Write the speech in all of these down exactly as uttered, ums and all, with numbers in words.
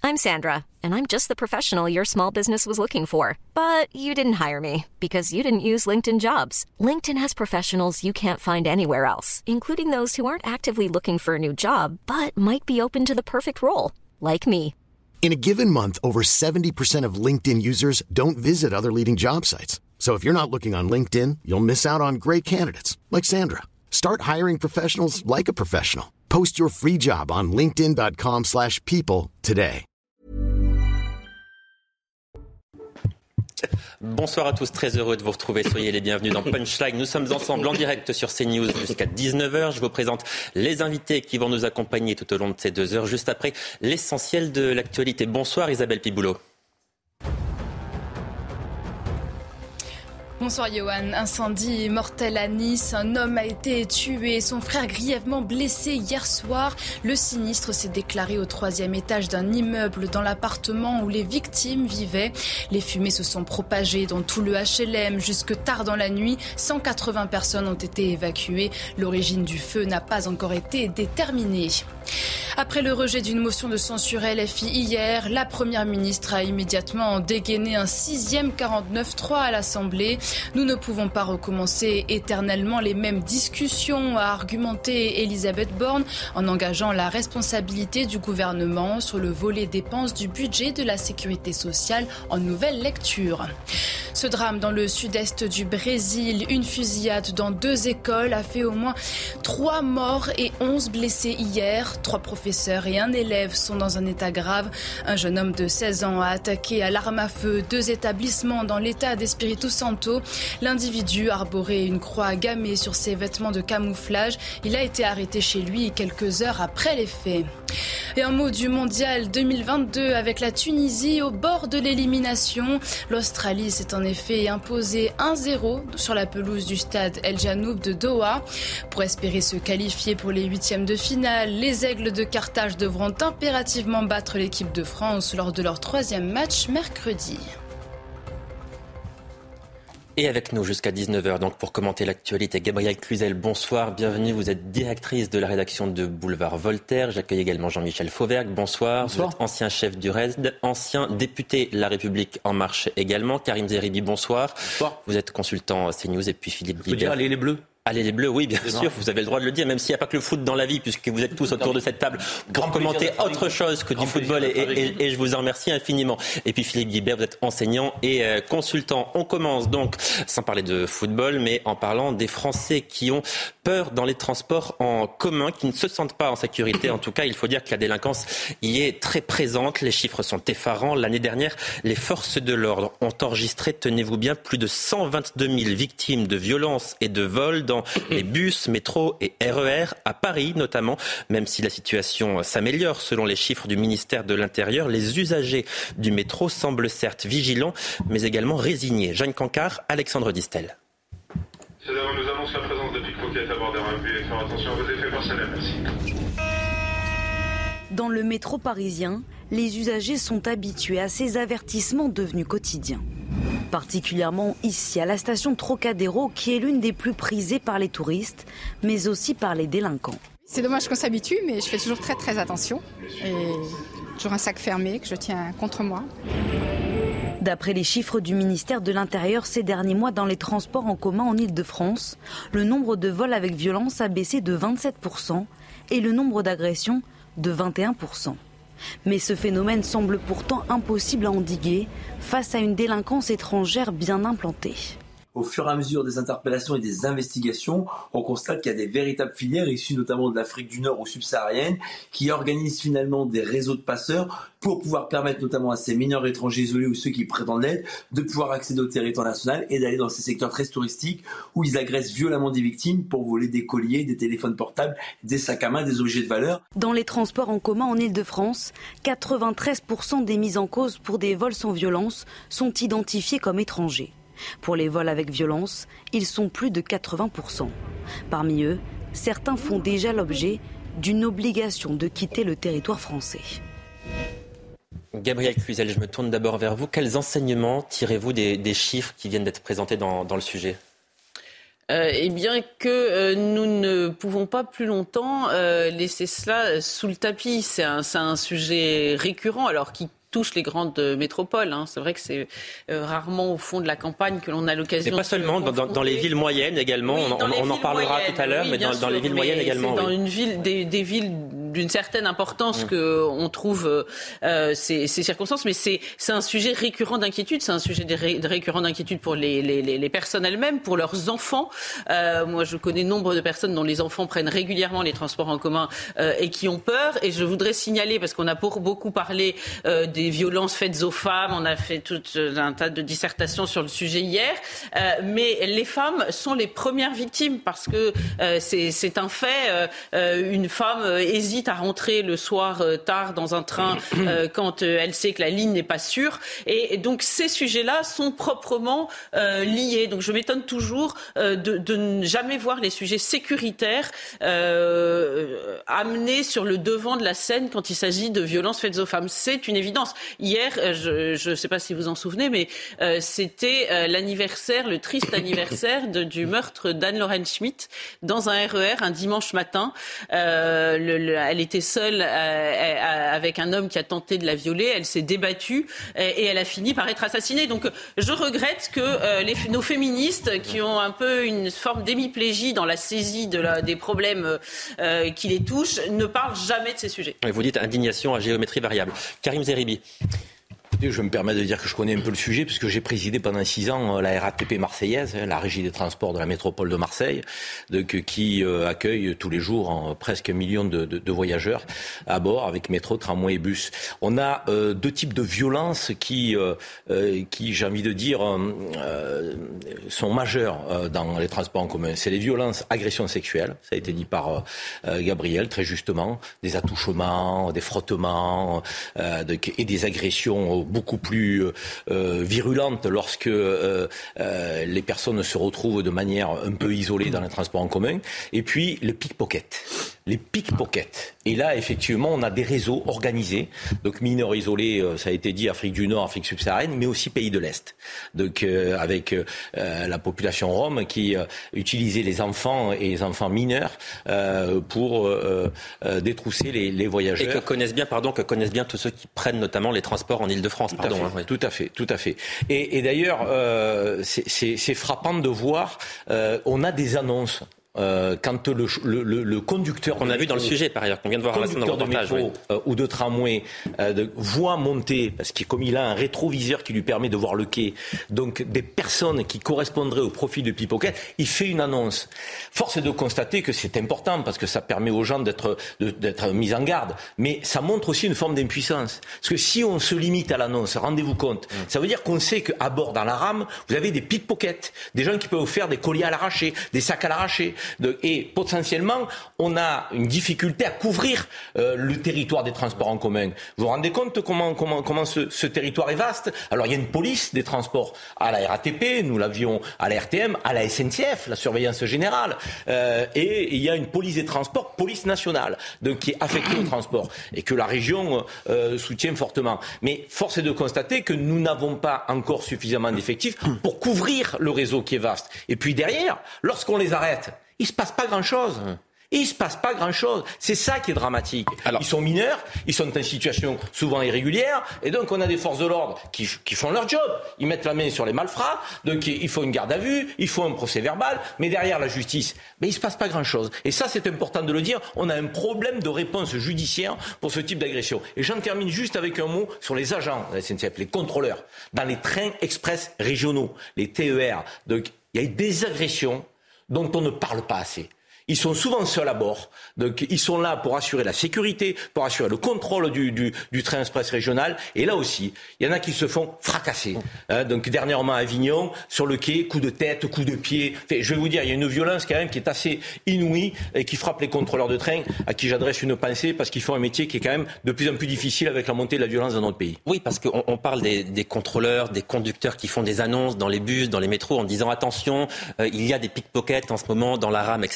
I'm Sandra, and I'm just the professional your small business was looking for. But you didn't hire me because you didn't use LinkedIn Jobs. LinkedIn has professionals you can't find anywhere else, including those who aren't actively looking for a new job, but might be open to the perfect role, like me. In a given month, over seventy percent of LinkedIn users don't visit other leading job sites. So if you're not looking on LinkedIn, you'll miss out on great candidates like Sandra. Start hiring professionals like a professional. Post your free job on linkedin.com slash people today. Bonsoir à tous, très heureux de vous retrouver. Soyez les bienvenus dans Punchline. Nous sommes ensemble en direct sur CNews jusqu'à dix-neuf heures. Je vous présente les invités qui vont nous accompagner tout au long de ces deux heures, juste après l'essentiel de l'actualité. Bonsoir Isabelle Piboulot. Bonsoir Johan. Incendie mortel à Nice. Un homme a été tué, son frère grièvement blessé hier soir. Le sinistre s'est déclaré au troisième étage d'un immeuble dans l'appartement où les victimes vivaient. Les fumées se sont propagées dans tout le H L M jusque tard dans la nuit. cent quatre-vingts personnes ont été évacuées. L'origine du feu n'a pas encore été déterminée. Après le rejet d'une motion de censure L F I hier, la première ministre a immédiatement dégainé un sixième quarante-neuf trois à l'Assemblée. Nous ne pouvons pas recommencer éternellement les mêmes discussions, a argumenté Elisabeth Borne en engageant la responsabilité du gouvernement sur le volet dépenses du budget de la sécurité sociale en nouvelle lecture. Ce drame dans le sud-est du Brésil, une fusillade dans deux écoles a fait au moins trois morts et onze blessés hier. Trois professeurs et un élève sont dans un état grave. Un jeune homme de seize ans a attaqué à l'arme à feu deux établissements dans l'état d'Espírito Santo. L'individu arborait une croix gammée sur ses vêtements de camouflage. Il a été arrêté chez lui quelques heures après les faits. Et un mot du mondial deux mille vingt-deux avec la Tunisie au bord de l'élimination. L'Australie s'est en effet imposée un zéro sur la pelouse du stade El Janoub de Doha. Pour espérer se qualifier pour les huitièmes de finale, les Aigles de Carthage devront impérativement battre l'équipe de France lors de leur troisième match mercredi. Et avec nous jusqu'à dix-neuf heures, donc pour commenter l'actualité, Gabrielle Cluzel, bonsoir, bienvenue. Vous êtes directrice de la rédaction de Boulevard Voltaire. J'accueille également Jean-Michel Fauvergue, bonsoir. Bonsoir. Vous êtes ancien chef du R E S D, ancien député La République En Marche également. Karim Zeribi, bonsoir. Bonsoir. Vous êtes consultant CNews et puis Philippe Guibert. Je peux dire, allez les Bleus. Allez les Bleus, oui bien sûr, non. Vous avez le droit de le dire, même s'il n'y a pas que le foot dans la vie, puisque vous êtes tous autour de cette table pour Grand commenter autre chose que du football, et, et, et je vous en remercie infiniment. Et puis Philippe Guibert, vous êtes enseignant et euh, consultant. On commence donc, sans parler de football, mais en parlant des Français qui ont peur dans les transports en commun, qui ne se sentent pas en sécurité. En tout cas, il faut dire que la délinquance y est très présente. Les chiffres sont effarants. L'année dernière, les forces de l'ordre ont enregistré, tenez-vous bien, plus de cent vingt-deux mille victimes de violences et de vols dans les bus, métros et R E R, à Paris notamment. Même si la situation s'améliore selon les chiffres du ministère de l'Intérieur, les usagers du métro semblent certes vigilants, mais également résignés. Jeanne Cancard, Alexandre Distel. Nous annonce la présence de pickpockets à bord des rames. Veuillez faire attention à vos effets personnels, merci. Dans le métro parisien, les usagers sont habitués à ces avertissements devenus quotidiens. Particulièrement ici, à la station Trocadéro, qui est l'une des plus prisées par les touristes, mais aussi par les délinquants. C'est dommage qu'on s'habitue, mais je fais toujours très très attention. Et toujours un sac fermé que je tiens contre moi. D'après les chiffres du ministère de l'Intérieur, ces derniers mois dans les transports en commun en Ile-de-France, le nombre de vols avec violence a baissé de vingt-sept pour cent et le nombre d'agressions de vingt et un pour cent. Mais ce phénomène semble pourtant impossible à endiguer face à une délinquance étrangère bien implantée. Au fur et à mesure des interpellations et des investigations, on constate qu'il y a des véritables filières issues notamment de l'Afrique du Nord ou subsaharienne qui organisent finalement des réseaux de passeurs pour pouvoir permettre notamment à ces mineurs étrangers isolés ou ceux qui prétendent l'être de pouvoir accéder au territoire national et d'aller dans ces secteurs très touristiques où ils agressent violemment des victimes pour voler des colliers, des téléphones portables, des sacs à main, des objets de valeur. Dans les transports en commun en Ile-de-France, quatre-vingt-treize pour cent des mises en cause pour des vols sans violence sont identifiés comme étrangers. Pour les vols avec violence, ils sont plus de quatre-vingts pour cent. Parmi eux, certains font déjà l'objet d'une obligation de quitter le territoire français. Gabrielle Cluzel, je me tourne d'abord vers vous. Quels enseignements tirez-vous des, des chiffres qui viennent d'être présentés dans, dans le sujet ? euh, Eh bien que euh, nous ne pouvons pas plus longtemps euh, laisser cela sous le tapis. C'est un, c'est un sujet récurrent, alors qui touche les grandes métropoles. Hein. C'est vrai que c'est euh, rarement au fond de la campagne que l'on a l'occasion. Mais pas seulement, dans, dans les villes moyennes également. Oui, on, on en parlera moyennes, tout à l'heure, oui, mais dans, sûr, dans les villes moyennes également. C'est dans oui. une ville, des, des villes d'une certaine importance mmh. qu'on trouve euh, ces, ces circonstances, mais c'est, c'est un sujet récurrent d'inquiétude. C'est un sujet de ré, de récurrent d'inquiétude pour les, les, les personnes elles-mêmes, pour leurs enfants. Euh, moi, je connais nombre de personnes dont les enfants prennent régulièrement les transports en commun euh, et qui ont peur. Et je voudrais signaler, parce qu'on a pour, beaucoup parlé euh, des violences faites aux femmes, on a fait tout un tas de dissertations sur le sujet hier, euh, mais les femmes sont les premières victimes parce que euh, c'est, c'est un fait. Euh, une femme euh, hésite à rentrer le soir euh, tard dans un train euh, quand euh, elle sait que la ligne n'est pas sûre, et, et donc ces sujets-là sont proprement euh, liés. Donc je m'étonne toujours euh, de, de ne jamais voir les sujets sécuritaires euh, amenés sur le devant de la scène quand il s'agit de violences faites aux femmes. C'est une évidence. Hier, je ne sais pas si vous en souvenez, mais euh, c'était euh, l'anniversaire, le triste anniversaire de, du meurtre d'Anne-Lorraine Schmitt dans un R E R un dimanche matin. Euh, le, le, elle était seule euh, avec un homme qui a tenté de la violer. Elle s'est débattue et, et elle a fini par être assassinée. Donc je regrette que euh, les, nos féministes, qui ont un peu une forme d'hémiplégie dans la saisie de la, des problèmes euh, qui les touchent, ne parlent jamais de ces sujets. Vous dites indignation à géométrie variable. Karim Zeribi. Je me permets de dire que je connais un peu le sujet puisque j'ai présidé pendant six ans la R A T P marseillaise, la régie des transports de la métropole de Marseille, donc, qui euh, accueille tous les jours en, presque un million de, de, de voyageurs à bord avec métro, tramway et bus. On a euh, deux types de violences qui, euh, euh, qui j'ai envie de dire, euh, sont majeures euh, dans les transports en commun. C'est les violences, agressions sexuelles, ça a été dit par euh, Gabriel très justement, des attouchements, des frottements euh, de, et des agressions beaucoup plus euh, virulente lorsque euh, euh, les personnes se retrouvent de manière un peu isolée dans les transports en commun. Et puis le pickpocket. Les pickpockets. Et là, effectivement, on a des réseaux organisés. Donc mineurs isolés, ça a été dit, Afrique du Nord, Afrique subsaharienne, mais aussi pays de l'Est. Donc euh, avec euh, la population rome qui euh, utilisait les enfants et les enfants mineurs euh, pour euh, euh, détrousser les, les voyageurs. Et que connaissent bien, pardon, que connaissent bien tous ceux qui prennent notamment les transports en Île-de-France. Tout, pardon, à fait, hein, oui. tout à fait, tout à fait. Et, et d'ailleurs, euh, c'est, c'est, c'est frappant de voir, euh, on a des annonces. Euh, quand le, le, le, le conducteur... Qu'on a vu dans le sujet, par ailleurs, qu'on vient de voir à l'instant dans le reportage. De métro, oui. euh, ou de tramway euh, de, voit monter, parce que comme il a un rétroviseur qui lui permet de voir le quai, donc des personnes qui correspondraient au profil de pickpocket, il fait une annonce. Force est de constater que c'est important, parce que ça permet aux gens d'être, de, d'être mis en garde, mais ça montre aussi une forme d'impuissance. Parce que si on se limite à l'annonce, rendez-vous compte, mmh. ça veut dire qu'on sait qu'à bord, dans la rame, vous avez des pickpockets, des gens qui peuvent vous faire des colliers à l'arraché, des sacs à l'arraché. De, et potentiellement, on a une difficulté à couvrir euh, le territoire des transports en commun. Vous vous rendez compte comment, comment, comment ce, ce territoire est vaste ? Alors, il y a une police des transports à la R A T P, nous l'avions à la R T M, à la S N C F, la surveillance générale, euh, et il y a une police des transports, police nationale, donc, qui est affectée au transport, et que la région euh, soutient fortement. Mais force est de constater que nous n'avons pas encore suffisamment d'effectifs pour couvrir le réseau qui est vaste. Et puis derrière, lorsqu'on les arrête, il se passe pas grand-chose. Il se passe pas grand-chose. C'est ça qui est dramatique. Alors, ils sont mineurs, ils sont en situation souvent irrégulière, et donc on a des forces de l'ordre qui, qui font leur job. Ils mettent la main sur les malfrats, donc il faut une garde à vue, il faut un procès verbal, mais derrière la justice, mais il se passe pas grand-chose. Et ça, c'est important de le dire. On a un problème de réponse judiciaire pour ce type d'agression. Et j'en termine juste avec un mot sur les agents de la S N C F, les contrôleurs, dans les trains express régionaux, les T E R. Donc il y a eu des agressions dont on ne parle pas assez. Ils sont souvent seuls à bord, donc ils sont là pour assurer la sécurité, pour assurer le contrôle du, du, du train express régional. Et là aussi, il y en a qui se font fracasser. Hein, donc dernièrement à Avignon, sur le quai, coup de tête, coup de pied. Enfin, je vais vous dire, il y a une violence quand même qui est assez inouïe et qui frappe les contrôleurs de train, à qui j'adresse une pensée parce qu'ils font un métier qui est quand même de plus en plus difficile avec la montée de la violence dans notre pays. Oui, parce qu'on on parle des, des contrôleurs, des conducteurs qui font des annonces dans les bus, dans les métros, en disant attention, euh, il y a des pickpockets en ce moment dans la rame, et cetera. Si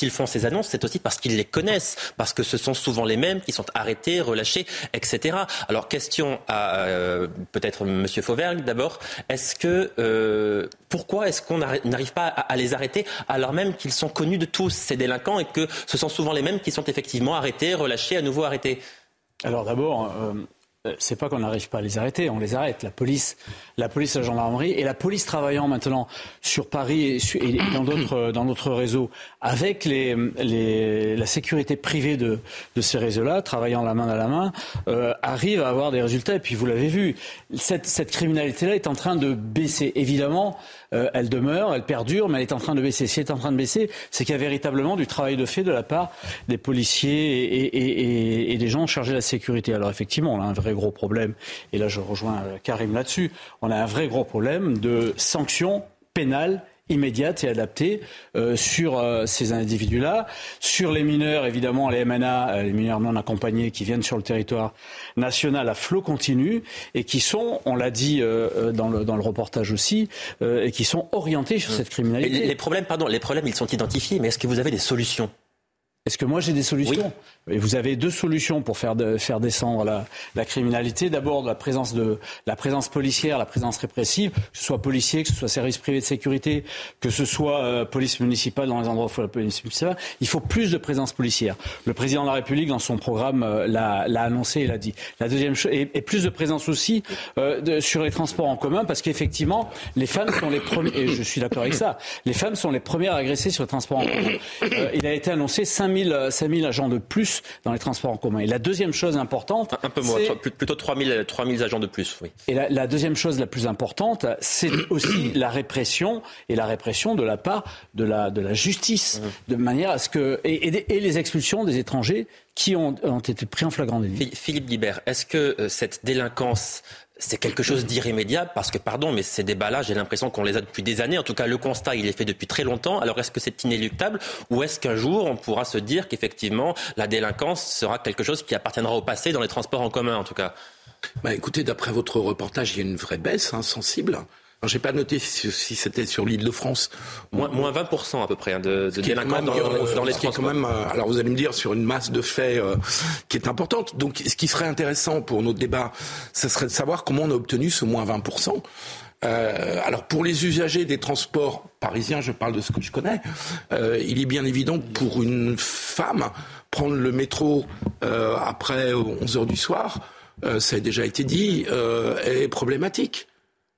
s'ils font ces annonces, c'est aussi parce qu'ils les connaissent, parce que ce sont souvent les mêmes qui sont arrêtés, relâchés, et cetera. Alors, question à euh, peut-être M. Fauvergue d'abord. Est-ce que euh, pourquoi est-ce qu'on n'arrive pas à, à les arrêter alors même qu'ils sont connus de tous, ces délinquants, et que ce sont souvent les mêmes qui sont effectivement arrêtés, relâchés, à nouveau arrêtés? Alors d'abord, euh, c'est pas qu'on n'arrive pas à les arrêter, on les arrête. La police, la police, la gendarmerie et la police travaillant maintenant sur Paris et, sur, et dans d'autres dans d'autres réseaux avec les, les la sécurité privée de de ces réseaux-là, travaillant la main à la main, euh, arrivent à avoir des résultats. Et puis vous l'avez vu, cette cette criminalité-là est en train de baisser. Évidemment, euh, elle demeure, elle perdure, mais elle est en train de baisser. Si elle est en train de baisser, c'est qu'il y a véritablement du travail de fait de la part des policiers et, et, et, et des gens chargés de la sécurité. Alors effectivement, on a un vrai gros problème, et là je rejoins Karim là-dessus, on a un vrai gros problème de sanctions pénales immédiates et adaptées euh, sur euh, ces individus-là. Sur les mineurs, évidemment, les M N A, euh, les mineurs non accompagnés qui viennent sur le territoire national à flot continu et qui sont, on l'a dit euh, dans, le, dans le reportage aussi, euh, et qui sont orientés sur cette criminalité. Les, les problèmes, pardon, les problèmes, ils sont identifiés, mais est-ce que vous avez des solutions ? Est-ce que moi j'ai des solutions ? Oui. Et vous avez deux solutions pour faire, de, faire descendre la, la criminalité. D'abord, la présence, de, la présence policière, la présence répressive, que ce soit policier, que ce soit service privé de sécurité, que ce soit euh, police municipale dans les endroits où il faut la police municipale. Il faut plus de présence policière. Le président de la République, dans son programme, euh, l'a, l'a annoncé et l'a dit. La deuxième chose, et, et plus de présence aussi euh, de, sur les transports en commun, parce qu'effectivement, les femmes sont les premières, et je suis d'accord avec ça, les femmes sont les premières agressées sur les transports en commun. Euh, il a été annoncé cinq mille agents de plus dans les transports en commun. Et la deuxième chose importante... Un, un peu moins, plutôt trois mille agents de plus, oui. Et la, la deuxième chose la plus importante, c'est aussi la répression, et la répression de la part de la, de la justice, mmh. de manière à ce que... Et, et, et les expulsions des étrangers qui ont, ont été pris en flagrant délit. Philippe Guibert, est-ce que euh, cette délinquance... c'est quelque chose d'irrémédiable parce que, pardon, mais ces débats-là, j'ai l'impression qu'on les a depuis des années. En tout cas, le constat, il est fait depuis très longtemps. Alors, est-ce que c'est inéluctable ou est-ce qu'un jour, on pourra se dire qu'effectivement, la délinquance sera quelque chose qui appartiendra au passé dans les transports en commun, en tout cas ? Bah, écoutez, d'après votre reportage, il y a une vraie baisse, hein, sensible. Alors, j'ai pas noté si, si c'était sur l'Île-de-France. Moins, moins vingt pour cent à peu près hein, de, de délinquants dans, euh, dans les transports. Quand même, euh, alors vous allez me dire sur une masse de faits euh, qui est importante. Donc ce qui serait intéressant pour notre débat, ce serait de savoir comment on a obtenu ce moins vingt pour cent. Euh, alors pour les usagers des transports parisiens, je parle de ce que je connais, euh, il est bien évident que pour une femme, prendre le métro euh, après onze heures du soir, euh, ça a déjà été dit, euh, est problématique.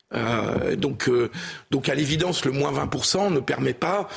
Euh, donc, euh, donc à l'évidence, le moins vingt pour cent ne permet pas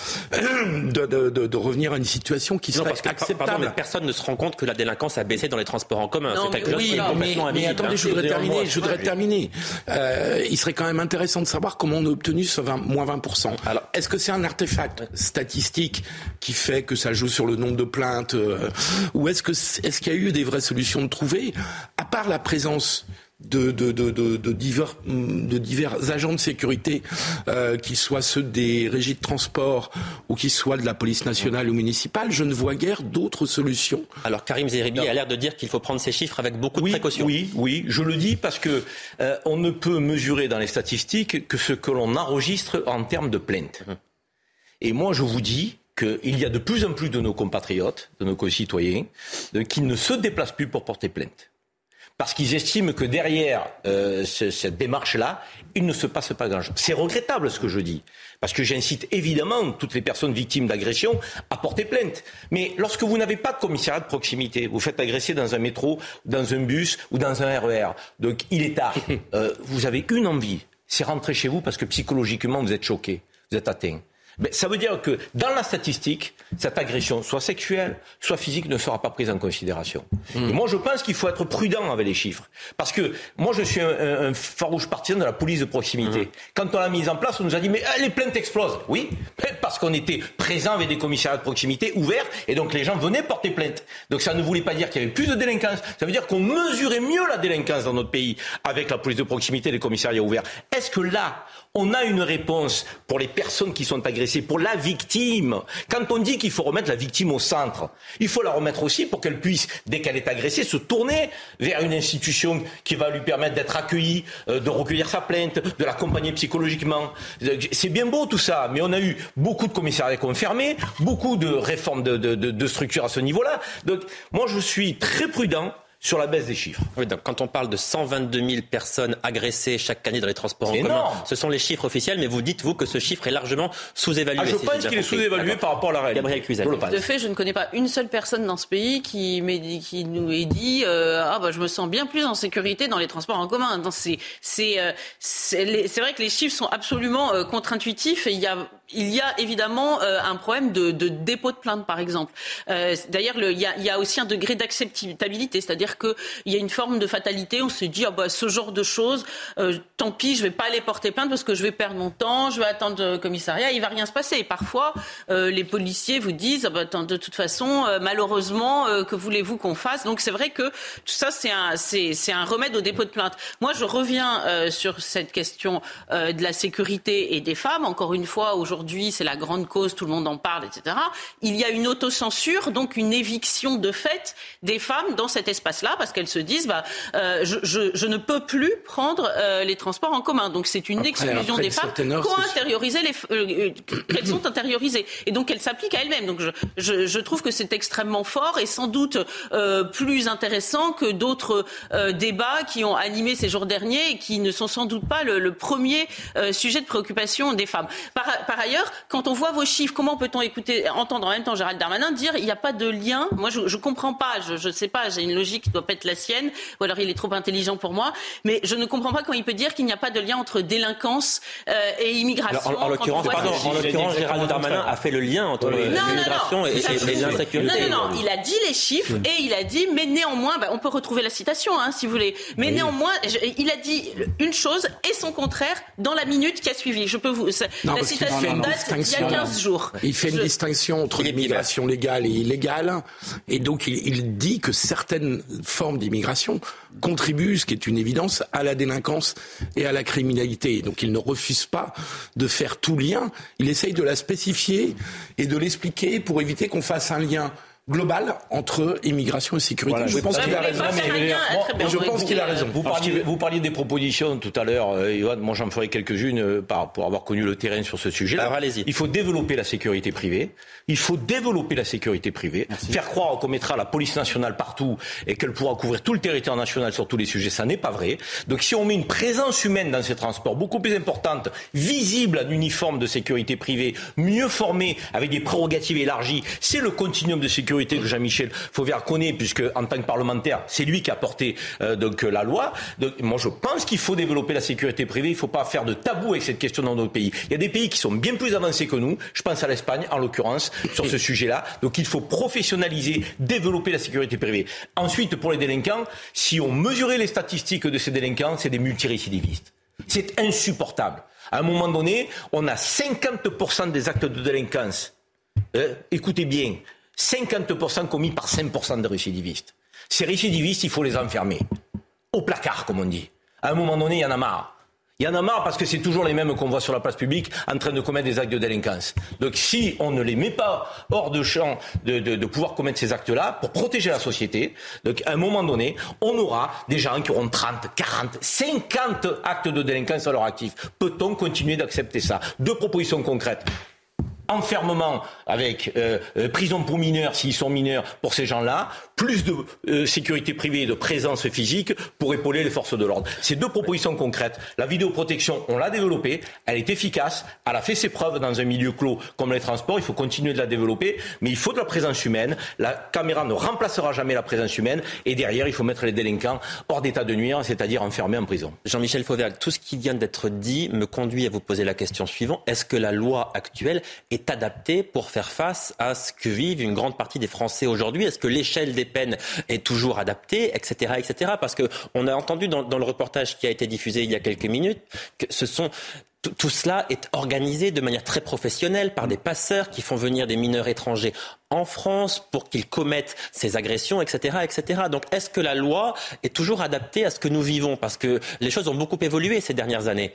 de, de, de, de revenir à une situation qui serait non, parce que, acceptable. Pardon, mais personne ne se rend compte que la délinquance a baissé dans les transports en commun. Non, c'est quelque oui, chose qui est complètement mais, invisible. mais attendez, je voudrais terminer. Je voudrais terminer. Euh, il serait quand même intéressant de savoir comment on a obtenu ce vingt, moins vingt pour cent. Alors, est-ce que c'est un artefact statistique qui fait que ça joue sur le nombre de plaintes, euh, ou est-ce que est-ce qu'il y a eu des vraies solutions de trouver, à part la présence De, de, de, de, de, divers, de divers agents de sécurité, euh, qu'ils soient ceux des régies de transport ou qu'ils soient de la police nationale ou municipale, je ne vois guère d'autres solutions. Alors Karim Zeribi a l'air de dire qu'il faut prendre ces chiffres avec beaucoup oui, de précaution. Oui, oui, je le dis parce que euh, on ne peut mesurer dans les statistiques que ce que l'on enregistre en termes de plaintes. Mmh. Et moi, je vous dis qu'il y a de plus en plus de nos compatriotes, de nos concitoyens, de, qui ne se déplacent plus pour porter plainte. Parce qu'ils estiment que derrière euh, ce, cette démarche-là, il ne se passe pas grand-chose. C'est regrettable ce que je dis, parce que j'incite évidemment toutes les personnes victimes d'agression à porter plainte. Mais lorsque vous n'avez pas de commissariat de proximité, vous faites agresser dans un métro, dans un bus ou dans un R E R, donc il est tard, euh, vous avez une envie, c'est rentrer chez vous parce que psychologiquement vous êtes choqué, vous êtes atteint. Mais ça veut dire que dans la statistique, cette agression, soit sexuelle, soit physique, ne sera pas prise en considération. Mmh. Et moi, je pense qu'il faut être prudent avec les chiffres. Parce que moi, je suis un, un, un farouche partisan de la police de proximité. Mmh. Quand on l'a mise en place, on nous a dit, mais ah, les plaintes explosent. Oui, parce qu'on était présents avec des commissariats de proximité ouverts, et donc les gens venaient porter plainte. Donc ça ne voulait pas dire qu'il y avait plus de délinquance. Ça veut dire qu'on mesurait mieux la délinquance dans notre pays avec la police de proximité et les commissariats ouverts. Est-ce que là, on a une réponse pour les personnes qui sont agressées agressée, pour la victime. Quand on dit qu'il faut remettre la victime au centre, il faut la remettre aussi pour qu'elle puisse, dès qu'elle est agressée, se tourner vers une institution qui va lui permettre d'être accueillie, de recueillir sa plainte, de l'accompagner psychologiquement. C'est bien beau tout ça, mais on a eu beaucoup de commissariats confirmés, beaucoup de réformes de, de, de, de structures à ce niveau-là. Donc moi je suis très prudent sur la baisse des chiffres. Oui, donc quand on parle de cent vingt-deux mille personnes agressées chaque année dans les transports en commun, énorme. Ce sont les chiffres officiels, mais vous dites, vous, que ce chiffre est largement sous-évalué. Ah, je si pense qu'il est sous-évalué par rapport à la réalité. Gabriel Cluzel. De fait, je ne connais pas une seule personne dans ce pays qui, qui nous ait dit euh, ah bah je me sens bien plus en sécurité dans les transports en commun. Non, c'est, c'est, euh, c'est, les, c'est vrai que les chiffres sont absolument euh, contre-intuitifs et il y a Il y a évidemment euh, un problème de, de dépôt de plainte, par exemple. Euh, d'ailleurs, le, il, y a, il y a aussi un degré d'acceptabilité, c'est-à-dire qu'il y a une forme de fatalité. On se dit, ah bah, ce genre de choses, euh, tant pis, je vais pas aller porter plainte parce que je vais perdre mon temps, je vais attendre le commissariat, il va rien se passer. Et parfois, euh, les policiers vous disent, ah bah, de toute façon, euh, malheureusement, euh, que voulez-vous qu'on fasse ? Donc c'est vrai que tout ça, c'est un, c'est, c'est un remède au dépôt de plainte. Moi, je reviens euh, sur cette question euh, de la sécurité et des femmes. Encore une fois, aujourd'hui, Aujourd'hui, c'est la grande cause, tout le monde en parle, et cetera. Il y a une autocensure, donc une éviction de fait des femmes dans cet espace-là, parce qu'elles se disent, bah, euh, je, je, je ne peux plus prendre euh, les transports en commun. Donc c'est une après, exclusion après des femmes qu'ont intériorisé les, euh, qu'elles sont intériorisées, et donc elles s'appliquent à elles-mêmes. Donc je, je, je trouve que c'est extrêmement fort et sans doute euh, plus intéressant que d'autres euh, débats qui ont animé ces jours derniers et qui ne sont sans doute pas le, le premier euh, sujet de préoccupation des femmes. Par, par ailleurs, quand on voit vos chiffres, comment peut-on écouter, entendre en même temps Gérald Darmanin dire il n'y a pas de lien ? Moi, je ne comprends pas, je ne sais pas, j'ai une logique qui ne doit pas être la sienne, ou alors il est trop intelligent pour moi, mais je ne comprends pas comment il peut dire qu'il n'y a pas de lien entre délinquance euh, et immigration. Alors, en, en l'occurrence, pardon, en l'occurrence Gérald Darmanin a fait le lien entre oui. l'immigration et, et, et l'insécurité. Non, non, non, il a dit les chiffres oui. et il a dit, mais néanmoins, bah, on peut retrouver la citation, hein, si vous voulez, mais oui. néanmoins, je, il a dit une chose et son contraire dans la minute qui a suivi. Je peux vous... Ça, non, la citation date il y a quinze jours. Il fait une je... distinction entre l'immigration légale et illégale, et donc il, il dit que certaines formes d'immigration contribuent, ce qui est une évidence, à la délinquance et à la criminalité. Donc il ne refuse pas de faire tout lien, il essaye de la spécifier et de l'expliquer pour éviter qu'on fasse un lien global entre immigration et sécurité. Voilà, je, je pense qu'il a raison. Mais je pense qu'il a raison. Vous parliez, vous parliez des propositions tout à l'heure, euh, Yoann. Moi, j'en ferai quelques-unes euh, par, pour avoir connu le terrain sur ce sujet. Alors, allez-y. Il faut développer la sécurité privée. Il faut développer la sécurité privée. Merci. Faire croire qu'on mettra la police nationale partout et qu'elle pourra couvrir tout le territoire national sur tous les sujets, ça n'est pas vrai. Donc, si on met une présence humaine dans ces transports beaucoup plus importante, visible en uniforme de sécurité privée, mieux formée, avec des prérogatives élargies, c'est le continuum de sécurité que Jean-Michel Fauvergue connaît, puisque en tant que parlementaire, c'est lui qui a porté euh, donc la loi. Donc, moi, je pense qu'il faut développer la sécurité privée. Il ne faut pas faire de tabou avec cette question dans notre pays. Il y a des pays qui sont bien plus avancés que nous. Je pense à l'Espagne, en l'occurrence, sur ce sujet-là. Donc, il faut professionnaliser, développer la sécurité privée. Ensuite, pour les délinquants, si on mesurait les statistiques de ces délinquants, c'est des multirécidivistes. C'est insupportable. À un moment donné, on a cinquante pour cent des actes de délinquance. Euh, écoutez bien. cinquante pour cent commis par cinq pour cent de récidivistes. Ces récidivistes, il faut les enfermer. Au placard, comme on dit. À un moment donné, il y en a marre. Il y en a marre parce que c'est toujours les mêmes qu'on voit sur la place publique en train de commettre des actes de délinquance. Donc si on ne les met pas hors de champ de, de, de pouvoir commettre ces actes-là, pour protéger la société, donc à un moment donné, on aura des gens qui auront trente, quarante, cinquante actes de délinquance à leur actif. Peut-on continuer d'accepter ça ? Deux propositions concrètes. Enfermement avec euh, euh, prison pour mineurs s'ils sont mineurs pour ces gens-là, plus de euh, sécurité privée et de présence physique pour épauler les forces de l'ordre. Ces deux propositions concrètes, la vidéoprotection, on l'a développée, elle est efficace, elle a fait ses preuves dans un milieu clos comme les transports, il faut continuer de la développer, mais il faut de la présence humaine, la caméra ne remplacera jamais la présence humaine, et derrière il faut mettre les délinquants hors d'état de nuire, c'est-à-dire enfermés en prison. Jean-Michel Fauvergue, tout ce qui vient d'être dit me conduit à vous poser la question suivante, est-ce que la loi actuelle est adapté pour faire face à ce que vivent une grande partie des Français aujourd'hui? Est-ce que l'échelle des peines est toujours adaptée, et cetera, et cetera. Parce que on a entendu dans, dans le reportage qui a été diffusé il y a quelques minutes que ce sont tout, tout cela est organisé de manière très professionnelle par des passeurs qui font venir des mineurs étrangers en France pour qu'ils commettent ces agressions, et cetera, et cetera. Donc, est-ce que la loi est toujours adaptée à ce que nous vivons? Parce que les choses ont beaucoup évolué ces dernières années.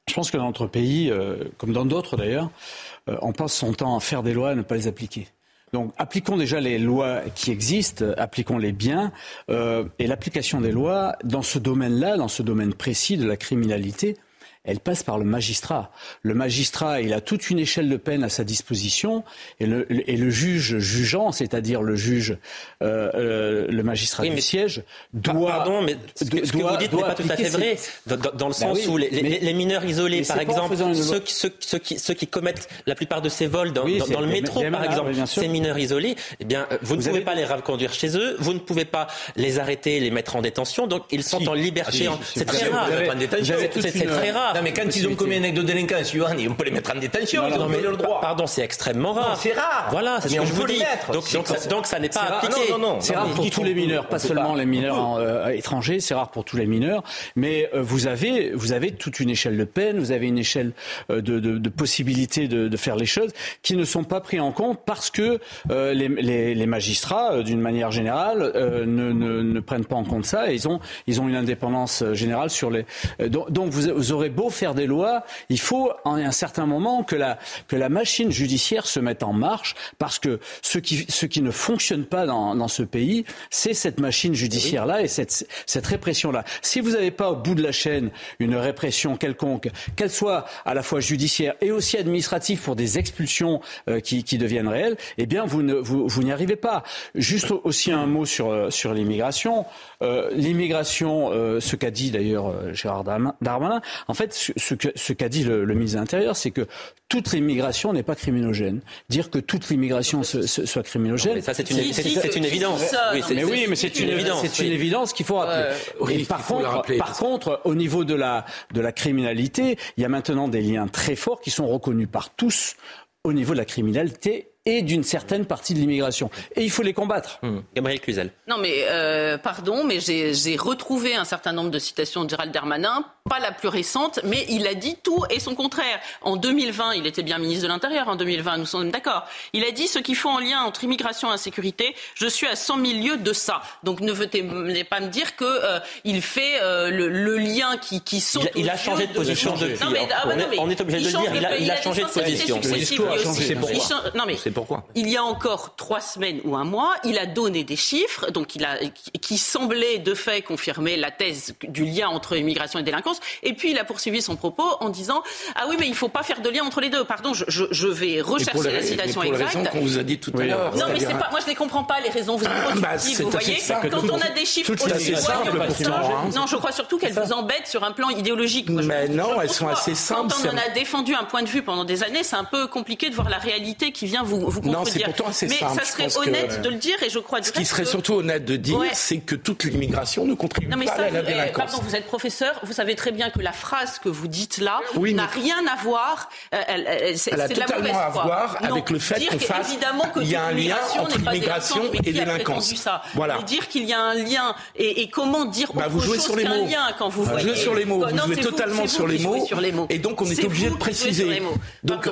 Je pense que dans notre pays, euh, comme dans d'autres d'ailleurs, euh, on passe son temps à faire des lois et à ne pas les appliquer. Donc appliquons déjà les lois qui existent, appliquons-les bien. Euh, et l'application des lois, dans ce domaine-là, dans ce domaine précis de la criminalité, elle passe par le magistrat. Le magistrat, il a toute une échelle de peine à sa disposition et le, et le juge jugeant, c'est-à-dire le juge, euh, euh, le magistrat oui, du siège, doit... Pardon, mais ce que, ce que vous dites n'est pas tout à fait vrai, dans, dans le sens bah oui, où les, mais, les mineurs isolés, par exemple, une... ceux, qui, ceux, ceux, qui, ceux qui commettent la plupart de ces vols dans, oui, dans, dans le métro, par exemple, oui, ces mineurs isolés, eh bien, vous, vous ne pouvez avez... pas les reconduire chez eux, vous ne pouvez pas les arrêter, les mettre en détention, donc ils sont si. en liberté. Ah, en... C'est très rare. C'est très rare. Non, mais quand ils ont commis un acte de délinquance, on peut les mettre en détention, non, non, mais, le droit. Pardon, c'est extrêmement rare. Non, c'est rare. Voilà, c'est ce que je vous dis. Donc, donc, ça, donc ça n'est pas appliqué. Non, non, non. C'est rare pour tous les mineurs, pas seulement les mineurs euh, étrangers, c'est rare pour tous les mineurs. Mais euh, vous avez, vous avez toute une échelle de peine, vous avez une échelle euh, de, de, de possibilités de, de faire les choses qui ne sont pas pris en compte parce que euh, les, les, les magistrats, euh, d'une manière générale, euh, ne, ne, ne prennent pas en compte ça. Et ils ont, ils ont une indépendance générale sur les. Euh, donc, donc vous, vous aurez beau faire des lois, il faut à un certain moment que la, que la machine judiciaire se mette en marche parce que ce qui, ce qui ne fonctionne pas dans, dans ce pays, c'est cette machine judiciaire-là et cette, cette répression-là. Si vous n'avez pas au bout de la chaîne une répression quelconque, qu'elle soit à la fois judiciaire et aussi administrative pour des expulsions euh, qui, qui deviennent réelles, eh bien vous, ne, vous, vous n'y arrivez pas. Juste aussi un mot sur, sur l'immigration. Euh, l'immigration, euh, ce qu'a dit d'ailleurs euh, Gérard Darmanin, en fait, ce, ce, que, ce qu'a dit le, le ministre de l'Intérieur, c'est que toute l'immigration n'est pas criminogène. Dire que toute l'immigration se, se, soit criminogène, mais ça c'est une, c'est, c'est une évidence. Oui, mais oui, mais c'est, c'est une, une évidence. C'est une évidence qu'il faut rappeler. Euh, oui, Et par contre, rappeler, par contre, au niveau de la de la criminalité, il y a maintenant des liens très forts qui sont reconnus par tous au niveau de la criminalité et d'une certaine partie de l'immigration. Et il faut les combattre. Mmh. Gabriel Cluzel. Non mais, euh, pardon, mais j'ai, j'ai retrouvé un certain nombre de citations de Gérald Darmanin, pas la plus récente, mais il a dit tout et son contraire. En deux mille vingt, il était bien ministre de l'Intérieur en deux mille vingt, nous sommes d'accord. Il a dit ce qu'il faut en lien entre immigration et insécurité, je suis à cent mille lieues de ça. Donc ne venez pas me dire qu'il euh, fait euh, le, le lien qui, qui saute. Il, il a changé de, de position de... depuis. Non, mais, ah, bah, non, mais on est obligé de le dire, il a, il a changé de position. C'est pourquoi. Non, mais, c'est pourquoi. Il y a encore trois semaines ou un mois, il a donné des chiffres, donc il a, qui semblaient de fait confirmer la thèse du lien entre immigration et délinquance. Et puis il a poursuivi son propos en disant ah oui mais il ne faut pas faire de lien entre les deux. Pardon, je, je, je vais rechercher les, la citation exacte. Pour les raisons qu'on vous a dit tout à oui, l'heure. Non mais c'est pas, moi je ne les comprends pas les raisons. Vous, ah, bah, vous voyez, simple. Quand on a des chiffres aussi simples, non, je crois surtout qu'elles vous embêtent sur un plan idéologique. Moi, mais non, elles sont assez simples. Quand on en a défendu un point de vue pendant des années, c'est un peu compliqué de voir la réalité qui vient vous vous contredire. Non, c'est pourtant assez mais simple. Mais ça serait honnête que... de le dire et je crois. Ce qui serait que... surtout honnête de dire, ouais. c'est que toute l'immigration ne contribue non, mais pas ça, à la délinquance. Pardon, vous êtes professeur, vous savez très bien que la phrase que vous dites là oui, n'a rien à voir. Euh, elle, elle, c'est, elle a c'est totalement de la à voir non, avec le fait qu'on fasse. Il y a un lien entre immigration et délinquance. Voilà. Mais dire qu'il y a un lien et, et comment dire bah, autre chose qu'un lien quand vous voyez. Vous jouez sur les mots. Vous jouez totalement sur les mots. Et donc on est obligé de préciser. Donc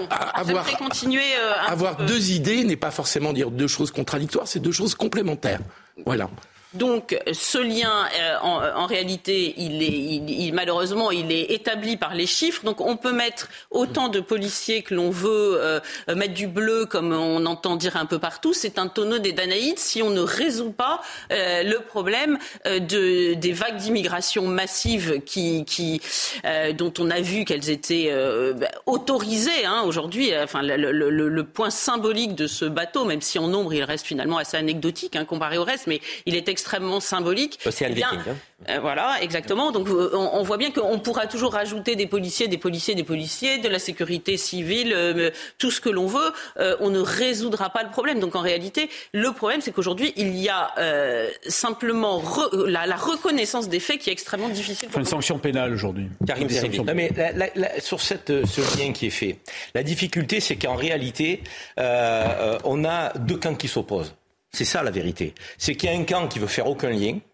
avoir deux idées n'est pas forcément dire deux choses contradictoires, c'est deux choses complémentaires. Voilà. Donc, ce lien, euh, en, en réalité, il est, il, il, malheureusement, il est établi par les chiffres. Donc, on peut mettre autant de policiers que l'on veut, euh, mettre du bleu, comme on entend dire un peu partout. C'est un tonneau des Danaïdes si on ne résout pas euh, le problème euh, de, des vagues d'immigration massive qui, qui, euh, dont on a vu qu'elles étaient euh, autorisées hein, aujourd'hui. Enfin, le, le, le, le point symbolique de ce bateau, même si en nombre, il reste finalement assez anecdotique hein, comparé au reste, mais il est extrêmement symbolique. Océan eh bien, Viking. Hein. Euh, voilà, exactement. Donc on, on voit bien qu'on pourra toujours rajouter des policiers, des policiers, des policiers, de la sécurité civile, euh, tout ce que l'on veut. Euh, on ne résoudra pas le problème. Donc en réalité, le problème, c'est qu'aujourd'hui, il y a euh, simplement re, la, la reconnaissance des faits qui est extrêmement difficile. Pour une sanction pénale aujourd'hui. Karim Zeribi. Non mais la, la, la, sur cette, ce lien qui est fait, la difficulté, c'est qu'en réalité, euh, on a deux camps qui s'opposent. C'est ça la vérité. C'est qu'il y a un camp qui veut faire aucun lien,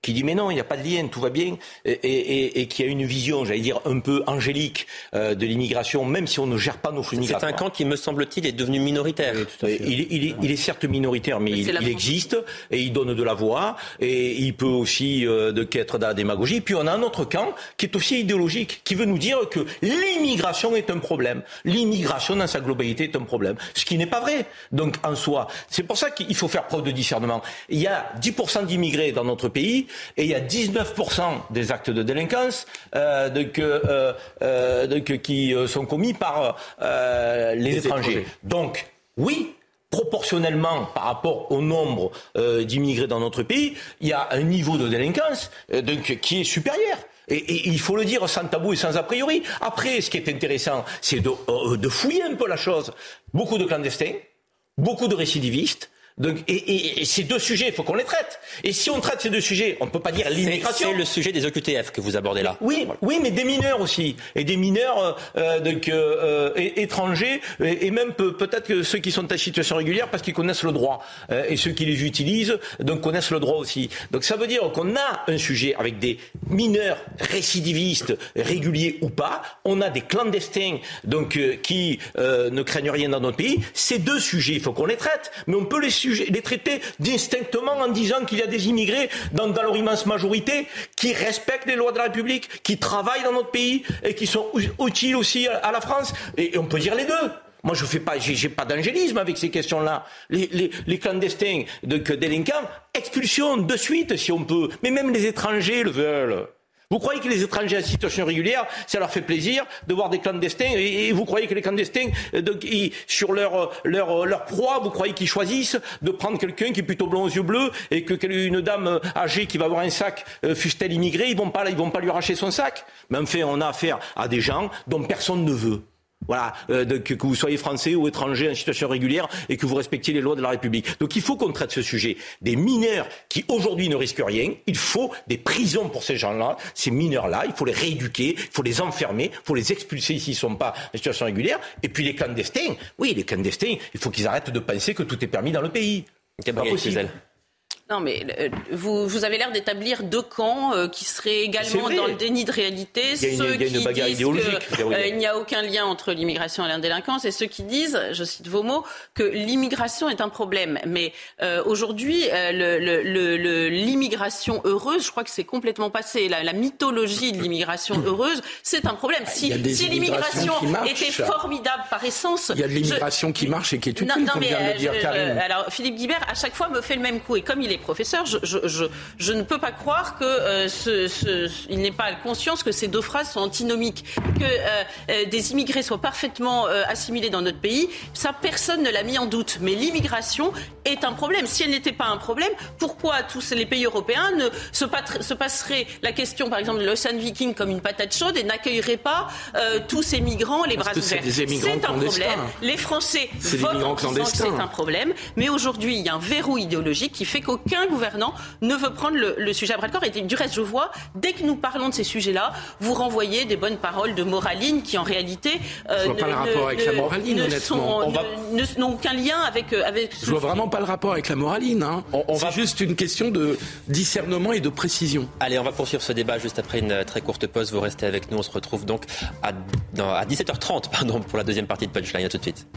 qui dit mais non, il n'y a pas de lien, tout va bien, et, et, et qui a une vision, j'allais dire, un peu angélique euh, de l'immigration, même si on ne gère pas nos flux migratoires. C'est un camp qui, me semble-t-il, est devenu minoritaire. Oui, tout à fait. Il, il, il, il est certes minoritaire, mais il, il existe, et il donne de la voix, et il peut aussi euh, de, être dans la démagogie. Puis on a un autre camp qui est aussi idéologique, qui veut nous dire que l'immigration est un problème. L'immigration dans sa globalité est un problème. Ce qui n'est pas vrai. Donc en soi, c'est pour ça qu'il faut faire preuve de discernement. Il y a dix pour cent d'immigrés dans notre pays et il y a dix-neuf pour cent des actes de délinquance euh, de, que, euh, euh, de, que, qui sont commis par euh, les, les étrangers. étrangers. Donc oui, proportionnellement par rapport au nombre euh, d'immigrés dans notre pays, il y a un niveau de délinquance euh, donc, qui est supérieur. Et, et il faut le dire sans tabou et sans a priori. Après, ce qui est intéressant, c'est de, euh, de fouiller un peu la chose. Beaucoup de clandestins, beaucoup de récidivistes. Donc, et, et, et ces deux sujets, il faut qu'on les traite. Et si on traite ces deux sujets, on ne peut pas dire l'immigration. C'est, c'est le sujet des O Q T F que vous abordez là. Oui, oui, mais des mineurs aussi, et des mineurs euh, donc, euh, étrangers, et, et même peut, peut-être que ceux qui sont en situation régulière parce qu'ils connaissent le droit, euh, et ceux qui les utilisent donc connaissent le droit aussi. Donc ça veut dire qu'on a un sujet avec des mineurs récidivistes, réguliers ou pas. On a des clandestins donc euh, qui euh, ne craignent rien dans notre pays. Ces deux sujets, il faut qu'on les traite, mais on peut les les traiter distinctement en disant qu'il y a des immigrés dans, dans leur immense majorité qui respectent les lois de la République, qui travaillent dans notre pays et qui sont utiles aussi à, à la France. Et, et on peut dire les deux. Moi, je fais pas, j'ai, j'ai pas d'angélisme avec ces questions-là. Les, les, les clandestins, donc délinquants, expulsion de suite si on peut. Mais même les étrangers le veulent. Vous croyez que les étrangers en situation régulière, ça leur fait plaisir de voir des clandestins et, et vous croyez que les clandestins, donc, ils, sur leur, leur, leur proie, vous croyez qu'ils choisissent de prendre quelqu'un qui est plutôt blond aux yeux bleus et que une dame âgée qui va avoir un sac, euh, fût-elle immigrée, ils vont pas, ils vont pas lui arracher son sac. Mais enfin, on a affaire à des gens dont personne ne veut. Voilà, euh, de, que, que vous soyez français ou étranger en situation régulière et que vous respectiez les lois de la République. Donc il faut qu'on traite ce sujet des mineurs qui aujourd'hui ne risquent rien. Il faut des prisons pour ces gens-là, ces mineurs-là. Il faut les rééduquer, il faut les enfermer, il faut les expulser s'ils ne sont pas en situation régulière. Et puis les clandestins, oui, les clandestins, il faut qu'ils arrêtent de penser que tout est permis dans le pays. C'est pas possible. Non, mais euh, vous, vous avez l'air d'établir deux camps euh, qui seraient également dans le déni de réalité. Il y a une, ceux il y a une qui bagarre disent qu'il euh, n'y a aucun lien entre l'immigration et la délinquance, et ceux qui disent, je cite vos mots, que l'immigration est un problème. Mais euh, aujourd'hui, euh, le, le, le, l'immigration heureuse, je crois que c'est complètement passé. La, la mythologie de l'immigration heureuse, c'est un problème. Si, si l'immigration était formidable par essence... Il y a de l'immigration je... qui marche et qui est utile, non, non, comme vient de le dire je, Karine. Alors, Philippe Guibert, à chaque fois, me fait le même coup. Et comme il est professeur, je, je, je, je ne peux pas croire que euh, ce, ce, il n'ait pas conscience que ces deux phrases sont antinomiques, que euh, euh, des immigrés soient parfaitement euh, assimilés dans notre pays. Ça, personne ne l'a mis en doute. Mais l'immigration est un problème. Si elle n'était pas un problème, pourquoi tous les pays européens ne se, pat- se passeraient la question, par exemple, de l'Ocean Viking comme une patate chaude et n'accueilleraient pas euh, tous ces migrants les bras ouverts? C'est, c'est un problème. Les Français votent en disant que c'est un problème. Mais aujourd'hui, il y a un verrou idéologique qui fait qu'aucun gouvernement ne veut prendre le, le sujet à bras-le-corps. Et du reste, je vois, dès que nous parlons de ces sujets-là, vous renvoyez des bonnes paroles de Moraline qui, en réalité, euh, je vois ne, pas le rapport ne, avec la Moraline, honnêtement. Sont, va... ne, n'ont aucun lien avec, avec je vois vraiment pas le rapport avec la Moraline. Hein. On, on C'est va... juste une question de discernement et de précision. Allez, on va poursuivre ce débat juste après une très courte pause. Vous restez avec nous. On se retrouve donc à, dans, à dix-sept heures trente pardon, pour la deuxième partie de Punchline. À tout de suite.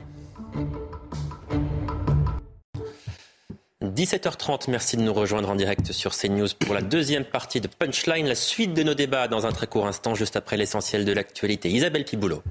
dix-sept heures trente, merci de nous rejoindre en direct sur CNews pour la deuxième partie de Punchline, la suite de nos débats dans un très court instant, juste après l'essentiel de l'actualité. Isabelle Piboulot.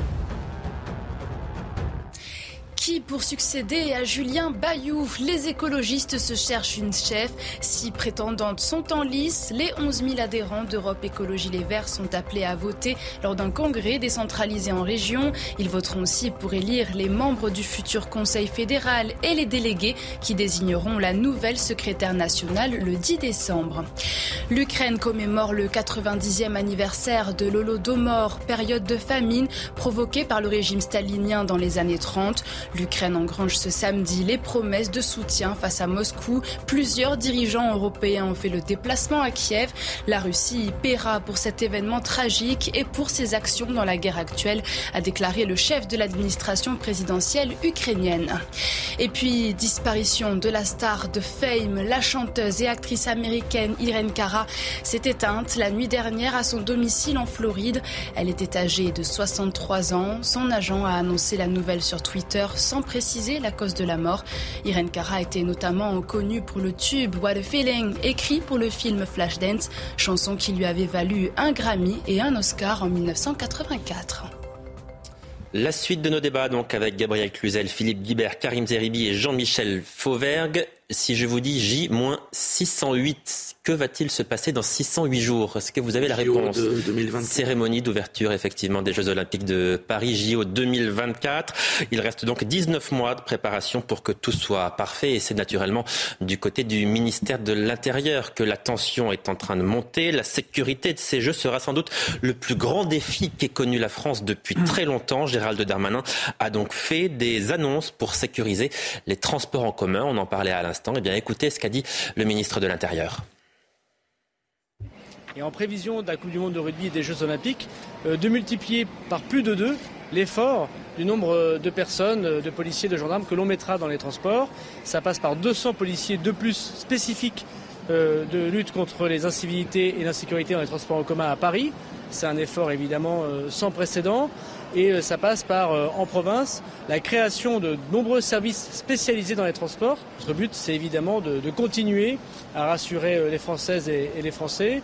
Qui pour succéder à Julien Bayou? Les écologistes se cherchent une chef. Six prétendantes sont en lice. Les onze mille adhérents d'Europe Écologie Les Verts sont appelés à voter lors d'un congrès décentralisé en région. Ils voteront aussi pour élire les membres du futur Conseil fédéral et les délégués qui désigneront la nouvelle secrétaire nationale le dix décembre. L'Ukraine commémore le quatre-vingt-dixième anniversaire de l'Holodomor, période de famine provoquée par le régime stalinien dans les années trente. L'Ukraine engrange ce samedi les promesses de soutien face à Moscou. Plusieurs dirigeants européens ont fait le déplacement à Kiev. La Russie y paiera pour cet événement tragique et pour ses actions dans la guerre actuelle, a déclaré le chef de l'administration présidentielle ukrainienne. Et puis, disparition de la star de Fame, la chanteuse et actrice américaine Irene Cara s'est éteinte la nuit dernière à son domicile en Floride. Elle était âgée de soixante-trois ans. Son agent a annoncé la nouvelle sur Twitter sans préciser la cause de la mort. Irene Cara était notamment connue pour le tube What a Feeling, écrit pour le film Flashdance, chanson qui lui avait valu un Grammy et un Oscar en dix-neuf cent quatre-vingt-quatre. La suite de nos débats donc avec Gabriel Cluzel, Philippe Guibert, Karim Zeribi et Jean-Michel Fauvergue. Si je vous dis J six cent huit, que va-t-il se passer dans six cent huit jours? Est-ce que vous avez la réponse? de deux mille vingt-quatre. Cérémonie d'ouverture effectivement des Jeux Olympiques de Paris, J O deux mille vingt-quatre. Il reste donc dix-neuf mois de préparation pour que tout soit parfait et c'est naturellement du côté du ministère de l'Intérieur que la tension est en train de monter. La sécurité de ces Jeux sera sans doute le plus grand défi qu'ait connu la France depuis très longtemps. Gérald Darmanin a donc fait des annonces pour sécuriser les transports en commun. On en parlait à l'instant. Eh bien, écoutez ce qu'a dit le ministre de l'Intérieur. Et en prévision de la Coupe du Monde de rugby et des Jeux Olympiques, euh, de multiplier par plus de deux l'effort du nombre de personnes, de policiers, de gendarmes que l'on mettra dans les transports. Ça passe par deux cents policiers de plus spécifiques euh, de lutte contre les incivilités et l'insécurité dans les transports en commun à Paris. C'est un effort évidemment euh, sans précédent. Et ça passe par, euh, en province, la création de nombreux services spécialisés dans les transports. Notre but, c'est évidemment de, de continuer à rassurer euh, les Françaises et, et les Français.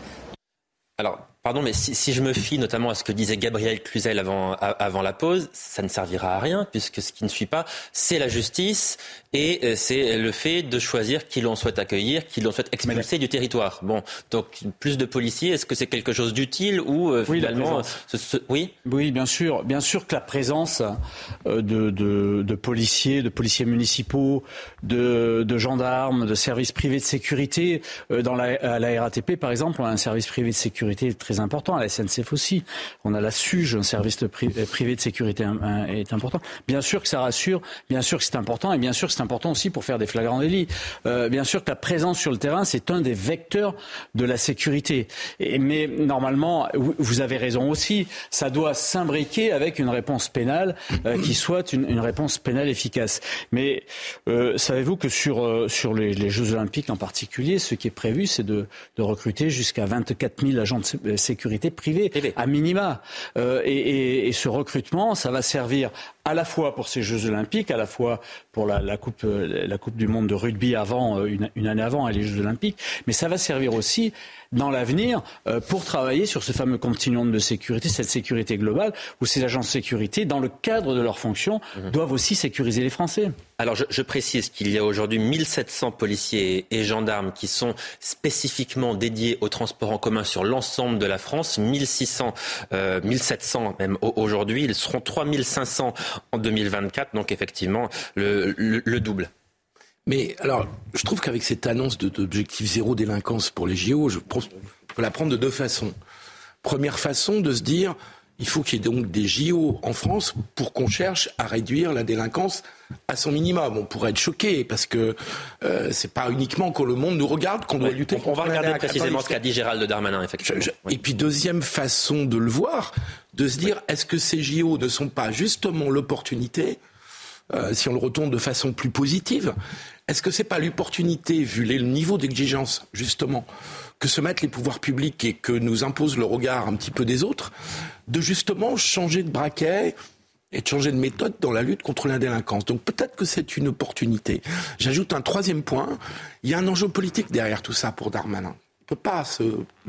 Alors, pardon, mais si, si je me fie notamment à ce que disait Gabriel Cluzel avant, à, avant la pause, ça ne servira à rien, puisque ce qui ne suit pas, c'est la justice et euh, c'est le fait de choisir qui l'on souhaite accueillir, qui l'on souhaite expulser du territoire. Bon, donc plus de policiers, est-ce que c'est quelque chose d'utile ou euh, oui, finalement... Ce, ce, oui, oui, bien sûr. Bien sûr que la présence euh, de, de, de policiers, de policiers municipaux, de, de gendarmes, de services privés de sécurité, euh, dans la, à la R A T P par exemple, on a un service privé de sécurité très important, à la S N C F aussi. On a la S U G, un service de pri- privé de sécurité un, un, est important. Bien sûr que ça rassure, bien sûr que c'est important, et bien sûr que c'est important aussi pour faire des flagrants délits. Euh, bien sûr que la présence sur le terrain, c'est un des vecteurs de la sécurité. Et, mais normalement, vous avez raison aussi, ça doit s'imbriquer avec une réponse pénale euh, qui soit une, une réponse pénale efficace. Mais euh, savez-vous que sur, euh, sur les, les Jeux Olympiques en particulier, ce qui est prévu, c'est de, de recruter jusqu'à vingt-quatre mille agents de sécurité privée, à minima. Euh, et, et, et ce recrutement, ça va servir à la fois pour ces Jeux Olympiques, à la fois pour la, la, coupe, la Coupe du Monde de rugby avant, une, une année avant, et les Jeux Olympiques, mais ça va servir aussi dans l'avenir euh, pour travailler sur ce fameux continuum de sécurité, cette sécurité globale, où ces agents de sécurité, dans le cadre de leurs fonctions, mmh. doivent aussi sécuriser les Français. Alors je, je précise qu'il y a aujourd'hui mille sept cents policiers et gendarmes qui sont spécifiquement dédiés au transport en commun sur l'ensemble de la France, mille six cents, euh, mille sept cents même aujourd'hui, ils seront trois mille cinq cents en deux mille vingt-quatre, donc effectivement le, le, le double. Mais alors, je trouve qu'avec cette annonce de, d'objectif zéro délinquance pour les J O, je peux la prendre de deux façons. Première façon, de se dire, il faut qu'il y ait donc des J O en France pour qu'on cherche à réduire la délinquance à son minimum. On pourrait être choqué parce que euh, c'est pas uniquement quand le monde nous regarde qu'on doit oui, lutter. On, on va regarder précisément ce qu'a dit Gérald Darmanin, effectivement. Je, je, oui. Et puis deuxième façon de le voir, de se dire, oui. est-ce que ces J O ne sont pas justement l'opportunité, euh, si on le retourne de façon plus positive, est-ce que c'est pas l'opportunité, vu le niveau d'exigence, justement, que se mettent les pouvoirs publics et que nous impose le regard un petit peu des autres, de justement changer de braquet et de changer de méthode dans la lutte contre la délinquance. Donc peut-être que c'est une opportunité. J'ajoute un troisième point, il y a un enjeu politique derrière tout ça pour Darmanin. Il ne peut pas se...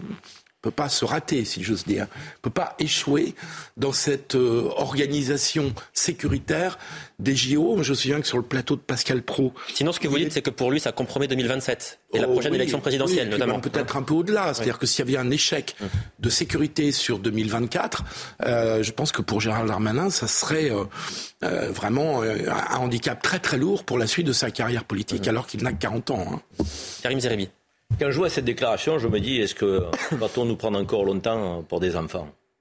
peut pas se rater, si j'ose dire, ne peut pas échouer dans cette euh, organisation sécuritaire des J O. Je me souviens que sur le plateau de Pascal Praud... Sinon, ce que vous dites, c'est que pour lui, ça compromet deux mille vingt-sept et oh, la prochaine oui, élection présidentielle, oui, notamment. Puis, peut-être un peu au-delà. C'est-à-dire oui. que s'il y avait un échec de sécurité sur deux mille vingt-quatre, euh, je pense que pour Gérald Darmanin, ça serait euh, euh, vraiment euh, un handicap très très lourd pour la suite de sa carrière politique, mmh. alors qu'il n'a que quarante ans. Hein. Karim Zeribi. Quand je vois cette déclaration, je me dis, est-ce que va-t-on nous prendre encore longtemps pour des enfants ?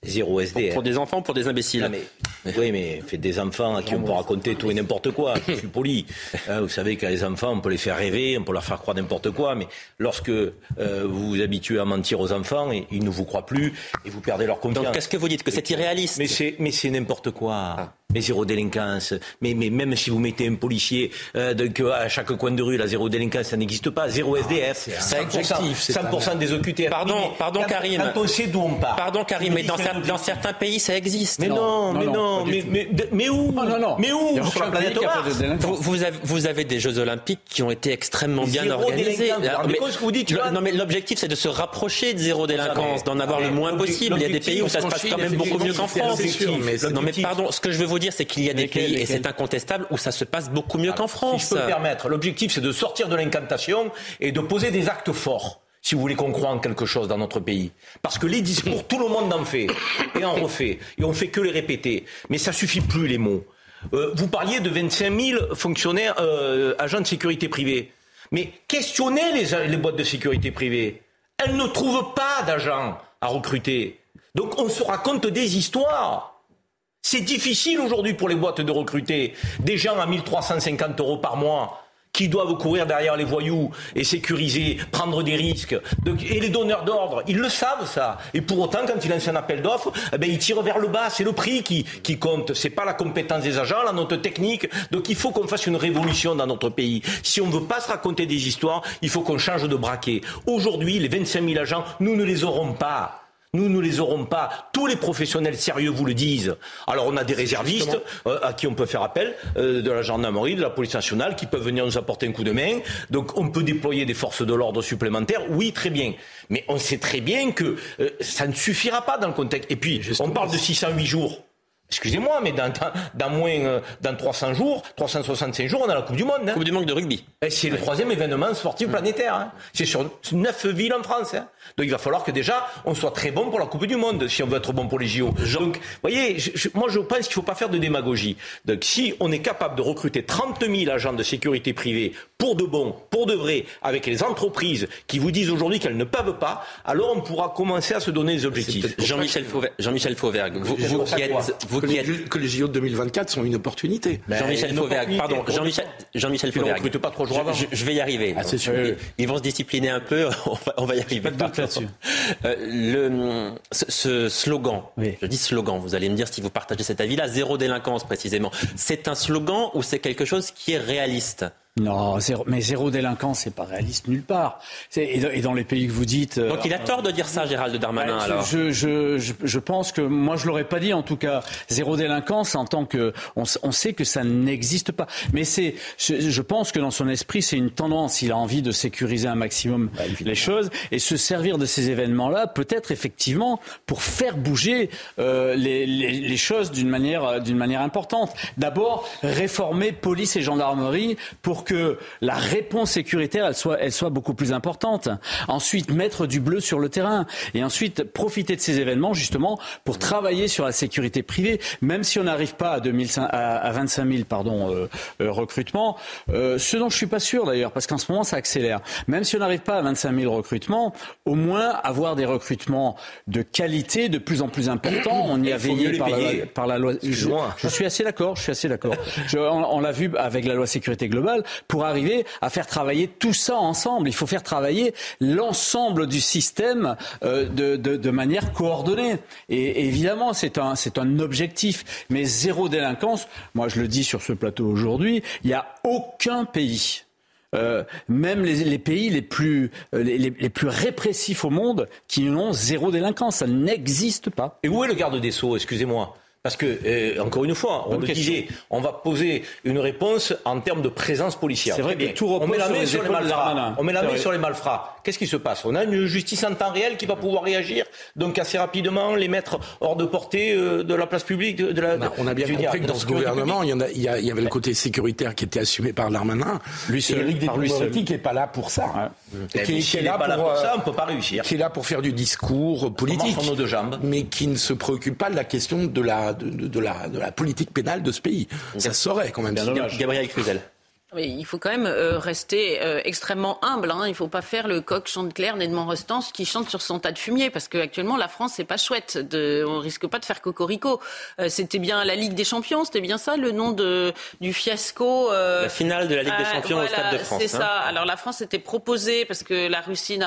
Zéro S D F. Pour des enfants ou pour des imbéciles? Non, mais, oui, mais fait des enfants à qui on peut raconter tout et n'importe quoi. Je suis poli. Hein, vous savez qu'à les enfants, on peut les faire rêver, on peut leur faire croire n'importe quoi. Mais lorsque euh, vous vous habituez à mentir aux enfants, ils ne vous croient plus et vous perdez leur confiance. Donc qu'est-ce que vous dites? Que c'est irréaliste? Mais c'est, mais c'est n'importe quoi. Ah. Mais zéro délinquance. Mais, mais même si vous mettez un policier euh, de, que à chaque coin de rue, la zéro délinquance, ça n'existe pas. Zéro S D F. Ah, c'est objectif. cent pour cent des O Q T F. Pardon, mais, pardon quand, Karim. Quand on sait d'où on part. Pardon Karim, mais dans, cer- dans certains pays, ça existe. Mais non, non mais non, non mais, mais, mais, mais où non, non, non. Mais où Sur la planète Mars. Vous, vous, avez, vous avez des Jeux Olympiques qui ont été extrêmement bien zéro organisés. Alors, mais, que vous dites, le, non, mais l'objectif, c'est de se rapprocher de zéro délinquance, d'en avoir le moins possible. Il y a des pays où ça se passe quand même beaucoup mieux qu'en France. Non, mais pardon, ce que je veux vous dire, c'est qu'il y a des pays, et c'est incontestable, où ça se passe beaucoup mieux qu'en France. Si je peux me permettre, l'objectif, c'est de sortir de l'incantation et de poser des actes forts. Si vous voulez qu'on croie en quelque chose dans notre pays. Parce que les discours, tout le monde en fait et en refait. Et on fait que les répéter. Mais ça suffit plus, les mots. Euh, vous parliez de vingt-cinq mille fonctionnaires, euh, agents de sécurité privée. Mais questionnez les, les boîtes de sécurité privée. Elles ne trouvent pas d'agents à recruter. Donc on se raconte des histoires. C'est difficile aujourd'hui pour les boîtes de recruter des gens à mille trois cent cinquante euros par mois qui doivent courir derrière les voyous et sécuriser, prendre des risques. Donc, et les donneurs d'ordre, ils le savent ça. Et pour autant, quand ils lancent un appel d'offres, eh ben, ils tirent vers le bas. C'est le prix qui, qui compte. C'est pas la compétence des agents, la note technique. Donc il faut qu'on fasse une révolution dans notre pays. Si on veut pas se raconter des histoires, il faut qu'on change de braquet. Aujourd'hui, les vingt-cinq mille agents, nous ne les aurons pas. Nous ne les aurons pas. Tous les professionnels sérieux vous le disent. Alors on a des réservistes euh, à qui on peut faire appel, euh, de la gendarmerie, de la police nationale, qui peuvent venir nous apporter un coup de main. Donc on peut déployer des forces de l'ordre supplémentaires. Oui, très bien. Mais on sait très bien que euh, ça ne suffira pas dans le contexte. Et puis, on parle de six cent huit jours. Excusez-moi, mais dans, dans, dans moins, euh, dans trois cents jours, trois cent soixante-cinq jours, on a la Coupe du Monde. Hein. Coupe du Monde de rugby. Et c'est le troisième événement sportif planétaire. Hein. C'est sur neuf villes en France. Hein. Donc il va falloir que déjà, on soit très bon pour la Coupe du Monde, si on veut être bon pour les J O. Donc, vous voyez, je, je, moi je pense qu'il ne faut pas faire de démagogie. Donc si on est capable de recruter trente mille agents de sécurité privée pour de bon, pour de vrai, avec les entreprises qui vous disent aujourd'hui qu'elles ne peuvent pas, alors on pourra commencer à se donner des objectifs. Jean-Michel Fauvergue, Jean-Michel Fauvergue, vous, vous, qui êtes... Vous que, qui les, êtes... que les J O de deux mille vingt-quatre sont une opportunité. Ben, Jean-Michel Fauvergue, pardon, Jean-Michel, Jean-Michel Fauvergue. Ne pas trop je, je, je vais y arriver. Ah, c'est sûr. Euh, ils vont se discipliner un peu, on va, on va y arriver. Pas de doute là-dessus. Euh, le, ce, ce slogan, oui. Je dis slogan, vous allez me dire si vous partagez cet avis-là, zéro délinquance précisément. C'est un slogan ou c'est quelque chose qui est réaliste ? Non, zéro, mais zéro délinquance, c'est pas réaliste nulle part. C'est, et dans les pays que vous dites... Donc il a tort de dire ça, Gérald Darmanin, bah, alors je, je, je, je pense que, moi je l'aurais pas dit en tout cas, zéro délinquance en tant que... On, on sait que ça n'existe pas. Mais c'est, je, je pense que dans son esprit, c'est une tendance. Il a envie de sécuriser un maximum bah, les choses et se servir de ces événements-là, peut-être effectivement, pour faire bouger euh, les, les, les choses d'une manière, d'une manière importante. D'abord, réformer police et gendarmerie pour que la réponse sécuritaire, elle soit, elle soit beaucoup plus importante. Ensuite, mettre du bleu sur le terrain. Et ensuite, profiter de ces événements, justement, pour travailler sur la sécurité privée. Même si on n'arrive pas à, deux mille, à, à vingt-cinq mille pardon, euh, euh, recrutements, euh, ce dont je suis pas sûr d'ailleurs, parce qu'en ce moment, ça accélère. Même si on n'arrive pas à vingt-cinq mille recrutements, au moins avoir des recrutements de qualité de plus en plus importants. On y a veillé par la, par la loi. Je, je suis assez d'accord, je suis assez d'accord. Je, on, on l'a vu avec la loi sécurité globale. Pour arriver à faire travailler tout ça ensemble. Il faut faire travailler l'ensemble du système euh, de, de, de manière coordonnée. Et, et évidemment, c'est un, c'est un objectif. Mais zéro délinquance, moi je le dis sur ce plateau aujourd'hui, il n'y a aucun pays, euh, même les, les pays les plus, les, les plus répressifs au monde, qui ont zéro délinquance. Ça n'existe pas. Et où est le garde des Sceaux, excusez-moi ? Parce que, euh, encore une fois, on Bonne le question. disait, on va poser une réponse en termes de présence policière. C'est vrai que tout repose on met la main sur, sur les malfrats. On met la main sur les malfrats. Qu'est-ce qui se passe ? On a une justice en temps réel qui va pouvoir réagir, donc assez rapidement les mettre hors de portée euh, de la place publique. De, de la, bah, on a bien compris que dans ce gouvernement, il y, en a, il, y a, il y avait le côté sécuritaire qui était assumé par Darmanin. Lui seul, Éric Dupond-Moretti qui n'est pas là pour ça. Ouais. Qui, qui est là pour, là pour ça, on ne peut pas réussir. Qui est là pour faire du discours politique, nos deux jambes. Mais qui ne se préoccupe pas de la question de la, de, de, de la, de la politique pénale de ce pays. Ça saurait quand même. Gabriel Cluzel. Mais il faut quand même euh, rester euh, extrêmement humble. Hein. Il ne faut pas faire le coq Chantecler, Ned Rostange qui chante sur son tas de fumier, parce qu'actuellement la France c'est pas chouette. De, on risque pas de faire cocorico. Euh, c'était bien la Ligue des Champions, c'était bien ça le nom de du fiasco. Euh, la finale de la Ligue des Champions euh, voilà, au Stade de France. C'est hein. ça. Alors la France était proposée parce que la Russie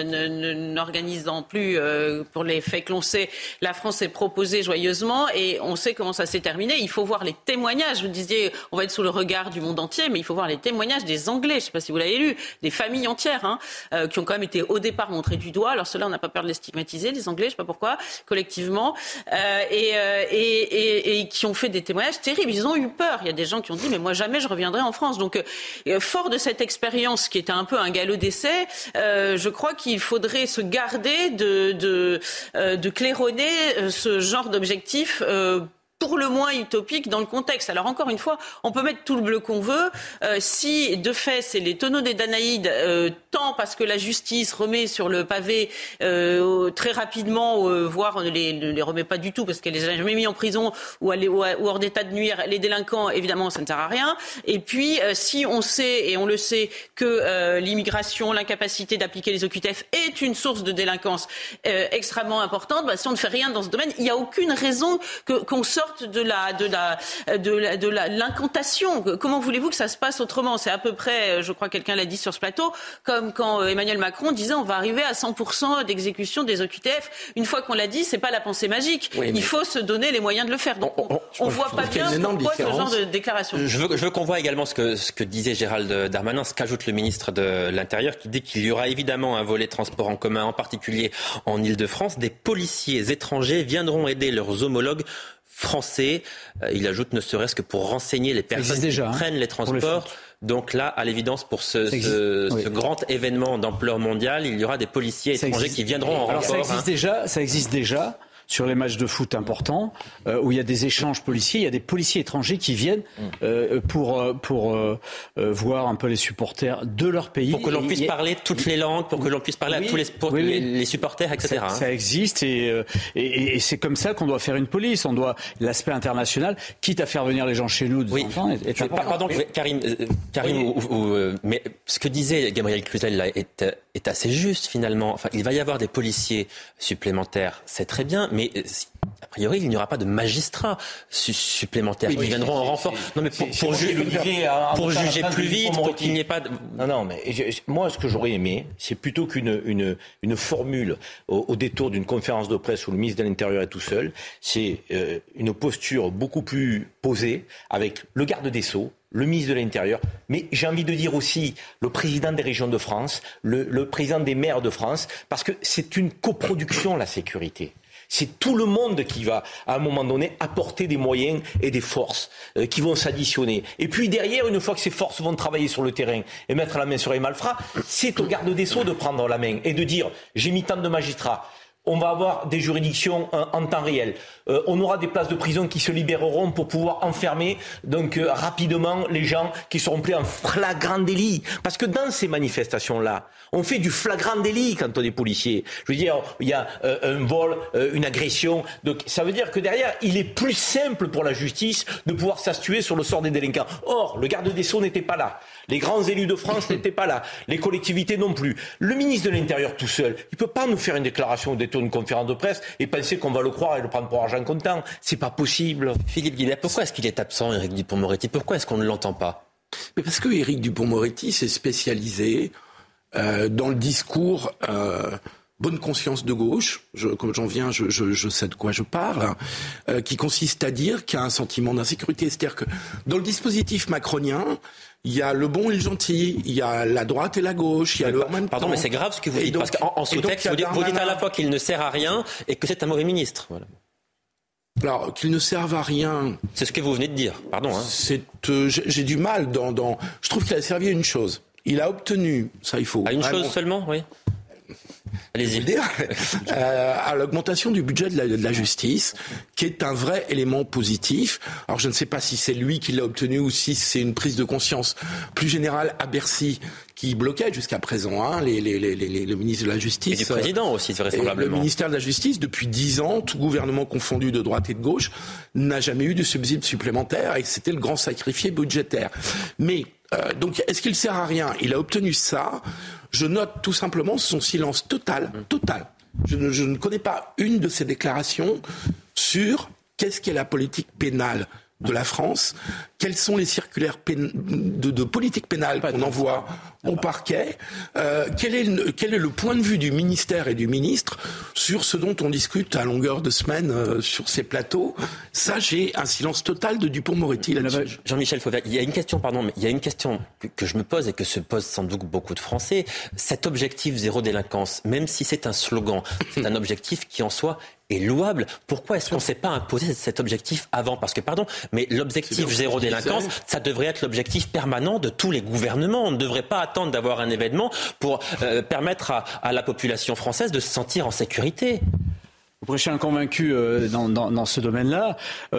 n'organisant plus euh, pour les faits que l'on sait, la France est proposée joyeusement et on sait comment ça s'est terminé. Il faut voir les témoignages. Vous disiez, on va être sous le regard du monde entier, mais il faut voir les témoignages des Anglais, je ne sais pas si vous l'avez lu, des familles entières hein, euh, qui ont quand même été au départ montrées du doigt. Alors ceux-là, on n'a pas peur de les stigmatiser, les Anglais, je ne sais pas pourquoi, collectivement, euh, et, euh, et, et, et qui ont fait des témoignages terribles. Ils ont eu peur. Il y a des gens qui ont dit, mais moi jamais je reviendrai en France. Donc, euh, fort de cette expérience qui était un peu un galop d'essai, euh, je crois qu'il faudrait se garder de, de, euh, de claironner euh, ce genre d'objectif euh, pour le moins utopique dans le contexte. Alors encore une fois, on peut mettre tout le bleu qu'on veut. Euh, si de fait c'est les tonneaux des Danaïdes, euh, tant parce que la justice remet sur le pavé euh, très rapidement, euh, voire ne les, ne les remet pas du tout parce qu'elle les a jamais mis en prison ou, elle, ou, ou hors d'état de nuire, les délinquants, évidemment, ça ne sert à rien. Et puis, euh, si on sait, et on le sait, que euh, l'immigration, l'incapacité d'appliquer les O Q T F est une source de délinquance euh, extrêmement importante, bah, si on ne fait rien dans ce domaine, il n'y a aucune raison que, qu'on sorte de la de la de la, de la l'incantation. Comment voulez-vous que ça se passe autrement ? C'est à peu près, je crois, quelqu'un l'a dit sur ce plateau, comme quand Emmanuel Macron disait on va arriver à cent pour cent d'exécution des O Q T F. Une fois qu'on l'a dit, c'est pas la pensée magique. Oui, Il faut se donner les moyens de le faire. Donc on, on, on voit pas bien pourquoi ce genre de déclaration. Je veux, je veux qu'on voit également ce que ce que disait Gérald Darmanin, ce qu'ajoute le ministre de l'Intérieur, qui dit qu'il y aura évidemment un volet transport en commun, en particulier en Île-de-France. Des policiers étrangers viendront aider leurs homologues français. Euh, il ajoute ne serait-ce que pour renseigner les personnes déjà, qui hein, prennent les transports. Donc là, à l'évidence, pour ce, ce, oui. ce grand événement d'ampleur mondiale, il y aura des policiers ça étrangers existe. qui viendront en Alors renfort. Ça existe hein. déjà. Ça existe déjà. Sur les matchs de foot importants, euh, où il y a des échanges policiers, il y a des policiers étrangers qui viennent euh, pour, pour euh, voir un peu les supporters de leur pays. Pour que l'on puisse a... parler toutes les langues, pour que l'on puisse parler oui, à tous les, pour oui, les, les supporters, et cetera. Ça, hein. ça existe et, et, et c'est comme ça qu'on doit faire une police. On doit l'aspect international, quitte à faire venir les gens chez nous de oui. enfants. Est, est important. Pardon, oui. Karim, euh, Karim oui. ou, ou, euh, mais ce que disait Gabriel Cluzel là est, est assez juste finalement. Enfin, il va y avoir des policiers supplémentaires, c'est très bien, mais a priori, il n'y aura pas de magistrats su- supplémentaires oui, qui viendront en renfort. Non, mais pour, pour, ju- pour juger plus vite, pour qu'il n'y ait pas de... Non, non, mais je, moi, ce que j'aurais aimé, c'est plutôt qu'une une, une formule au, au détour d'une conférence de presse où le ministre de l'Intérieur est tout seul, c'est euh, une posture beaucoup plus posée avec le garde des Sceaux, le ministre de l'Intérieur, mais j'ai envie de dire aussi le président des régions de France, le, le président des maires de France, parce que c'est une coproduction, la sécurité. C'est tout le monde qui va, à un moment donné, apporter des moyens et des forces euh, qui vont s'additionner. Et puis derrière, une fois que ces forces vont travailler sur le terrain et mettre la main sur les malfrats, c'est au garde des Sceaux de prendre la main et de dire « j'ai mis tant de magistrats ». On va avoir des juridictions en, en temps réel. Euh, on aura des places de prison qui se libéreront pour pouvoir enfermer donc euh, rapidement les gens qui seront pris en flagrant délit. Parce que dans ces manifestations-là, on fait du flagrant délit quand on est policier. Je veux dire, il y a euh, un vol, euh, une agression. Donc ça veut dire que derrière, il est plus simple pour la justice de pouvoir s'astatuer sur le sort des délinquants. Or, le garde des Sceaux n'était pas là. Les grands élus de France n'étaient pas là. Les collectivités non plus. Le ministre de l'Intérieur tout seul, il ne peut pas nous faire une déclaration ou une conférence de presse et penser qu'on va le croire et le prendre pour argent comptant. C'est pas possible. Philippe Guibert, pourquoi est-ce qu'il est absent, Éric Dupond-Moretti ? Pourquoi est-ce qu'on ne l'entend pas ? Mais parce que Éric Dupond-Moretti s'est spécialisé euh, dans le discours euh, bonne conscience de gauche, je, comme j'en viens, je, je, je sais de quoi je parle, euh, qui consiste à dire qu'il y a un sentiment d'insécurité. C'est-à-dire que dans le dispositif macronien, il y a le bon et le gentil, il y a la droite et la gauche, il y a le en même Pardon, temps. mais c'est grave ce que vous dites, donc, parce qu'en en sous-texte, vous, dites, vous dites à la fois qu'il ne sert à rien et que c'est un mauvais ministre. Voilà. Alors, qu'il ne serve à rien... C'est ce que vous venez de dire, pardon. Hein. C'est, euh, j'ai, j'ai du mal dans, dans... Je trouve qu'il a servi à une chose. Il a obtenu, ça il faut... À une vraiment... chose seulement, oui. Allez-y. Dire, euh, à l'augmentation du budget de la, de la justice, qui est un vrai élément positif. Alors je ne sais pas si c'est lui qui l'a obtenu ou si c'est une prise de conscience plus générale à Bercy qui bloquait jusqu'à présent hein, les, les, les, les, le ministre de la Justice. Et du président aussi, vraisemblablement. Le ministère de la Justice, depuis dix ans, tout gouvernement confondu de droite et de gauche, n'a jamais eu de subside supplémentaire et c'était le grand sacrifié budgétaire. Mais, euh, donc, est-ce qu'il sert à rien ? Il a obtenu ça. Je note tout simplement son silence total, total. Je ne, je ne connais pas une de ses déclarations sur qu'est-ce qu'est la politique pénale de la France, quelles sont les circulaires pén- de, de politique pénale qu'on envoie au parquet, euh, quel, est le, quel est le point de vue du ministère et du ministre sur ce dont on discute à longueur de semaine euh, sur ces plateaux. Ça, j'ai un silence total de Dupond-Moretti là-dessus. Jean-Michel Fauvergue, il y a une question, pardon, mais il y a une question que, que je me pose et que se posent sans doute beaucoup de Français. Cet objectif zéro délinquance, même si c'est un slogan, c'est un objectif qui en soi est louable. Pourquoi est-ce qu'on ne s'est pas imposé cet objectif avant ? Parce que, pardon, mais l'objectif zéro délinquance, ça devrait être l'objectif permanent de tous les gouvernements. On ne devrait pas attendre d'avoir un événement pour euh, permettre à, à la population française de se sentir en sécurité. Vous prêchez un convaincu euh, dans, dans, dans ce domaine-là,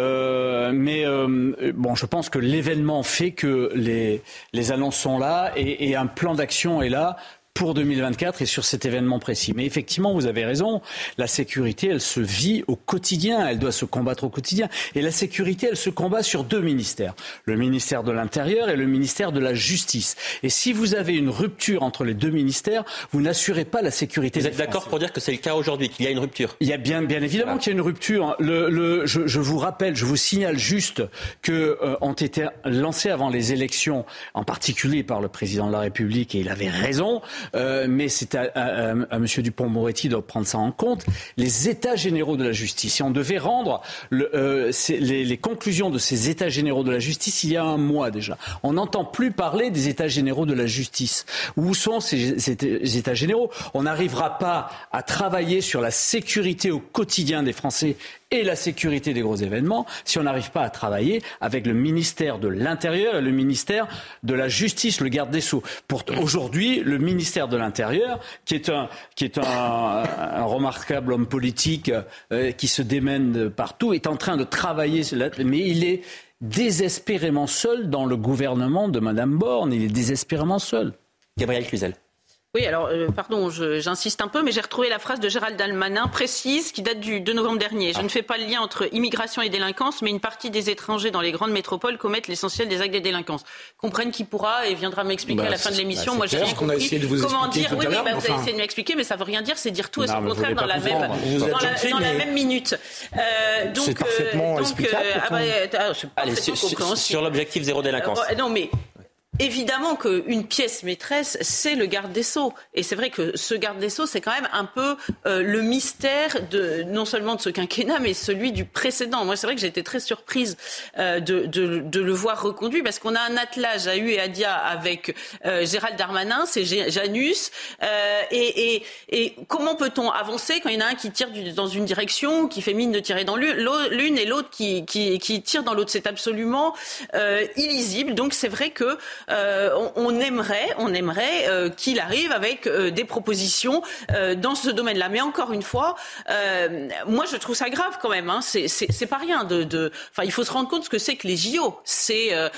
euh, mais euh, bon, je pense que l'événement fait que les, les annonces sont là et, et un plan d'action est là pour deux mille vingt-quatre et sur cet événement précis. Mais effectivement, vous avez raison, la sécurité, elle se vit au quotidien, elle doit se combattre au quotidien. Et la sécurité, elle se combat sur deux ministères, le ministère de l'Intérieur et le ministère de la Justice. Et si vous avez une rupture entre les deux ministères, vous n'assurez pas la sécurité. Vous êtes d'accord pour dire que c'est le cas aujourd'hui, qu'il y a une rupture ? Il y a bien, bien évidemment voilà. qu'il y a une rupture. Le, le, je, je vous rappelle, je vous signale juste que euh, ont été lancés avant les élections, en particulier par le président de la République, et il avait raison, Euh, mais c'est à, à, à M. Dupond-Moretti de prendre ça en compte, les états généraux de la justice. Et on devait rendre le, euh, les, les conclusions de ces états généraux de la justice il y a un mois déjà. On n'entend plus parler des états généraux de la justice. Où sont ces, ces, ces états généraux ? On n'arrivera pas à travailler sur la sécurité au quotidien des Français et la sécurité des gros événements si on n'arrive pas à travailler avec le ministère de l'Intérieur et le ministère de la Justice, le garde des Sceaux. Pour aujourd'hui, le ministère de l'Intérieur, qui est un, qui est un, un remarquable homme politique euh, qui se démène partout, est en train de travailler, mais il est désespérément seul dans le gouvernement de Mme Borne. Il est désespérément seul. Gabriel Cluzel. Oui, alors, euh, pardon, je, j'insiste un peu, mais j'ai retrouvé la phrase de Gérald Darmanin précise qui date du deux novembre dernier. Je ah. ne fais pas le lien entre immigration et délinquance, mais une partie des étrangers dans les grandes métropoles commettent l'essentiel des actes de délinquance. Comprenne qui pourra et viendra m'expliquer bah, à la fin de l'émission. Bah, Moi, j'ai rien compris. A essayé de vous Comment dire Oui, oui, bah, vous enfin... avez essayé de m'expliquer, mais ça veut rien dire. C'est dire tout et son contraire dans, la même, dans, la, dans la même minute. Euh, donc, c'est parfaitement euh, explicable. Donc, euh, ah, bah, ah, c'est Allez, sur, sur, sur l'objectif zéro délinquance. Euh, non, mais. Évidemment qu'une pièce maîtresse, c'est le garde des Sceaux. Et c'est vrai que ce garde des Sceaux, c'est quand même un peu euh, le mystère de, non seulement de ce quinquennat, mais celui du précédent. Moi, c'est vrai que j'ai été très surprise euh, de, de, de le voir reconduit, parce qu'on a un attelage à U et à Dia avec euh, Gérald Darmanin, c'est Janus. Euh, et, et, et comment peut-on avancer quand il y en a un qui tire du, dans une direction, qui fait mine de tirer dans l'une, et l'autre qui, qui, qui tire dans l'autre? C'est absolument euh, illisible. Donc c'est vrai que Euh, on, on aimerait, on aimerait euh, qu'il arrive avec euh, des propositions euh, dans ce domaine-là. Mais encore une fois, euh, moi je trouve ça grave quand même. Hein. C'est, c'est, c'est pas rien de, de. Enfin, il faut se rendre compte ce que c'est que les J O. C'est euh,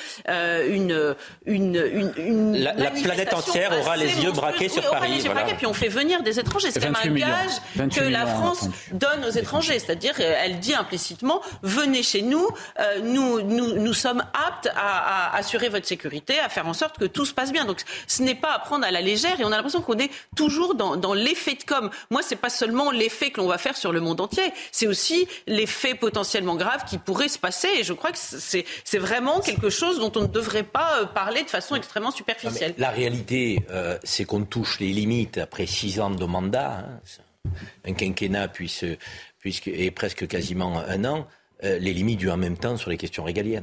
une, une, une, une la, la planète entière aura les yeux braqués sur oui, Paris. Les yeux voilà. braqués, puis on fait venir des étrangers. C'est quand même un gage que la France donne aux étrangers. C'est-à-dire, elle dit implicitement venez chez nous, euh, nous, nous, nous sommes aptes à, à assurer votre sécurité, à faire en sorte que tout se passe bien. Donc ce n'est pas à prendre à la légère et on a l'impression qu'on est toujours dans, dans l'effet de com. Moi, c'est pas seulement l'effet que l'on va faire sur le monde entier, c'est aussi l'effet potentiellement grave qui pourrait se passer et je crois que c'est, c'est vraiment quelque chose dont on ne devrait pas parler de façon extrêmement superficielle. La réalité, euh, c'est qu'on touche les limites après six ans de mandat, hein, un quinquennat puisse, puisque, et presque quasiment un an, euh, les limites du en même temps sur les questions régaliennes.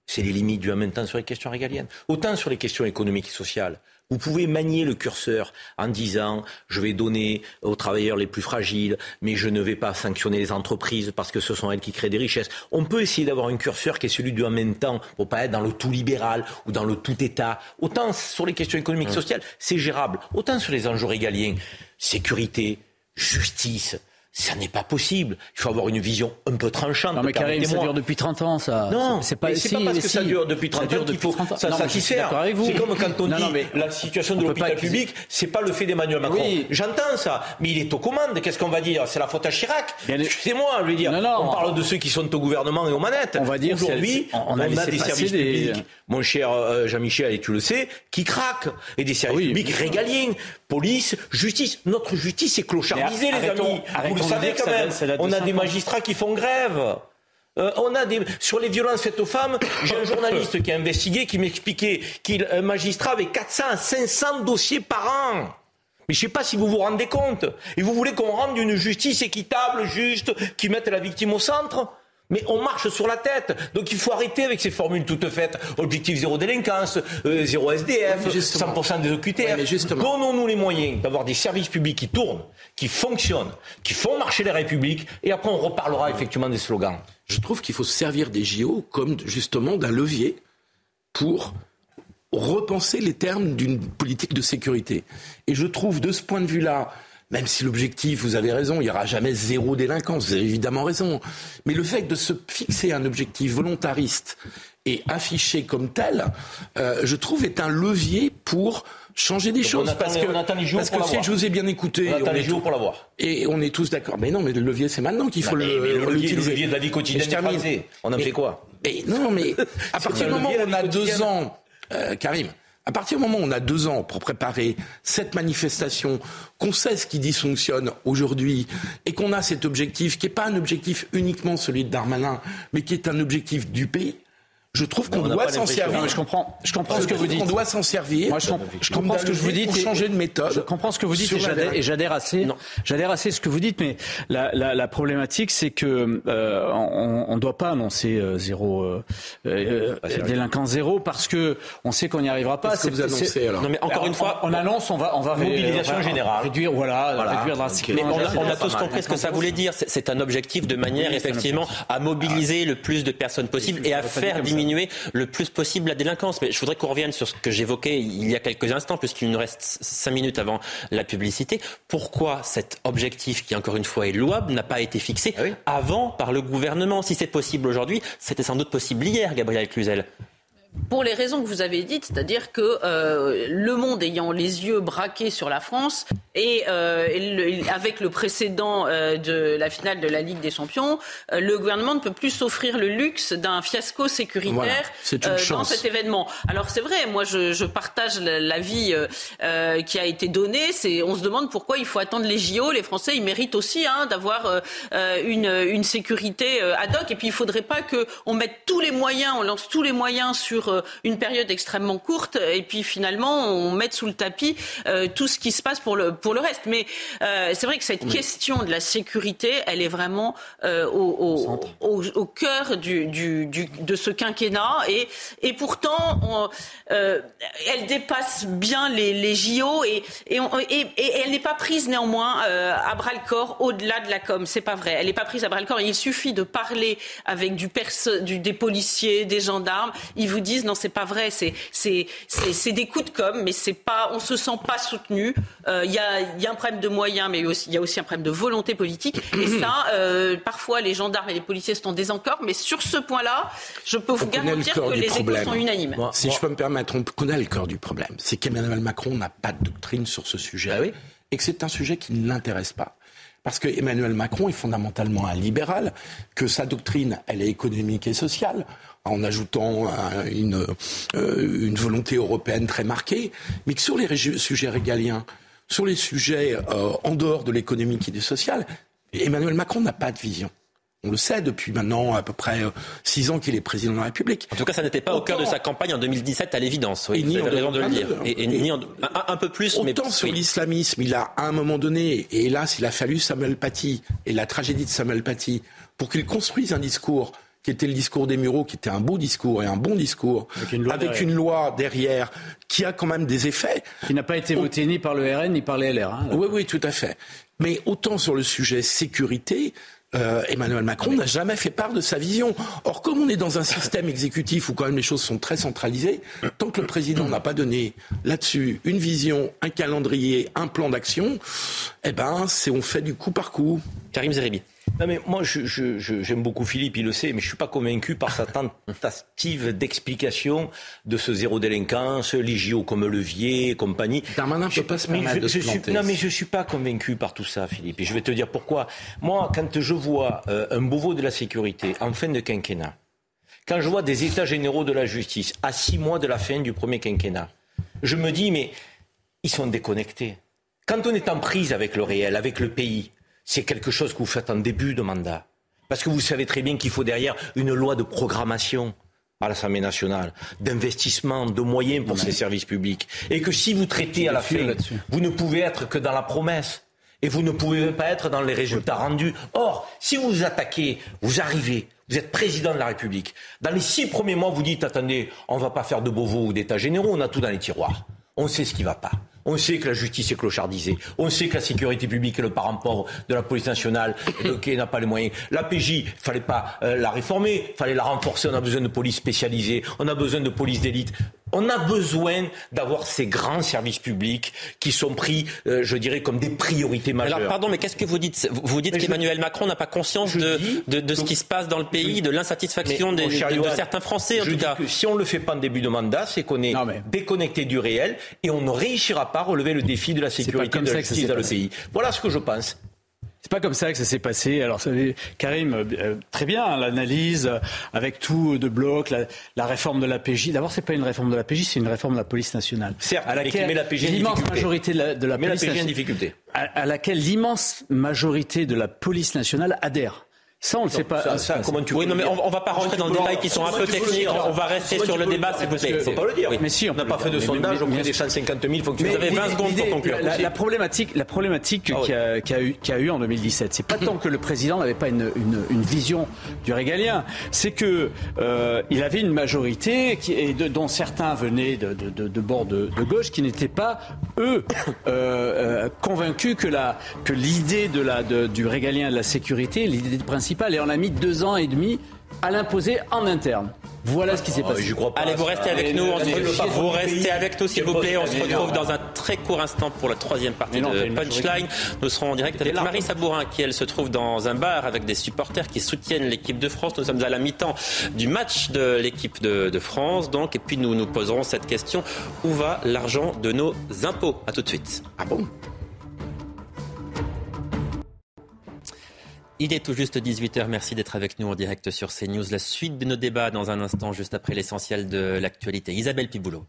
c'est les limites du en même temps sur les questions régaliennes. Autant sur les questions économiques et sociales. Vous pouvez manier le curseur en disant je vais donner aux travailleurs les plus fragiles, mais je ne vais pas sanctionner les entreprises parce que ce sont elles qui créent des richesses. On peut essayer d'avoir un curseur qui est celui du en même temps pour pas être dans le tout libéral ou dans le tout État. Autant sur les questions économiques et sociales, c'est gérable. Autant sur les enjeux régaliens, sécurité, justice. Ça n'est pas possible. Il faut avoir une vision un peu tranchante. Non mais Karim, ça dure depuis trente ans, ça. Non, c'est pas, mais c'est si, pas parce que si, ça dure depuis trente ans qu'il faut ça satisfaire. C'est comme quand on non, dit non, mais la situation de l'hôpital public, c'est pas le fait d'Emmanuel Macron. Oui. J'entends ça, mais il est aux commandes. Qu'est-ce qu'on va dire ? C'est la faute à Chirac. Excusez-moi, je veux dire. Non, non, on parle de ceux qui sont au gouvernement et aux manettes. On va dire aujourd'hui, on, on a, on a des services des... publics, mon cher euh, Jean-Michel, et tu le sais, qui craquent. Et des services oui, publics régaliens, police, justice. Notre justice est clochardisée, les amis. Vous le savez quand même. On a des magistrats qui font grève. Euh, on a des sur les violences faites aux femmes. J'ai un journaliste qui a investigué, qui m'expliquait qu'un magistrat avait quatre cents à cinq cents dossiers par an. Mais je ne sais pas si vous vous rendez compte. Et vous voulez qu'on rende une justice équitable, juste, qui mette la victime au centre ? Mais on marche sur la tête. Donc il faut arrêter avec ces formules toutes faites. Objectif zéro délinquance, euh, zéro S D F, oui, cent pour cent des O Q T F. Oui, donnons-nous les moyens d'avoir des services publics qui tournent, qui fonctionnent, qui font marcher les républiques. Et après on reparlera effectivement des slogans. Je trouve qu'il faut se servir des J O comme justement d'un levier pour repenser les termes d'une politique de sécurité. Et je trouve de ce point de vue-là, même si l'objectif, vous avez raison, il n'y aura jamais zéro délinquance, vous avez évidemment raison. Mais le fait de se fixer un objectif volontariste et affiché comme tel, euh, je trouve est un levier pour changer des Donc choses. On attend, parce que, on attend les jours parce pour que si je vous ai bien écouté, on attend on les est jours tout, pour l'avoir. Et on est tous d'accord. Mais non, mais le levier, c'est maintenant qu'il faut bah, le, mais le levier, l'utiliser. Le levier de la vie quotidienne des Français. On en mais, fait quoi mais, Non, mais à partir du moment où on a deux ans, euh, Karim, à partir du moment où on a deux ans pour préparer cette manifestation, qu'on sait ce qui dysfonctionne aujourd'hui et qu'on a cet objectif qui n'est pas un objectif uniquement celui de Darmanin, mais qui est un objectif du pays, je trouve qu'on doit s'en servir. Non, je comprends, je comprends ce que vous dites. On doit s'en servir. Moi, je, je comprends ce que vous dites. Pour changer de méthode. Je comprends ce que vous dites et j'adhère, et j'adhère assez. Non. J'adhère assez à ce que vous dites, mais la, la, la problématique, c'est que euh, on ne doit pas annoncer euh, zéro euh, euh, délinquance zéro parce que on sait qu'on n'y arrivera pas. Qu'est-ce que vous annoncez alors ? Non, mais encore alors, une fois, on, on annonce, on va, on va mobilisation on va, générale, réduire, voilà, voilà réduire drastiquement. Mais on a, on a tous compris ce que ça voulait dire. C'est, c'est un objectif de manière oui, effectivement à mobiliser le plus de personnes possible et à faire diminuer le plus possible la délinquance. Mais je voudrais qu'on revienne sur ce que j'évoquais il y a quelques instants, puisqu'il nous reste cinq minutes avant la publicité. Pourquoi cet objectif, qui encore une fois est louable, n'a pas été fixé ah oui. avant par le gouvernement ? Si c'est possible aujourd'hui, c'était sans doute possible hier, Gabriel Cluzel. Pour les raisons que vous avez dites, c'est-à-dire que euh, le monde ayant les yeux braqués sur la France et, euh, et le, avec le précédent euh, de la finale de la Ligue des Champions, euh, le gouvernement ne peut plus s'offrir le luxe d'un fiasco sécuritaire voilà, euh, dans cet événement. Alors c'est vrai, moi je, je partage l'avis euh, qui a été donné. C'est, on se demande pourquoi il faut attendre les J O. Les Français, ils méritent aussi hein, d'avoir euh, une, une sécurité ad hoc. Et puis il ne faudrait pas qu'on mette tous les moyens, on lance tous les moyens sur une période extrêmement courte et puis finalement on met sous le tapis euh, tout ce qui se passe pour le, pour le reste. Mais euh, c'est vrai que cette oui. question de la sécurité, elle est vraiment euh, au, au, au, au cœur du, du, du, de ce quinquennat et, et pourtant on, euh, elle dépasse bien les, les J O et, et, on, et, et elle n'est pas prise néanmoins euh, à bras-le-corps au-delà de la com. C'est pas vrai. Elle n'est pas prise à bras-le-corps. Il suffit de parler avec du perso- du, des policiers, des gendarmes. Ils vous disent non, c'est pas vrai, c'est, c'est, c'est, c'est des coups de com', mais c'est pas, on se sent pas soutenu. Il euh, y, a, y a un problème de moyens, mais il aussi, y a aussi un problème de volonté politique. Et ça, euh, parfois, les gendarmes et les policiers sont en désaccord, mais sur ce point-là, je peux vous garantir que les échos sont unanimes. Bon, si bon. je peux me permettre, on connaît le cœur du problème. C'est qu'Emmanuel Macron n'a pas de doctrine sur ce sujet. Ah oui et que c'est un sujet qui ne l'intéresse pas. Parce que Emmanuel Macron est fondamentalement un libéral, que sa doctrine, elle est économique et sociale, en ajoutant euh, une, euh, une volonté européenne très marquée, mais que sur les régi- sujets régaliens, sur les sujets euh, en dehors de l'économique et du social, Emmanuel Macron n'a pas de vision. On le sait depuis maintenant à peu près euh, six ans qu'il est président de la République. En tout cas, ça n'était pas autant, au cœur de sa campagne en deux mille dix-sept, à l'évidence. Oui, vous avez raison de le dire. Et, et ni en, un, un peu plus, autant mais autant sur oui. l'islamisme, il a à un moment donné, et hélas, il a fallu Samuel Paty et la tragédie de Samuel Paty pour qu'il construise un discours qui était le discours des Mureaux, qui était un beau discours et un bon discours, avec une loi, avec derrière. Une loi derrière, qui a quand même des effets. Qui n'a pas été votée ni par le R N ni par les L R. Hein, oui, oui, tout à fait. Mais autant sur le sujet sécurité, euh, Emmanuel Macron oui. n'a jamais fait part de sa vision. Or, comme on est dans un système exécutif où quand même les choses sont très centralisées, tant que le président n'a pas donné là-dessus une vision, un calendrier, un plan d'action, eh ben, c'est on fait du coup par coup. Karim Zeribi. Non mais moi je, je, je, j'aime beaucoup Philippe, il le sait, mais je suis pas convaincu par sa tentative d'explication de ce zéro délinquance, l'I J O comme levier, et compagnie. Darmanin ne peut pas se permettre de se planter. Non mais je suis pas convaincu par tout ça, Philippe, et je vais te dire pourquoi. Moi, quand je vois euh, un Beauvau de la sécurité en fin de quinquennat, quand je vois des états généraux de la justice à six mois de la fin du premier quinquennat, je me dis mais ils sont déconnectés. Quand on est en prise avec le réel, avec le pays, c'est quelque chose que vous faites en début de mandat. Parce que vous savez très bien qu'il faut derrière une loi de programmation à l'Assemblée nationale, d'investissement, de moyens pour ces services publics. Et que si vous traitez à la fin, vous ne pouvez être que dans la promesse. Et vous ne pouvez pas être dans les résultats rendus. Or, si vous vous attaquez, vous arrivez, vous êtes président de la République. Dans les six premiers mois, vous dites, attendez, on ne va pas faire de Beauvau ou d'états généraux, on a tout dans les tiroirs. On sait ce qui ne va pas. On sait que la justice est clochardisée. On sait que la sécurité publique est le parent pauvre de la police nationale et donc qui n'a pas les moyens. La P J, il ne fallait pas euh, la réformer, il fallait la renforcer. On a besoin de police spécialisée, on a besoin de police d'élite. On a besoin d'avoir ces grands services publics qui sont pris, euh, je dirais, comme des priorités majeures. Alors, pardon, mais qu'est-ce que vous dites ? Vous dites mais qu'Emmanuel je... Macron n'a pas conscience de, dis, de, de ce qui se passe dans le pays, je... de l'insatisfaction des, de, de certains Français, en je tout dis cas. Que si on ne le fait pas en début de mandat, c'est qu'on est non, mais... déconnecté du réel et on ne réussira pas à relever le défi de la sécurité de la justice dans le pays. Voilà ce que je pense. C'est pas comme ça que ça s'est passé. Alors, Karim, euh, très bien, hein, l'analyse euh, avec tout de bloc, la, la réforme de la P J. D'abord, c'est pas une réforme de la P J, c'est une réforme de la police nationale. Certes, à laquelle met la P J en l'immense difficulté. majorité de la, de la mais police la P J en difficulté. À, à laquelle l'immense majorité de la police nationale adhère. Ça, on ne le sait pas. Ça, ça, comment tu oui, non, mais on, on va pas rentrer dans le détail qui sont un peu techniques. On va rester sur le débat, s'il vous plaît. Il ne faut pas le dire. Oui. Mais si, on n'a pas fait de sondage auprès des cent cinquante mille fonctionnaires. Vous avez vingt secondes pour conclure. La, la problématique, la problématique ah, qu'il ouais. y a, eu, qu'il y a eu en deux mille dix-sept, c'est pas tant que le président n'avait pas une, une, une vision du régalien, c'est que euh, il avait une majorité qui, et de, dont certains venaient de, de, de, de bord de, de gauche, qui n'étaient pas eux euh, euh, convaincus que la que l'idée de la de, du régalien et de la sécurité, l'idée principale, et on a mis deux ans et demi à l'imposer en interne. Voilà ce qui s'est passé. Je crois pas. Allez, vous restez avec nous. On se retrouve, vous restez avec nous, s'il vous plaît. On se retrouve dans un très court instant pour la troisième partie de Punchline. Nous serons en direct avec Marie Sabourin, qui elle se trouve dans un bar avec des supporters qui soutiennent l'équipe de France. Nous sommes à la mi-temps du match de l'équipe de, de France, donc. Et puis nous nous poserons cette question: où va l'argent de nos impôts ? À tout de suite. Ah bon ? Il est tout juste dix-huit heures, merci d'être avec nous en direct sur CNews. La suite de nos débats dans un instant, juste après l'essentiel de l'actualité. Isabelle Piboulot.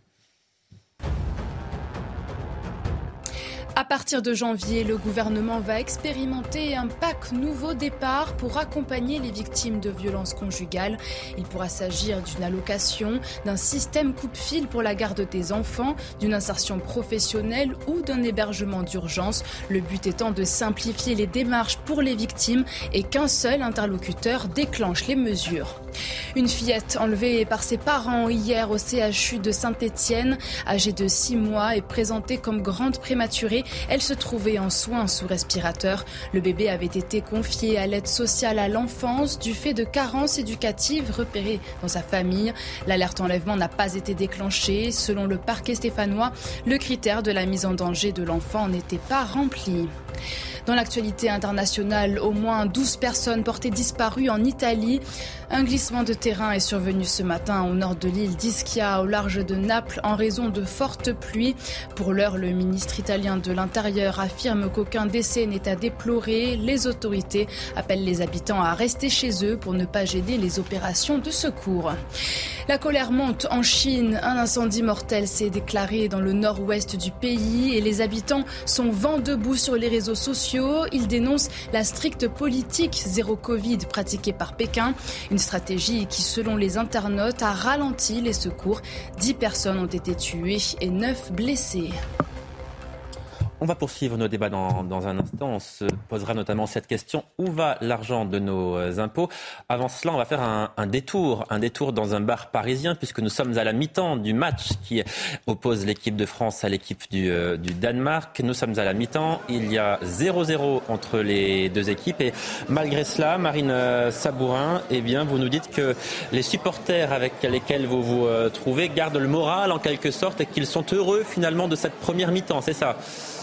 À partir de janvier, le gouvernement va expérimenter un pack nouveau départ pour accompagner les victimes de violences conjugales. Il pourra s'agir d'une allocation, d'un système coupe-fil pour la garde des enfants, d'une insertion professionnelle ou d'un hébergement d'urgence. Le but étant de simplifier les démarches pour les victimes et qu'un seul interlocuteur déclenche les mesures. Une fillette enlevée par ses parents hier au C H U de Saint-Étienne, âgée de six mois et présentée comme grande prématurée. Elle se trouvait en soins sous respirateur. Le bébé avait été confié à l'aide sociale à l'enfance du fait de carences éducatives repérées dans sa famille. L'alerte enlèvement n'a pas été déclenchée. Selon le parquet stéphanois, le critère de la mise en danger de l'enfant n'était pas rempli. Dans l'actualité internationale, au moins douze personnes portées disparues en Italie. Un glissement de terrain est survenu ce matin au nord de l'île d'Ischia, au large de Naples, en raison de fortes pluies. Pour l'heure, le ministre italien de l'Intérieur affirme qu'aucun décès n'est à déplorer. Les autorités appellent les habitants à rester chez eux pour ne pas gêner les opérations de secours. La colère monte en Chine. Un incendie mortel s'est déclaré dans le nord-ouest du pays et les habitants sont vent debout sur les réseaux sociaux. Ils dénoncent la stricte politique zéro Covid pratiquée par Pékin. Une stratégie qui, selon les internautes, a ralenti les secours. Dix personnes ont été tuées et neuf blessées. On va poursuivre nos débats dans, dans un instant. On se posera notamment cette question. Où va l'argent de nos impôts ? Avant cela, on va faire un, un détour. Un détour dans un bar parisien puisque nous sommes à la mi-temps du match qui oppose l'équipe de France à l'équipe du, euh, du Danemark. Nous sommes à la mi-temps. Il y a zéro zéro entre les deux équipes. Et malgré cela, Marine Sabourin, eh bien, vous nous dites que les supporters avec lesquels vous vous euh, trouvez gardent le moral en quelque sorte et qu'ils sont heureux finalement de cette première mi-temps. C'est ça ?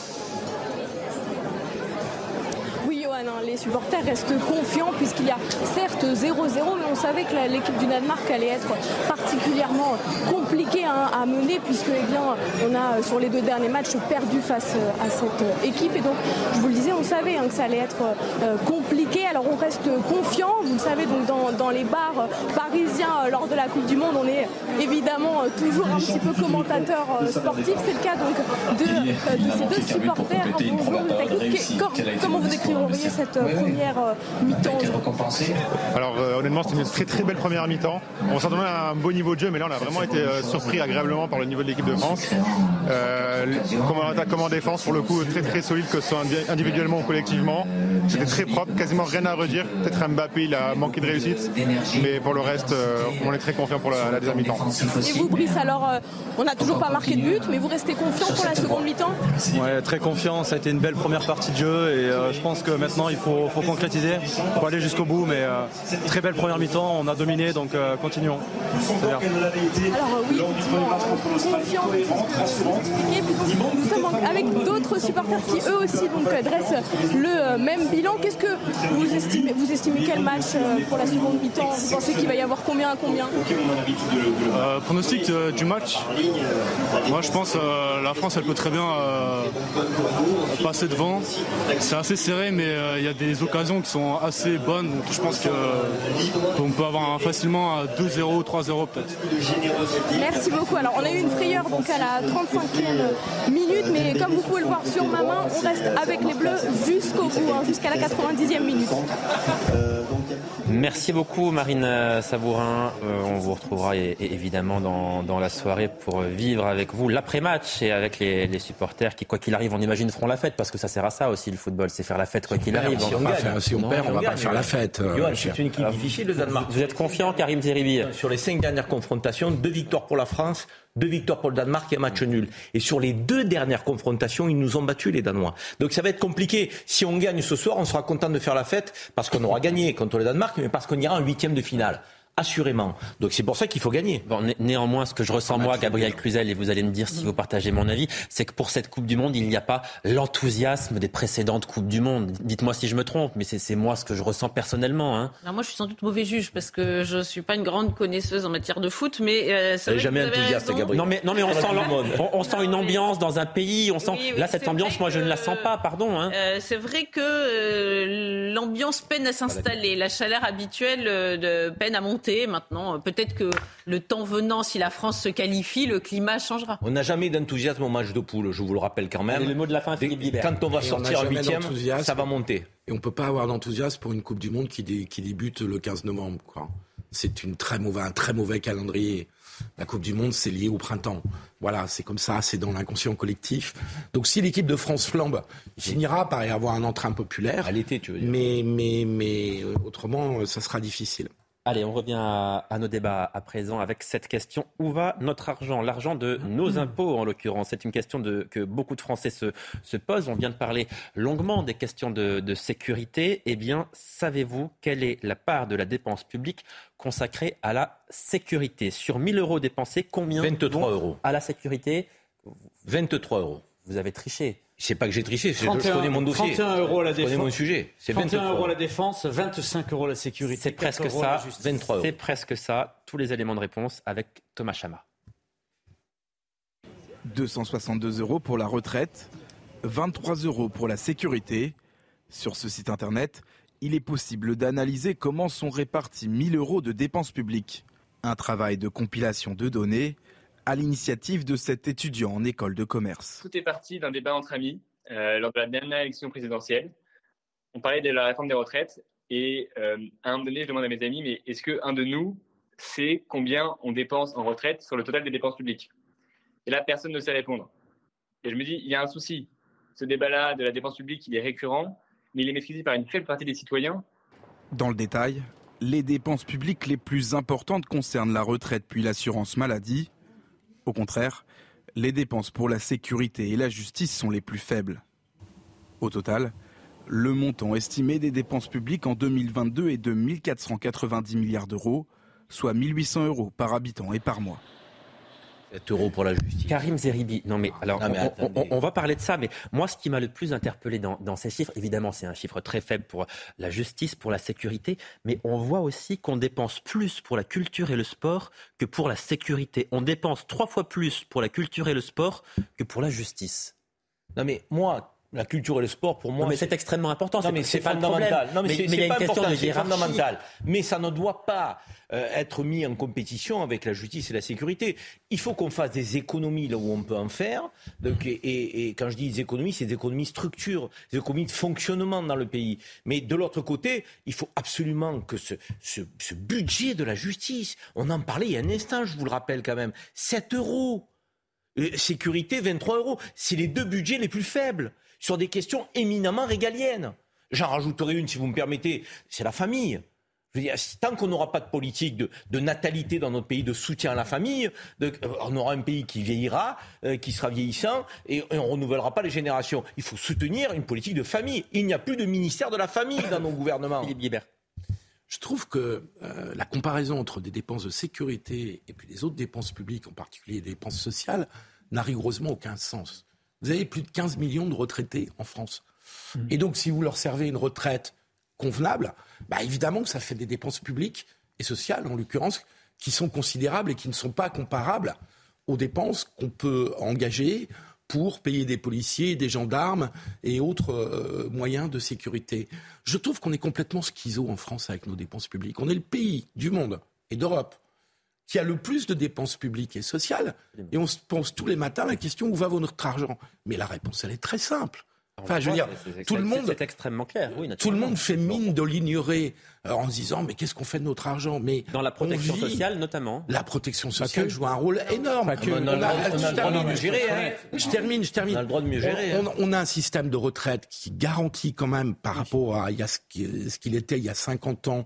Les supporters restent confiants puisqu'il y a certes zéro zéro, mais on savait que la, l'équipe du Danemark allait être particulièrement compliquée hein, à mener puisque eh bien, on a sur les deux derniers matchs perdu face à cette équipe et donc je vous le disais, on savait hein, que ça allait être euh, compliqué. Alors on reste confiant, vous le savez donc dans, dans les bars parisiens euh, lors de la Coupe du Monde, on est évidemment euh, toujours un petit peu commentateur euh, sportif. C'est le cas donc de, euh, de ces deux supporters. Un bon joueur de technique. Comment vous décririez cette première euh, mi-temps aujourd'hui ? Alors euh, honnêtement c'était une très très belle première mi-temps. On s'attendait à un beau niveau de jeu mais là on a vraiment été euh, surpris agréablement par le niveau de l'équipe de France. Euh, comment en attaque, comment en défense pour le coup très très solide que ce soit individuellement ou collectivement. C'était très propre, quasiment rien à redire. Peut-être Mbappé il a manqué de réussite mais pour le reste euh, on est très confiant pour la, la deuxième mi-temps. Et vous Brice alors euh, on n'a toujours pas marqué de but mais vous restez confiant pour la seconde mi-temps ? Ouais, très confiant, ça a été une belle première partie de jeu et euh, je pense que maintenant il faut, faut concrétiser, il faut aller jusqu'au bout, mais euh, très belle première mi-temps, on a dominé, donc euh, continuons. Alors euh, oui, effectivement, confiant, nous sommes avec d'autres supporters qui eux aussi donc, dressent le euh, même bilan. Qu'est-ce que vous estimez, vous estimez quel match euh, pour la seconde mi-temps ? Vous pensez qu'il va y avoir combien à combien ? euh, Pronostic euh, du match, moi je pense que euh, la France elle peut très bien euh, passer devant. C'est assez serré mais il euh, y a des occasions qui sont assez bonnes donc je pense qu'on euh, peut avoir un, facilement un deux zéro, trois zéro peut-être. Merci beaucoup. Alors on a eu une frayeur donc à la trente-cinquième minute mais comme vous pouvez le voir sur ma main on reste avec les Bleus jusqu'au bout, hein, jusqu'à la quatre-vingt-dixième minute. Merci beaucoup Marine Sabourin. Euh, on vous retrouvera et, et évidemment dans, dans la soirée pour vivre avec vous l'après-match et avec les, les supporters qui, quoi qu'il arrive, on imagine feront la fête parce que ça sert à ça aussi le football, c'est faire la fête quoi qu'il arrive. Si on, on faire, si on perd, on, on va gagne, pas faire la fête. Euh, Johan, c'est une équipe difficile le Danemark. Vous êtes confiant Karim Zeribi ? Sur les cinq dernières confrontations, deux victoires pour la France, deux victoires pour le Danemark et un match nul. Et sur les deux dernières confrontations, ils nous ont battus les Danois. Donc ça va être compliqué. Si on gagne ce soir, on sera content de faire la fête parce qu'on aura gagné contre le Danemark, mais parce qu'on ira en huitième de finale. Assurément. Donc c'est pour ça qu'il faut gagner. Bon, né- néanmoins, ce que je ressens moi, Gabriel Cluzel, et vous allez me dire si vous partagez mon avis, c'est que pour cette Coupe du Monde, il n'y a pas l'enthousiasme des précédentes Coupes du Monde. Dites-moi si je me trompe, mais c'est, c'est moi ce que je ressens personnellement. Hein. Alors moi, je suis sans doute mauvais juge parce que je suis pas une grande connaisseuse en matière de foot, mais euh, c'est vrai jamais enthousiaste, Gabriel. Non mais non mais on sent on, on sent une ambiance dans un pays. On sent oui, oui, là cette ambiance, moi que, je ne la sens pas. Pardon. Hein. Euh, c'est vrai que euh, l'ambiance peine à s'installer, la chaleur habituelle euh, de, peine à monter maintenant. Peut-être que le temps venant, si la France se qualifie, le climat changera. On n'a jamais d'enthousiasme au match de poule, je vous le rappelle quand même. Et le mot de la fin, Philippe Guibert. Quand on va et sortir en huitième, ça va monter. Et on ne peut pas avoir d'enthousiasme pour une Coupe du Monde qui, dé, qui débute le quinze novembre. Quoi. C'est une très mauvais, un très mauvais calendrier. La Coupe du Monde, c'est lié au printemps. Voilà, c'est comme ça, c'est dans l'inconscient collectif. Donc si l'équipe de France flambe, il finira par y avoir un entrain populaire. À l'été, tu veux dire. Mais, mais, mais euh, autrement, ça sera difficile. Allez, on revient à, à nos débats à présent avec cette question. Où va notre argent ? L'argent de nos impôts, en l'occurrence. C'est une question de, que beaucoup de Français se, se posent. On vient de parler longuement des questions de, de sécurité. Eh bien, savez-vous quelle est la part de la dépense publique consacrée à la sécurité ? Sur mille euros dépensés, combien vingt-trois euros. À la sécurité ? vingt-trois euros. Vous avez triché. C'est pas que j'ai triché, c'est trente et un, je connais mon dossier. trente et un euros à la défense. Je connais mon sujet. C'est trente et un euros à la défense, vingt-cinq euros à la sécurité. C'est presque ça. vingt-trois euros. C'est presque ça. Tous les éléments de réponse avec Thomas Chama. deux cent soixante-deux euros pour la retraite, vingt-trois euros pour la sécurité. Sur ce site internet, il est possible d'analyser comment sont répartis mille euros de dépenses publiques. Un travail de compilation de données à l'initiative de cet étudiant en école de commerce. Tout est parti d'un débat entre amis euh, lors de la dernière élection présidentielle. On parlait de la réforme des retraites et euh, à un moment donné, je demande à mes amis, mais est-ce qu'un de nous sait combien on dépense en retraite sur le total des dépenses publiques ? Et là, personne ne sait répondre. Et je me dis, il y a un souci. ce débat-là de la dépense publique, il est récurrent, mais il est maîtrisé par une faible partie des citoyens. Dans le détail, les dépenses publiques les plus importantes concernent la retraite puis l'assurance maladie. Au contraire, les dépenses pour la sécurité et la justice sont les plus faibles. Au total, le montant estimé des dépenses publiques en deux mille vingt-deux est de mille quatre cent quatre-vingt-dix milliards d'euros, soit mille huit cents euros par habitant et par mois. sept euros pour la justice. Karim Zeribi, non mais alors, non mais on, on, on va parler de ça, mais moi ce qui m'a le plus interpellé dans, dans ces chiffres, évidemment c'est un chiffre très faible pour la justice, pour la sécurité, mais on voit aussi qu'on dépense plus pour la culture et le sport que pour la sécurité. On dépense trois fois plus pour la culture et le sport que pour la justice. Non mais moi... La culture et le sport, pour moi... Non mais c'est extrêmement important. Non mais c'est, c'est fondamental. Non mais, mais c'est, mais c'est pas important, c'est fondamental. Mais ça ne doit pas euh, être mis en compétition avec la justice et la sécurité. Il faut qu'on fasse des économies là où on peut en faire. Donc, et, et, et quand je dis des économies, c'est des économies structure, des économies de fonctionnement dans le pays. Mais de l'autre côté, il faut absolument que ce, ce, ce budget de la justice, on en parlait il y a un instant, je vous le rappelle quand même, sept euros. Euh, sécurité, vingt-trois euros. C'est les deux budgets les plus faibles sur des questions éminemment régaliennes. J'en rajouterai une, si vous me permettez, c'est la famille. Je veux dire, tant qu'on n'aura pas de politique de, de natalité dans notre pays, de soutien à la famille, de, on aura un pays qui vieillira, euh, qui sera vieillissant, et, et on ne renouvellera pas les générations. Il faut soutenir une politique de famille. Il n'y a plus de ministère de la famille dans nos gouvernements. Philippe Guibert. Je trouve que euh, la comparaison entre des dépenses de sécurité et puis les autres dépenses publiques, en particulier les dépenses sociales, n'a rigoureusement aucun sens. Vous avez plus de quinze millions de retraités en France. Mmh. Et donc, si vous leur servez une retraite convenable, bah évidemment que ça fait des dépenses publiques et sociales, en l'occurrence, qui sont considérables et qui ne sont pas comparables aux dépenses qu'on peut engager pour payer des policiers, des gendarmes et autres euh, moyens de sécurité. Je trouve qu'on est complètement schizo en France avec nos dépenses publiques. On est le pays du monde et d'Europe qui a le plus de dépenses publiques et sociales, et on se pose tous les matins la question où va notre argent. Mais la réponse, elle est très simple. Enfin, je veux dire, c'est, c'est, tout le monde, c'est extrêmement clair. Oui, tout le monde fait mine de l'ignorer euh, en se disant mais qu'est-ce qu'on fait de notre argent ? Mais dans la protection sociale notamment. La protection sociale joue un rôle énorme. Pas que, on, a, on, a, on a le droit de mieux gérer. Hein. Je termine, je termine. On a le droit de mieux gérer. On, on, on a un système de retraite qui garantit quand même par rapport à il y a ce, qui, ce qu'il était il y a cinquante ans.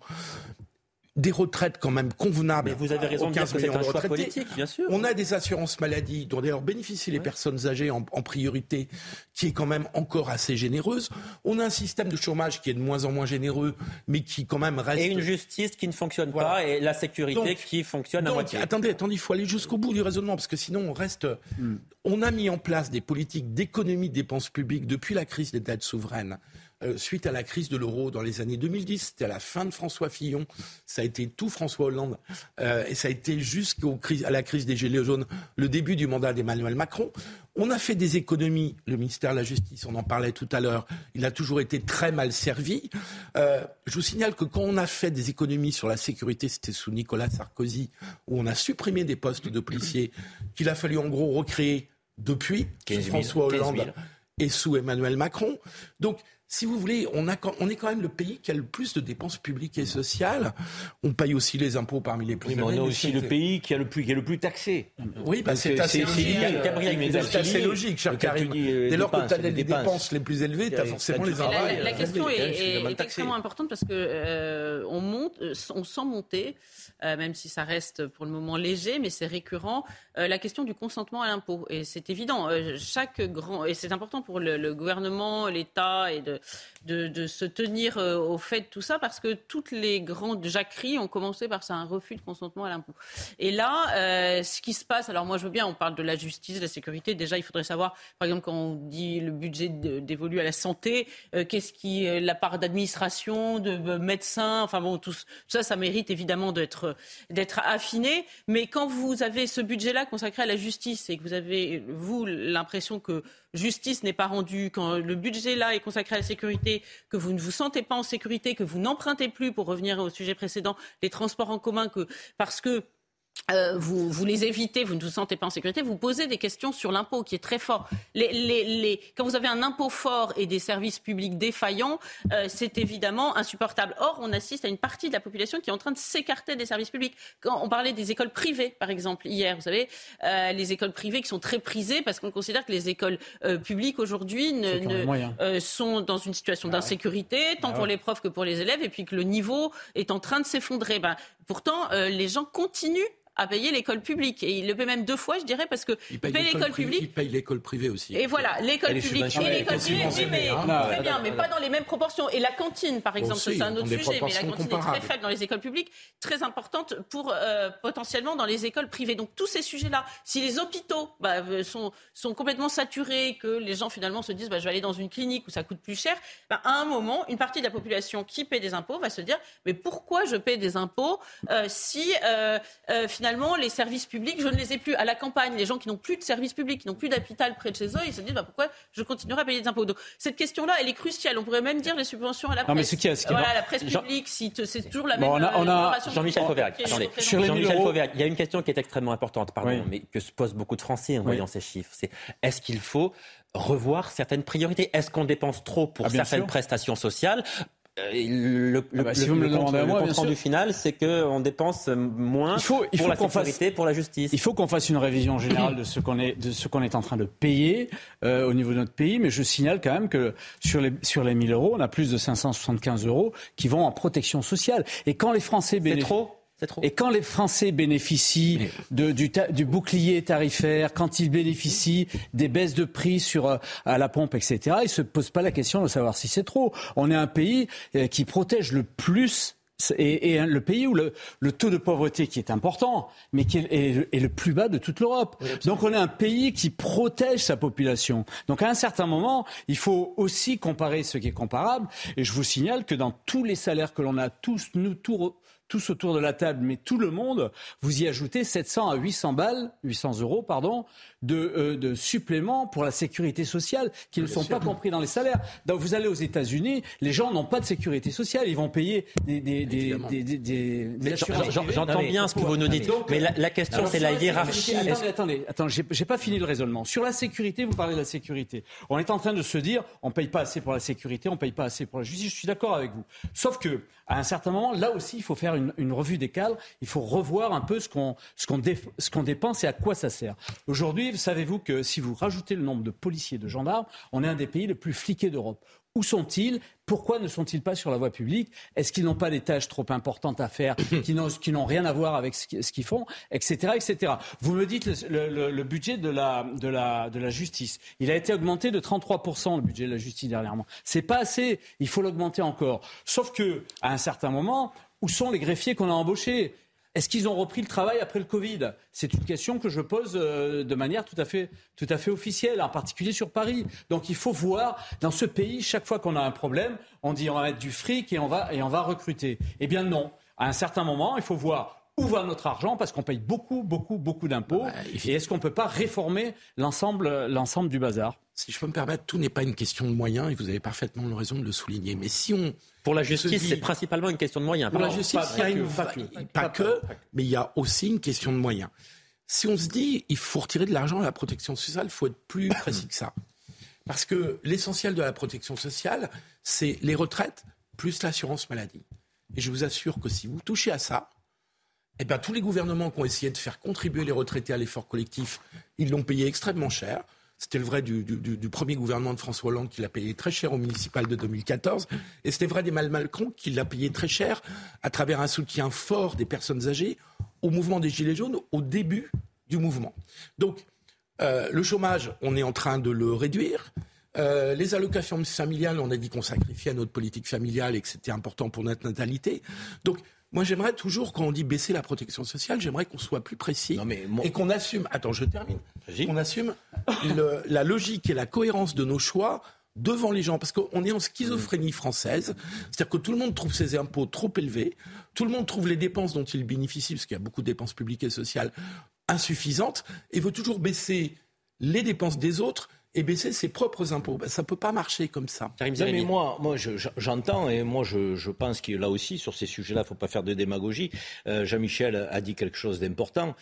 Des retraites quand même convenables. Mais vous avez raison de dire que c'est un choix politique, bien sûr. On a des assurances maladie dont d'ailleurs bénéficient les ouais. personnes âgées en, en priorité, qui est quand même encore assez généreuse. On a un système de chômage qui est de moins en moins généreux, mais qui quand même reste... Et une justice qui ne fonctionne voilà. pas, et la sécurité donc, qui fonctionne à donc, moitié. Attendez, attendez, il faut aller jusqu'au bout du raisonnement, parce que sinon on reste... Mm. On a mis en place des politiques d'économie de dépenses publiques depuis la crise des dettes souveraines. Euh, suite à la crise de l'euro dans les années deux mille dix, c'était à la fin de François Fillon, ça a été tout François Hollande, euh, et ça a été jusqu'à la crise des Gilets jaunes, le début du mandat d'Emmanuel Macron. On a fait des économies, le ministère de la Justice, on en parlait tout à l'heure, il a toujours été très mal servi. Euh, je vous signale que quand on a fait des économies sur la sécurité, c'était sous Nicolas Sarkozy, où on a supprimé des postes de policiers, qu'il a fallu en gros recréer depuis sous François Hollande et sous Emmanuel Macron. Donc, si vous voulez, on, a, on est quand même le pays qui a le plus de dépenses publiques et sociales. On paye aussi les impôts parmi les plus oui, mais on a aussi le pays qui, a le plus, qui est le plus taxé. Oui, bah c'est, assez c'est, logique. C'est, c'est assez logique, cher Karim. Dès lors que tu as les dépenses. dépenses les plus élevées, tu as forcément les impôts. La, la question est, est, est extrêmement importante parce que euh, on monte, on sent monter, euh, même si ça reste pour le moment léger, mais c'est récurrent, euh, la question du consentement à l'impôt. Et c'est évident, euh, chaque grand, et c'est important pour le, le gouvernement, l'État, et de De, de se tenir euh, au fait de tout ça, parce que toutes les grandes jacqueries ont commencé par ça, un refus de consentement à l'impôt. Et là, euh, ce qui se passe, alors moi je veux bien, on parle de la justice, de la sécurité, déjà il faudrait savoir, par exemple quand on dit le budget de, dévolu à la santé, euh, qu'est-ce qui, euh, la part d'administration, de euh, médecins, enfin bon, tout, tout ça, ça mérite évidemment d'être, d'être affiné, mais quand vous avez ce budget-là consacré à la justice et que vous avez, vous, l'impression que justice n'est pas rendue, quand le budget là est consacré à la sécurité, que vous ne vous sentez pas en sécurité, que vous n'empruntez plus, pour revenir au sujet précédent, les transports en commun, que, parce que Euh, vous, vous les évitez, vous ne vous sentez pas en sécurité, vous posez des questions sur l'impôt qui est très fort. Les, les, les, quand vous avez un impôt fort et des services publics défaillants, euh, c'est évidemment insupportable. Or, on assiste à une partie de la population qui est en train de s'écarter des services publics. Quand on parlait des écoles privées, par exemple, hier, vous savez, euh, les écoles privées qui sont très prisées parce qu'on considère que les écoles euh, publiques aujourd'hui ne, ne, euh, sont dans une situation ah d'insécurité, ouais. tant ah pour ouais. les profs que pour les élèves, et puis que le niveau est en train de s'effondrer. Ben, pourtant, euh, les gens continuent à payer l'école publique. Et il le paie même deux fois, je dirais, parce que il paye, il paye l'école pri- publique. Il paye l'école privée aussi. Et voilà, l'école publique et l'école privée, oui, mais hein, très bien, mais pas dans les mêmes proportions. Et la cantine, par exemple, aussi, c'est un autre sujet, mais la cantine est très faible dans les écoles publiques, très importante pour euh, potentiellement dans les écoles privées. Donc tous ces sujets-là, si les hôpitaux bah, sont, sont complètement saturés, que les gens finalement se disent bah, je vais aller dans une clinique où ça coûte plus cher, bah, à un moment, une partie de la population qui paie des impôts va se dire mais pourquoi je paie des impôts euh, si euh, euh, finalement Finalement, les services publics, je ne les ai plus. À la campagne, les gens qui n'ont plus de services publics, qui n'ont plus d'hôpital près de chez eux, ils se disent bah, pourquoi je continuerai à payer des impôts. Donc, cette question-là, elle est cruciale. On pourrait même dire les subventions à la presse. Non, mais c'est qui, c'est qui voilà, la presse publique, Jean... c'est toujours la bon, même. On a, on a... Jean-Michel Fauvergue, attendez. Jean-Michel Fauvergue, il y a une question qui est extrêmement importante, pardon, oui. mais que se posent beaucoup de Français en oui. voyant ces chiffres. C'est est-ce qu'il faut revoir certaines priorités ? Est-ce qu'on dépense trop pour ah, certaines sûr. prestations sociales ? Le, le, ah bah, si le, le, compte, le compte rendu final, c'est qu'on dépense moins il faut, il pour la sécurité, fasse, pour la justice. Il faut qu'on fasse une révision générale de ce qu'on est, de ce qu'on est en train de payer euh, au niveau de notre pays. Mais je signale quand même que sur les, sur les mille euros, on a plus de cinq cent soixante-quinze euros qui vont en protection sociale. Et quand les Français bénéficient... C'est trop ? C'est trop. Et quand les Français bénéficient de, du, ta, du bouclier tarifaire, quand ils bénéficient des baisses de prix sur, euh, à la pompe, et cetera, ils ne se posent pas la question de savoir si c'est trop. On est un pays euh, qui protège le plus et, et le pays où le, le taux de pauvreté qui est important, mais qui est, est, est le plus bas de toute l'Europe. Oui, donc on est un pays qui protège sa population. Donc à un certain moment, il faut aussi comparer ce qui est comparable. Et je vous signale que dans tous les salaires que l'on a tous, nous, tous, tous autour de la table, mais tout le monde, vous y ajoutez sept cents à huit cents balles, huit cents euros, pardon, de, euh, de suppléments pour la sécurité sociale qui ne Bien sont sûr. pas compris dans les salaires. Donc vous allez aux États-Unis, les gens n'ont pas de sécurité sociale, ils vont payer des, des, des, des, des, des, des assurances. J'entends bien ce que vous nous dites, donc, mais la, la question alors, c'est la hiérarchie. Attendez, attendez, attendez j'ai, j'ai pas fini le raisonnement. Sur la sécurité, vous parlez de la sécurité. On est en train de se dire, on paye pas assez pour la sécurité, on paye pas assez pour la justice. Je suis d'accord avec vous. Sauf que à un certain moment, là aussi, il faut faire une, une revue des cadres. Il faut revoir un peu ce qu'on, ce qu'on, dé, ce qu'on dépense et à quoi ça sert. Aujourd'hui, savez-vous que si vous rajoutez le nombre de policiers, de gendarmes, on est un des pays les plus fliqués d'Europe. Où sont-ils ? Pourquoi ne sont-ils pas sur la voie publique ? Est-ce qu'ils n'ont pas des tâches trop importantes à faire, qui n'ont, qui n'ont rien à voir avec ce qu'ils font, et cetera, et cetera. Vous me dites le, le, le budget de la, de, la, de la justice. Il a été augmenté de trente-trois pour cent, le budget de la justice dernièrement. C'est pas assez. Il faut l'augmenter encore. Sauf que, à un certain moment, où sont les greffiers qu'on a embauchés ? Est-ce qu'ils ont repris le travail après le Covid ? C'est une question que je pose euh, de manière tout à fait, tout à fait officielle, en particulier sur Paris. Donc il faut voir, dans ce pays, chaque fois qu'on a un problème, on dit on va mettre du fric et on va, et on va recruter. Eh bien non. À un certain moment, il faut voir où va notre argent, parce qu'on paye beaucoup, beaucoup, beaucoup d'impôts. Bah, et est-ce qu'on ne peut pas réformer l'ensemble, l'ensemble du bazar ? Si je peux me permettre, tout n'est pas une question de moyens, et vous avez parfaitement raison de le souligner. Mais si on... Pour la justice, dit... c'est principalement une question de moyens. Pour la justice, il y a une... pas, que, pas que, mais il y a aussi une question de moyens. Si on se dit, il faut retirer de l'argent à la protection sociale, il faut être plus précis que ça. Parce que l'essentiel de la protection sociale, c'est les retraites plus l'assurance maladie. Et je vous assure que si vous touchez à ça, eh bien, tous les gouvernements qui ont essayé de faire contribuer les retraités à l'effort collectif, ils l'ont payé extrêmement cher. C'était le vrai du, du, du premier gouvernement de François Hollande qui l'a payé très cher au municipal de deux mille quatorze. Et c'était vrai d'Emmanuel Macron qui l'a payé très cher à travers un soutien fort des personnes âgées au mouvement des Gilets jaunes au début du mouvement. Donc, euh, le chômage, on est en train de le réduire. Euh, les allocations familiales, on a dit qu'on sacrifiait à notre politique familiale et que c'était important pour notre natalité. Donc, moi, j'aimerais toujours, quand on dit baisser la protection sociale, j'aimerais qu'on soit plus précis non, mais moi... et qu'on assume, attends, je termine, Vas-y. qu'on assume le, la logique et la cohérence de nos choix devant les gens. Parce qu'on est en schizophrénie française, c'est-à-dire que tout le monde trouve ses impôts trop élevés, tout le monde trouve les dépenses dont il bénéficie, parce qu'il y a beaucoup de dépenses publiques et sociales, insuffisantes, et veut toujours baisser les dépenses des autres et baisser ses propres impôts. Ben, ça ne peut pas marcher comme ça. Non, mais moi, moi je, je, j'entends ça ne peut pas marcher comme ça. Mais moi, moi je, j'entends et moi je, je pense que là aussi, sur ces sujets-là, il ne faut pas faire de démagogie. Euh, Jean-Michel a dit quelque chose d'important.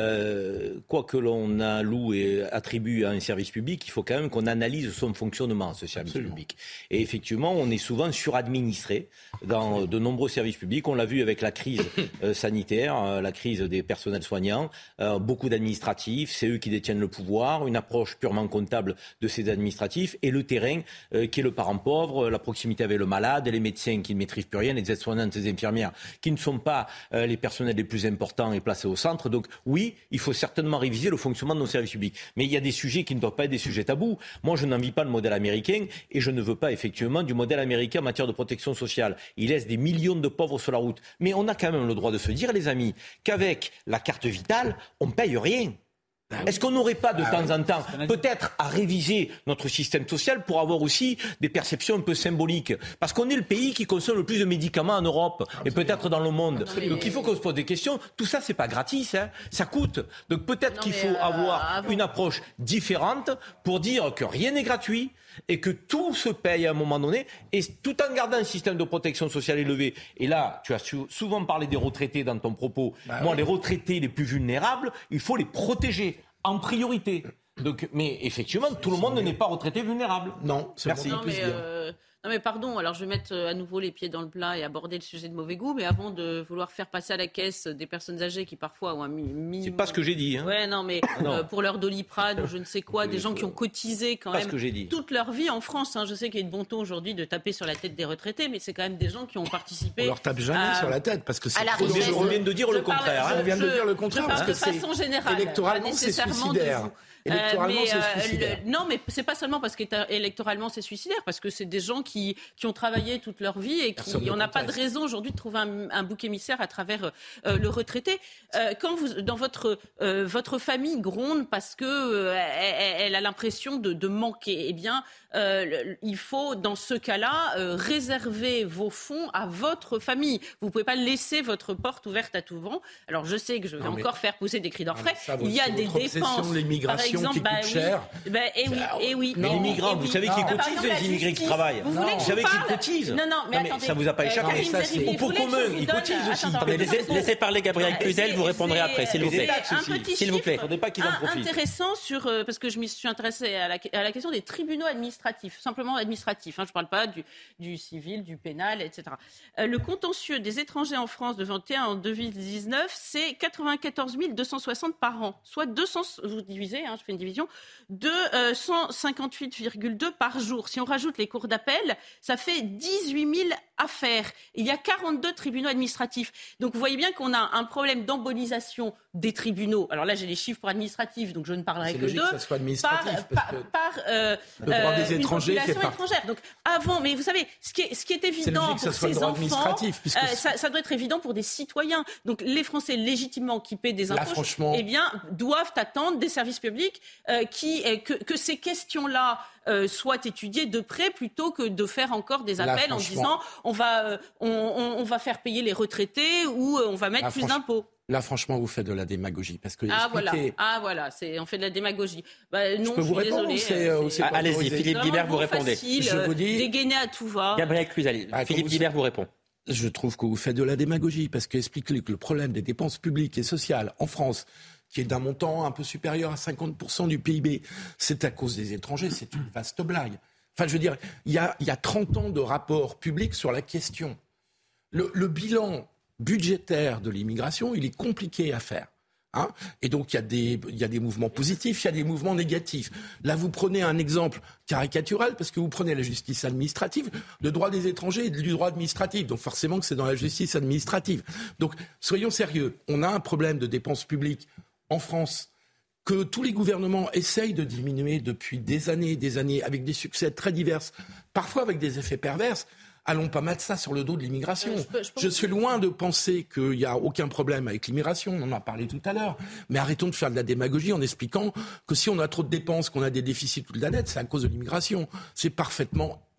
Euh, quoi que l'on alloue et attribue à un service public, il faut quand même qu'on analyse son fonctionnement, ce service Absolument. public. Et effectivement, on est souvent suradministré dans de nombreux services publics. On l'a vu avec la crise euh, sanitaire, euh, la crise des personnels soignants, euh, beaucoup d'administratifs, c'est eux qui détiennent le pouvoir, une approche purement comptable de ces administratifs et le terrain euh, qui est le parent pauvre, la proximité avec le malade, les médecins qui ne maîtrisent plus rien, les aides-soignantes, les infirmières qui ne sont pas euh, les personnels les plus importants et placés au centre. Donc oui, il faut certainement réviser le fonctionnement de nos services publics. Mais il y a des sujets qui ne doivent pas être des sujets tabous. Moi, je n'envie pas le modèle américain et je ne veux pas effectivement du modèle américain en matière de protection sociale. Il laisse des millions de pauvres sur la route. Mais on a quand même le droit de se dire, les amis, qu'avec la carte vitale, on ne paye rien. Est-ce qu'on n'aurait pas de ah temps oui. en temps peut-être à réviser notre système social pour avoir aussi des perceptions un peu symboliques? Parce qu'on est le pays qui consomme le plus de médicaments en Europe Absolument. et peut-être dans le monde. Absolument. Donc il faut qu'on se pose des questions. Tout ça, c'est pas gratis, hein. Ça coûte. Donc peut-être non, qu'il faut euh, avoir avant. une approche différente pour dire que rien n'est gratuit et que tout se paye à un moment donné, et tout en gardant un système de protection sociale élevé. Et là, tu as souvent parlé des retraités dans ton propos. Bah Moi, oui. les retraités les plus vulnérables, il faut les protéger en priorité. Donc, mais effectivement, tout le monde n'est pas retraité vulnérable. Non, c'est merci. Non, mais, euh, non mais pardon, alors je vais mettre à nouveau les pieds dans le plat et aborder le sujet de mauvais goût, mais avant de vouloir faire passer à la caisse des personnes âgées qui parfois ont un minimum... C'est pas ce que j'ai dit. Hein. Ouais, non, mais non. Euh, pour leur Doliprane ou je ne sais quoi, des gens qui ont cotisé quand même toute leur vie en France. Hein. Je sais qu'il y a de bon ton aujourd'hui de taper sur la tête des retraités, mais c'est quand même des gens qui ont participé... On leur tape jamais à, sur la tête parce que c'est... trop richesse, on vient de dire le parle, contraire. Je, hein. On vient de dire le contraire je parce que de façon générale, électoralement c'est suicidaire. Électoralement, euh, mais, c'est suicidaire. Euh, le, non, mais c'est pas seulement parce qu'électoralement c'est suicidaire, parce que c'est des gens qui, qui ont travaillé toute leur vie et qui, on n'a pas de raison aujourd'hui de trouver un, un bouc émissaire à travers euh, le retraité. Euh, quand vous, dans votre euh, votre famille gronde parce que euh, elle, elle a l'impression de, de manquer, eh bien, euh, il faut dans ce cas-là euh, réserver vos fonds à votre famille. Vous pouvez pas laisser votre porte ouverte à tout vent. Alors je sais que je vais non, encore faire pousser des cris d'orfraie. Il y a des dépenses. L'immigration qui coûte bah, cher. Oui. Bah, et oui, et oui. Mais les migrants, vous savez qu'ils cotisent, les immigrés qui travaillent. Vous voulez vous savez qu'ils cotisent. Non, non, mais, non, mais attendez. ça vous a pas échappé. Euh, ça, c'est... Au pour commun, ils cotisent aussi. Attendez, laissez, laissez parler Gabriel Cluzel, vous répondrez après, s'il vous plaît. S'il vous plaît. Faudrait pas qu'ils en profitent. Intéressant sur, euh, parce que je me suis intéressée à la, à la question des tribunaux administratifs, simplement administratifs. Hein, je ne parle pas du, du civil, du pénal, et cetera. Euh, le contentieux des étrangers en France de vingt et un en deux mille dix-neuf, c'est quatre-vingt-quatorze mille deux cent soixante par an, soit deux cents. Vous divisez, hein, je fais une division, de euh, cent cinquante-huit virgule deux par jour. Si on rajoute les cours d'appel, ça fait dix-huit mille affaires. Il y a quarante-deux tribunaux administratifs. Donc vous voyez bien qu'on a un problème d'embolisation des tribunaux. Alors là, j'ai les chiffres pour administratifs, donc je ne parlerai c'est que d'eux. C'est logique que ça soit administratif. Par, parce par, que par euh, le droit des euh, étrangers fait par... étrangère. Donc avant, mais vous savez, ce qui est, ce qui est évident c'est pour ces enfants, puisque euh, ça, ça doit être évident pour des citoyens. Donc les Français légitimement qui paient des impôts, là, franchement... eh bien, doivent attendre des services publics euh, qui, euh, que, que ces questions-là euh, soient étudiées de près plutôt que de faire encore des appels là, en disant on va, euh, on, on, on va faire payer les retraités ou euh, on va mettre là, plus d'impôts. Là, franchement, vous faites de la démagogie. Parce que ah, expliquer... voilà, ah, voilà, c'est, on fait de la démagogie. Bah, non, je peux vous répondre désolée, c'est, euh, c'est... Ah, allez-y, Philippe Guibert, vous répondez. Facile, je vous dis... Dégainer à tout va. Gabriel Cluzel, ah, Philippe Guibert vous répond. Je trouve que vous faites de la démagogie, parce qu'expliquer que le problème des dépenses publiques et sociales en France, qui est d'un montant un peu supérieur à cinquante pour cent du P I B, c'est à cause des étrangers, c'est une vaste blague. Enfin, je veux dire, il y a, il y a trente ans de rapports publics sur la question. Le, le bilan budgétaire de l'immigration, il est compliqué à faire. Hein, et donc il y a des il y a des mouvements positifs, il y a des mouvements négatifs. Là, vous prenez un exemple caricatural parce que vous prenez la justice administrative, le droit des étrangers et du droit administratif. Donc forcément que c'est dans la justice administrative. Donc soyons sérieux. On a un problème de dépenses publiques en France que tous les gouvernements essayent de diminuer depuis des années et des années avec des succès très divers, parfois avec des effets pervers. Allons pas mettre ça sur le dos de l'immigration. Euh, je, peux, je, je suis loin de penser qu'il n'y a aucun problème avec l'immigration, on en a parlé tout à l'heure, mais arrêtons de faire de la démagogie en expliquant que si on a trop de dépenses, qu'on a des déficits ou de la dette, c'est à cause de l'immigration. C'est parfaitement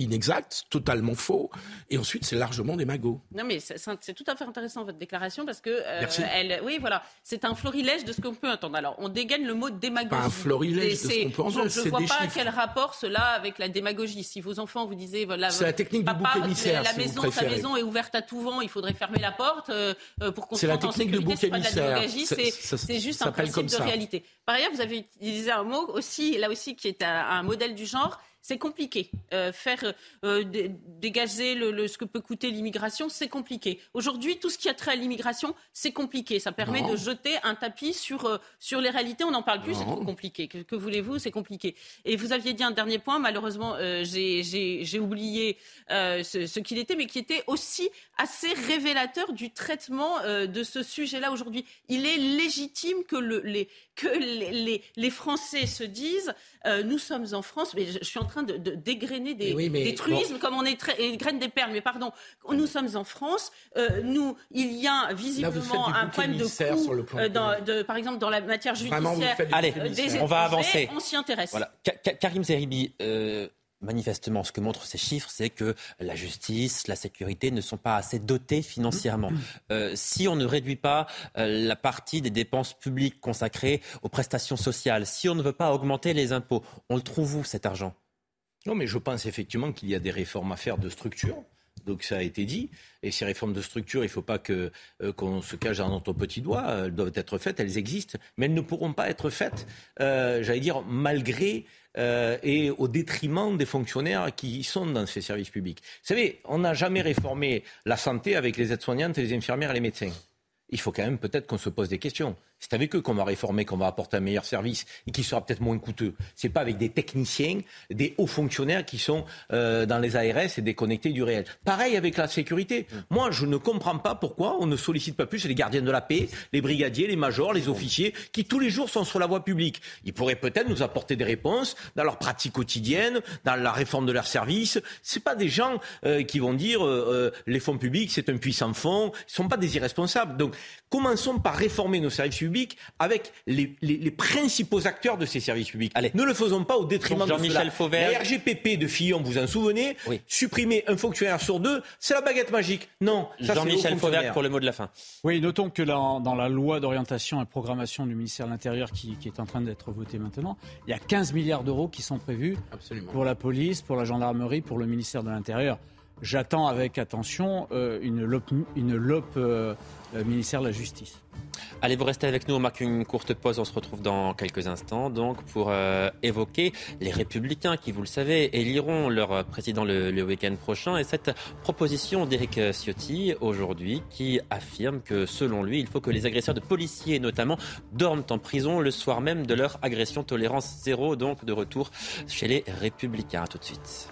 inexact, totalement faux, et ensuite c'est largement des magots. Non mais c'est, c'est tout à fait intéressant votre déclaration parce que euh, elle, oui voilà, c'est un florilège de ce qu'on peut entendre. Alors on dégaine le mot démagogie. Pas un florilège de ce qu'on peut entendre, je, je c'est vois des pas chiffres. Quel rapport cela avec la démagogie. Si vos enfants vous disaient voilà, c'est la technique papa, du bouc émissaire, la si maison, vous sa maison est ouverte à tout vent, il faudrait fermer la porte euh, pour qu'on se sente en sécurité. C'est pas de la démagogie, c'est, c'est, c'est juste un principe de ça. Réalité. Par ailleurs, vous avez utilisé un mot aussi, là aussi, qui est un, un modèle du genre. C'est compliqué. Euh, faire euh, d- dégager le, le, ce que peut coûter l'immigration, c'est compliqué. Aujourd'hui, tout ce qui a trait à l'immigration, c'est compliqué. Ça permet non. de jeter un tapis sur, euh, sur les réalités. On n'en parle plus, non. c'est trop compliqué. Que, que voulez-vous, c'est compliqué. Et vous aviez dit un dernier point, malheureusement, euh, j'ai, j'ai, j'ai oublié euh, ce, ce qu'il était, mais qui était aussi assez révélateur du traitement euh, de ce sujet-là aujourd'hui. Il est légitime que, le, les, que les, les, les Français se disent euh, nous sommes en France, mais je, je suis en train de, de dégrainer des, oui, mais, des truismes bon. comme on est tra- graine des perles, mais pardon, nous sommes en France, euh, nous, il y a visiblement Là, un problème de coût, euh, dans, de, par exemple dans la matière judiciaire. Allez, euh, des on va avancer. On s'y intéresse. Voilà. Ka- Karim Zeribi, euh, manifestement, ce que montrent ces chiffres, c'est que la justice, la sécurité ne sont pas assez dotées financièrement. Euh, si on ne réduit pas euh, la partie des dépenses publiques consacrées aux prestations sociales, si on ne veut pas augmenter les impôts, on le trouve où cet argent ? Non, mais je pense effectivement qu'il y a des réformes à faire de structure. Donc ça a été dit. Et ces réformes de structure, il ne faut pas que, euh, qu'on se cache dans notre petit doigt. Elles doivent être faites, elles existent. Mais elles ne pourront pas être faites, euh, j'allais dire, malgré euh, et au détriment des fonctionnaires qui sont dans ces services publics. Vous savez, on n'a jamais réformé la santé avec les aides-soignantes, les infirmières et les médecins. Il faut quand même peut-être qu'on se pose des questions. C'est avec eux qu'on va réformer, qu'on va apporter un meilleur service et qui sera peut-être moins coûteux. C'est pas avec des techniciens, des hauts fonctionnaires qui sont euh, dans les A R S et déconnectés du réel. Pareil avec la sécurité. Moi, je ne comprends pas pourquoi on ne sollicite pas plus les gardiens de la paix, les brigadiers, les majors, les officiers, qui tous les jours sont sur la voie publique. Ils pourraient peut-être nous apporter des réponses dans leur pratique quotidienne, dans la réforme de leurs services. C'est pas des gens euh, qui vont dire euh, euh, les fonds publics, c'est un puissant fonds. Ils sont pas des irresponsables. Donc, commençons par réformer nos services publics avec les, les, les principaux acteurs de ces services publics. Allez, ne le faisons pas au détriment donc, de cela. Fauvert. La R G P P de Fillon, vous en souvenez, oui. Supprimer un fonctionnaire sur deux, c'est la baguette magique. Non, ça, Jean-Michel Fauvert pour le mot de la fin. Oui, notons que dans, dans la loi d'orientation et programmation du ministère de l'Intérieur qui, qui est en train d'être votée maintenant, il y a quinze milliards d'euros qui sont prévus Absolument. Pour la police, pour la gendarmerie, pour le ministère de l'Intérieur. J'attends avec attention euh, une L O P, une L O P euh, euh, ministère de la Justice. Allez, vous restez avec nous, on marque une courte pause, on se retrouve dans quelques instants donc pour euh, évoquer les Républicains qui, vous le savez, éliront leur président le, le week-end prochain et cette proposition d'Éric Ciotti aujourd'hui qui affirme que selon lui, il faut que les agresseurs de policiers notamment dorment en prison le soir même de leur agression. Tolérance zéro, donc de retour chez les Républicains. À tout de suite.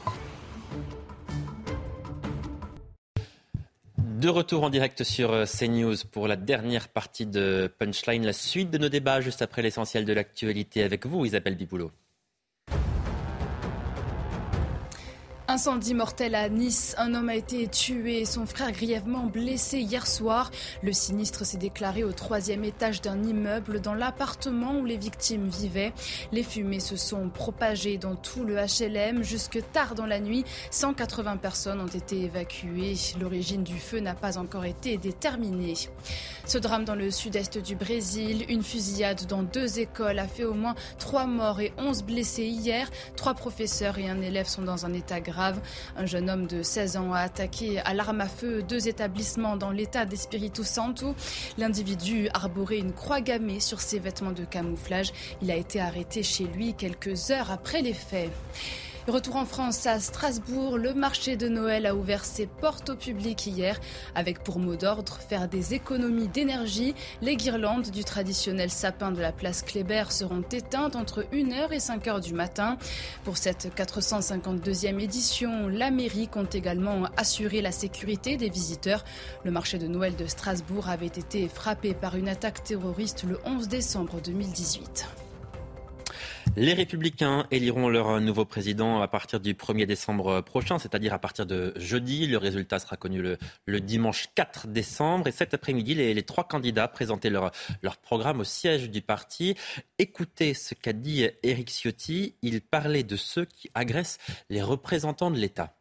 De retour en direct sur CNews pour la dernière partie de Punchline, la suite de nos débats juste après l'essentiel de l'actualité avec vous, Isabelle Biboulot. Incendie mortel à Nice. Un homme a été tué et son frère grièvement blessé hier soir. Le sinistre s'est déclaré au troisième étage d'un immeuble dans l'appartement où les victimes vivaient. Les fumées se sont propagées dans tout le H L M. Jusque tard dans la nuit, cent quatre-vingts personnes ont été évacuées. L'origine du feu n'a pas encore été déterminée. Ce drame dans le sud-est du Brésil, une fusillade dans deux écoles a fait au moins trois morts et onze blessés hier. Trois professeurs et un élève sont dans un état grave. Un jeune homme de seize ans a attaqué à l'arme à feu deux établissements dans l'état d'Espírito Santo. L'individu arborait une croix gammée sur ses vêtements de camouflage. Il a été arrêté chez lui quelques heures après les faits. Retour en France à Strasbourg, le marché de Noël a ouvert ses portes au public hier avec pour mot d'ordre faire des économies d'énergie. Les guirlandes du traditionnel sapin de la place Kléber seront éteintes entre une heure et cinq heures du matin. Pour cette quatre cent cinquante-deuxième édition, la mairie compte également assurer la sécurité des visiteurs. Le marché de Noël de Strasbourg avait été frappé par une attaque terroriste le onze décembre deux mille dix-huit. Les Républicains éliront leur nouveau président à partir du premier décembre prochain, c'est-à-dire à partir de jeudi. Le résultat sera connu le, le dimanche quatre décembre. Et cet après-midi, les, les trois candidats présentaient leur, leur programme au siège du parti. Écoutez ce qu'a dit Éric Ciotti. Il parlait de ceux qui agressent les représentants de l'État.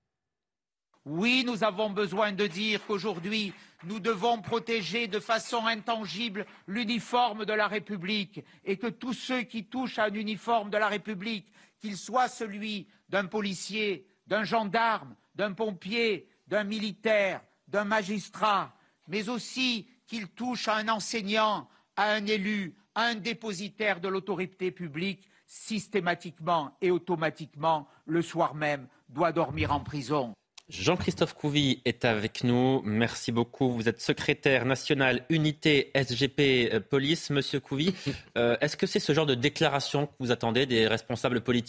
Oui, nous avons besoin de dire qu'aujourd'hui, nous devons protéger de façon intangible l'uniforme de la République et que tous ceux qui touchent à un uniforme de la République, qu'il soit celui d'un policier, d'un gendarme, d'un pompier, d'un militaire, d'un magistrat, mais aussi qu'il touche à un enseignant, à un élu, à un dépositaire de l'autorité publique, systématiquement et automatiquement, le soir même, doit dormir en prison. Jean-Christophe Couvi est avec nous. Merci beaucoup. Vous êtes secrétaire national unité S G P Police. Monsieur Couvi, euh, est-ce que c'est ce genre de déclaration que vous attendez des responsables politiques ?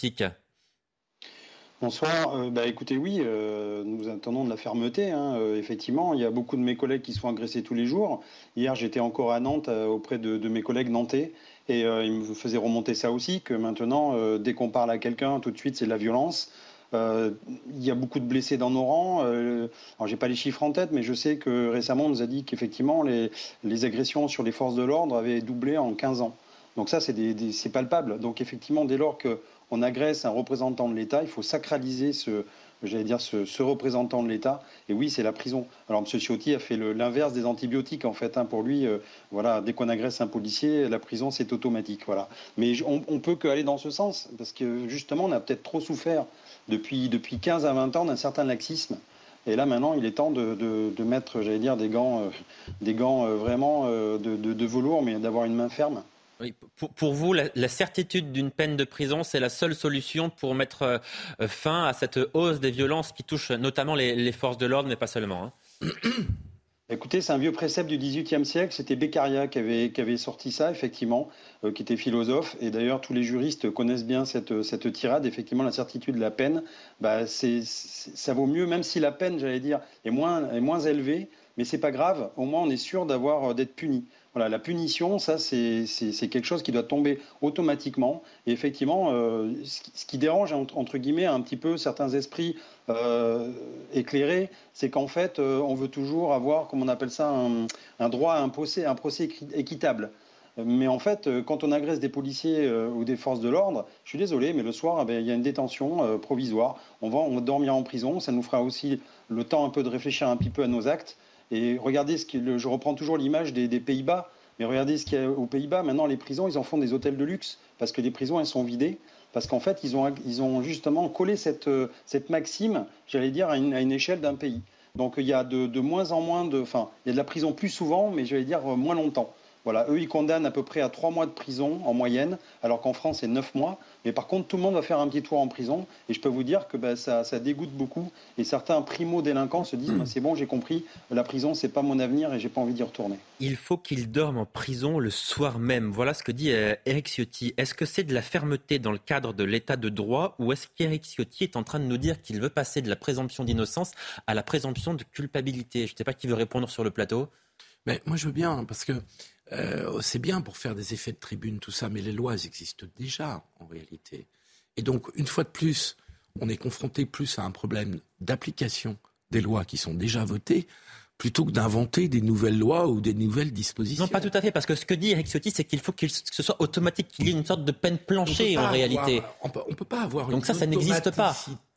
Bonsoir. Euh, bah, écoutez, oui, euh, nous attendons de la fermeté. Hein. Euh, effectivement, il y a beaucoup de mes collègues qui sont agressés tous les jours. Hier, j'étais encore à Nantes euh, auprès de, de mes collègues nantais et euh, ils me faisaient remonter ça aussi, que maintenant, euh, dès qu'on parle à quelqu'un, tout de suite, c'est de la violence. Euh, il y a beaucoup de blessés dans nos rangs. Euh, alors, j'ai pas les chiffres en tête, mais je sais que récemment, on nous a dit qu'effectivement, les, les agressions sur les forces de l'ordre avaient doublé en quinze ans. Donc ça, c'est, des, des, c'est palpable. Donc effectivement, dès lors qu'on agresse un représentant de l'État, il faut sacraliser ce, j'allais dire, ce, ce représentant de l'État. Et oui, c'est la prison. Alors M. Ciotti a fait le, l'inverse des antibiotiques, en fait. Hein, pour lui, euh, voilà, dès qu'on agresse un policier, la prison, c'est automatique. Voilà. Mais on, on peut qu'aller dans ce sens, parce que justement, on a peut-être trop souffert depuis, depuis quinze à vingt ans d'un certain laxisme. Et là, maintenant, il est temps de, de, de mettre, j'allais dire, des gants, euh, des gants euh, vraiment euh, de, de, de velours, mais d'avoir une main ferme. Oui, pour, pour vous, la, la certitude d'une peine de prison, c'est la seule solution pour mettre euh, fin à cette hausse des violences qui touchent notamment les, les forces de l'ordre, mais pas seulement. Hein. Écoutez, c'est un vieux précepte du dix-huitième siècle. C'était Beccaria qui avait, qui avait sorti ça, effectivement, euh, qui était philosophe. Et d'ailleurs, tous les juristes connaissent bien cette, cette tirade. Effectivement, la certitude de la peine, bah, c'est, c'est, ça vaut mieux, même si la peine, j'allais dire, est moins, est moins élevée. Mais c'est pas grave. Au moins, on est sûr d'avoir, d'être puni. Voilà, la punition, ça, c'est, c'est, c'est quelque chose qui doit tomber automatiquement. Et effectivement, euh, ce qui dérange, entre guillemets, un petit peu certains esprits euh, éclairés, c'est qu'en fait, euh, on veut toujours avoir, comme on appelle ça, un, un droit à un procès, un procès équitable. Mais en fait, quand on agresse des policiers euh, ou des forces de l'ordre, je suis désolé, mais le soir, eh bien, il y a une détention euh, provisoire. On va, on va dormir en prison. Ça nous fera aussi le temps un peu de réfléchir un petit peu à nos actes. Et regardez, ce qui, le, je reprends toujours l'image des, des Pays-Bas, mais regardez ce qu'il y a aux Pays-Bas. Maintenant, les prisons, ils en font des hôtels de luxe parce que les prisons, elles sont vidées. Parce qu'en fait, ils ont, ils ont justement collé cette, cette maxime, j'allais dire, à une, à une échelle d'un pays. Donc il y a de, de moins en moins de... Enfin, il y a de la prison plus souvent, mais j'allais dire moins longtemps. Voilà, eux, ils condamnent à peu près à trois mois de prison en moyenne, alors qu'en France, c'est neuf mois. Mais par contre, tout le monde va faire un petit tour en prison. Et je peux vous dire que bah, ça, ça dégoûte beaucoup. Et certains primo-délinquants se disent bah, c'est bon, j'ai compris, la prison, c'est pas mon avenir et j'ai pas envie d'y retourner. Il faut qu'ils dorment en prison le soir même. Voilà ce que dit euh, Éric Ciotti. Est-ce que c'est de la fermeté dans le cadre de l'état de droit ou est-ce qu'Éric Ciotti est en train de nous dire qu'il veut passer de la présomption d'innocence à la présomption de culpabilité ? Je ne sais pas qui veut répondre sur le plateau. Mais moi, je veux bien, parce que Euh, c'est bien pour faire des effets de tribune, tout ça, mais les lois existent déjà, en réalité. Et donc, une fois de plus, on est confronté plus à un problème d'application des lois qui sont déjà votées, plutôt que d'inventer des nouvelles lois ou des nouvelles dispositions. Non, pas tout à fait, parce que ce que dit Éric Ciotti, c'est qu'il faut qu'il, que ce soit automatique, qu'il y ait une sorte de peine plancher, en réalité. Avoir, on peut, on peut pas avoir donc une ça, ça n'existe pas.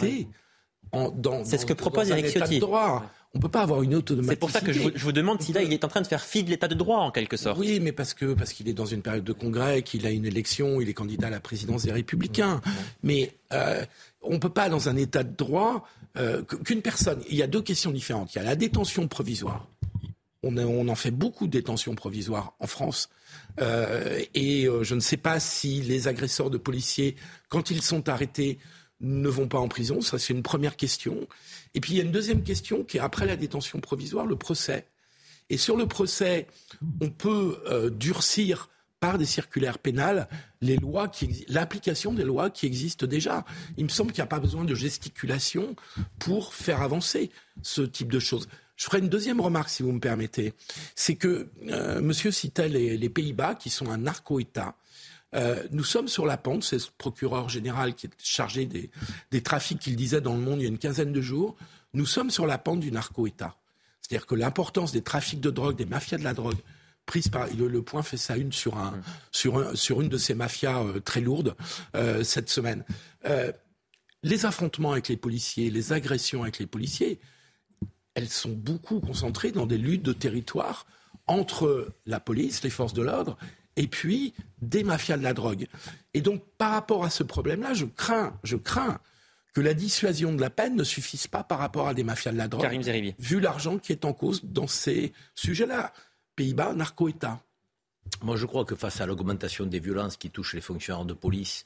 En, dans, c'est dans, ce que propose Éric Ciotti. On ne peut pas avoir une automaticité. C'est pour ça que je vous, je vous demande si là, il est en train de faire fi de l'état de droit, en quelque sorte. Oui, mais parce que parce qu'il est dans une période de congrès, qu'il a une élection, il est candidat à la présidence des Républicains. Mais euh, on ne peut pas, dans un état de droit, euh, qu'une personne... Il y a deux questions différentes. Il y a la détention provisoire. On, a, on en fait beaucoup de détentions provisoires en France. Euh, et euh, je ne sais pas si les agresseurs de policiers, quand ils sont arrêtés, ne vont pas en prison. Ça, c'est une première question. Et puis, il y a une deuxième question qui est, après la détention provisoire, le procès. Et sur le procès, on peut euh, durcir par des circulaires pénales les lois qui, l'application des lois qui existent déjà. Il me semble qu'il n'y a pas besoin de gesticulation pour faire avancer ce type de choses. Je ferai une deuxième remarque, si vous me permettez. C'est que euh, monsieur citait les, les Pays-Bas, qui sont un narco-État. Euh, nous sommes sur la pente, c'est ce procureur général qui est chargé des, des trafics qu'il disait dans Le Monde il y a une quinzaine de jours. Nous sommes sur la pente du narco-État. C'est-à-dire que l'importance des trafics de drogue, des mafias de la drogue, prise par le, le Point fait sa une sur, un, mmh. sur, un, sur une de ces mafias euh, très lourdes euh, cette semaine. Euh, les affrontements avec les policiers, les agressions avec les policiers, elles sont beaucoup concentrées dans des luttes de territoire entre la police, les forces de l'ordre, et puis des mafias de la drogue. Et donc, par rapport à ce problème-là, je crains, je crains que la dissuasion de la peine ne suffise pas par rapport à des mafias de la drogue, Karim Zeribi. Vu l'argent qui est en cause dans ces sujets-là. Pays-Bas, narco-État. Moi, je crois que face à l'augmentation des violences qui touchent les fonctionnaires de police,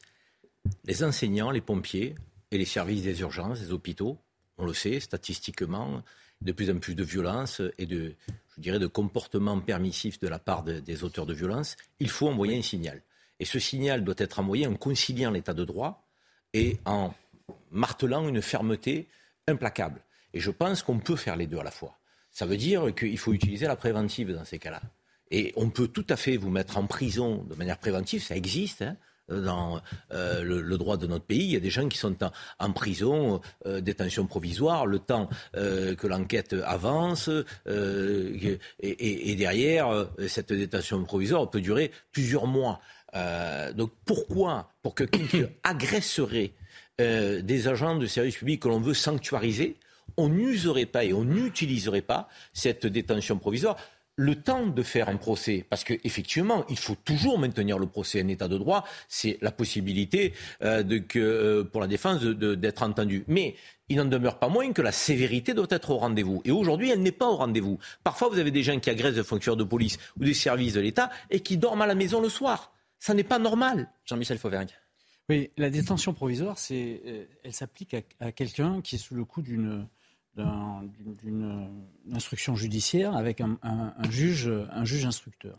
les enseignants, les pompiers et les services des urgences, des hôpitaux, on le sait, statistiquement, de plus en plus de violences et de, je dirais, de comportements permissifs de la part de, des auteurs de violences, il faut envoyer un signal. Et ce signal doit être envoyé en conciliant l'état de droit et en martelant une fermeté implacable. Et je pense qu'on peut faire les deux à la fois. Ça veut dire qu'il faut utiliser la préventive dans ces cas-là. Et on peut tout à fait vous mettre en prison de manière préventive, ça existe, hein, dans euh, le, le droit de notre pays. Il y a des gens qui sont en, en prison, euh, détention provisoire, le temps euh, que l'enquête avance, euh, et, et, et derrière, euh, cette détention provisoire peut durer plusieurs mois. Euh, donc pourquoi, pour que quelqu'un agresserait euh, des agents de service public que l'on veut sanctuariser, on n'userait pas et on n'utiliserait pas cette détention provisoire le temps de faire un procès, parce qu'effectivement, il faut toujours maintenir le procès en état de droit, c'est la possibilité euh, de, que, euh, pour la défense de, de, d'être entendue. Mais il n'en demeure pas moins que la sévérité doit être au rendez-vous. Et aujourd'hui, elle n'est pas au rendez-vous. Parfois, vous avez des gens qui agressent des fonctionnaires de police ou des services de l'État et qui dorment à la maison le soir. Ça n'est pas normal. Jean-Michel Fauvergue. Oui, la détention provisoire, c'est, euh, elle s'applique à, à quelqu'un qui est sous le coup d'une... D'un, d'une, d'une instruction judiciaire avec un, un, un, juge, un juge instructeur.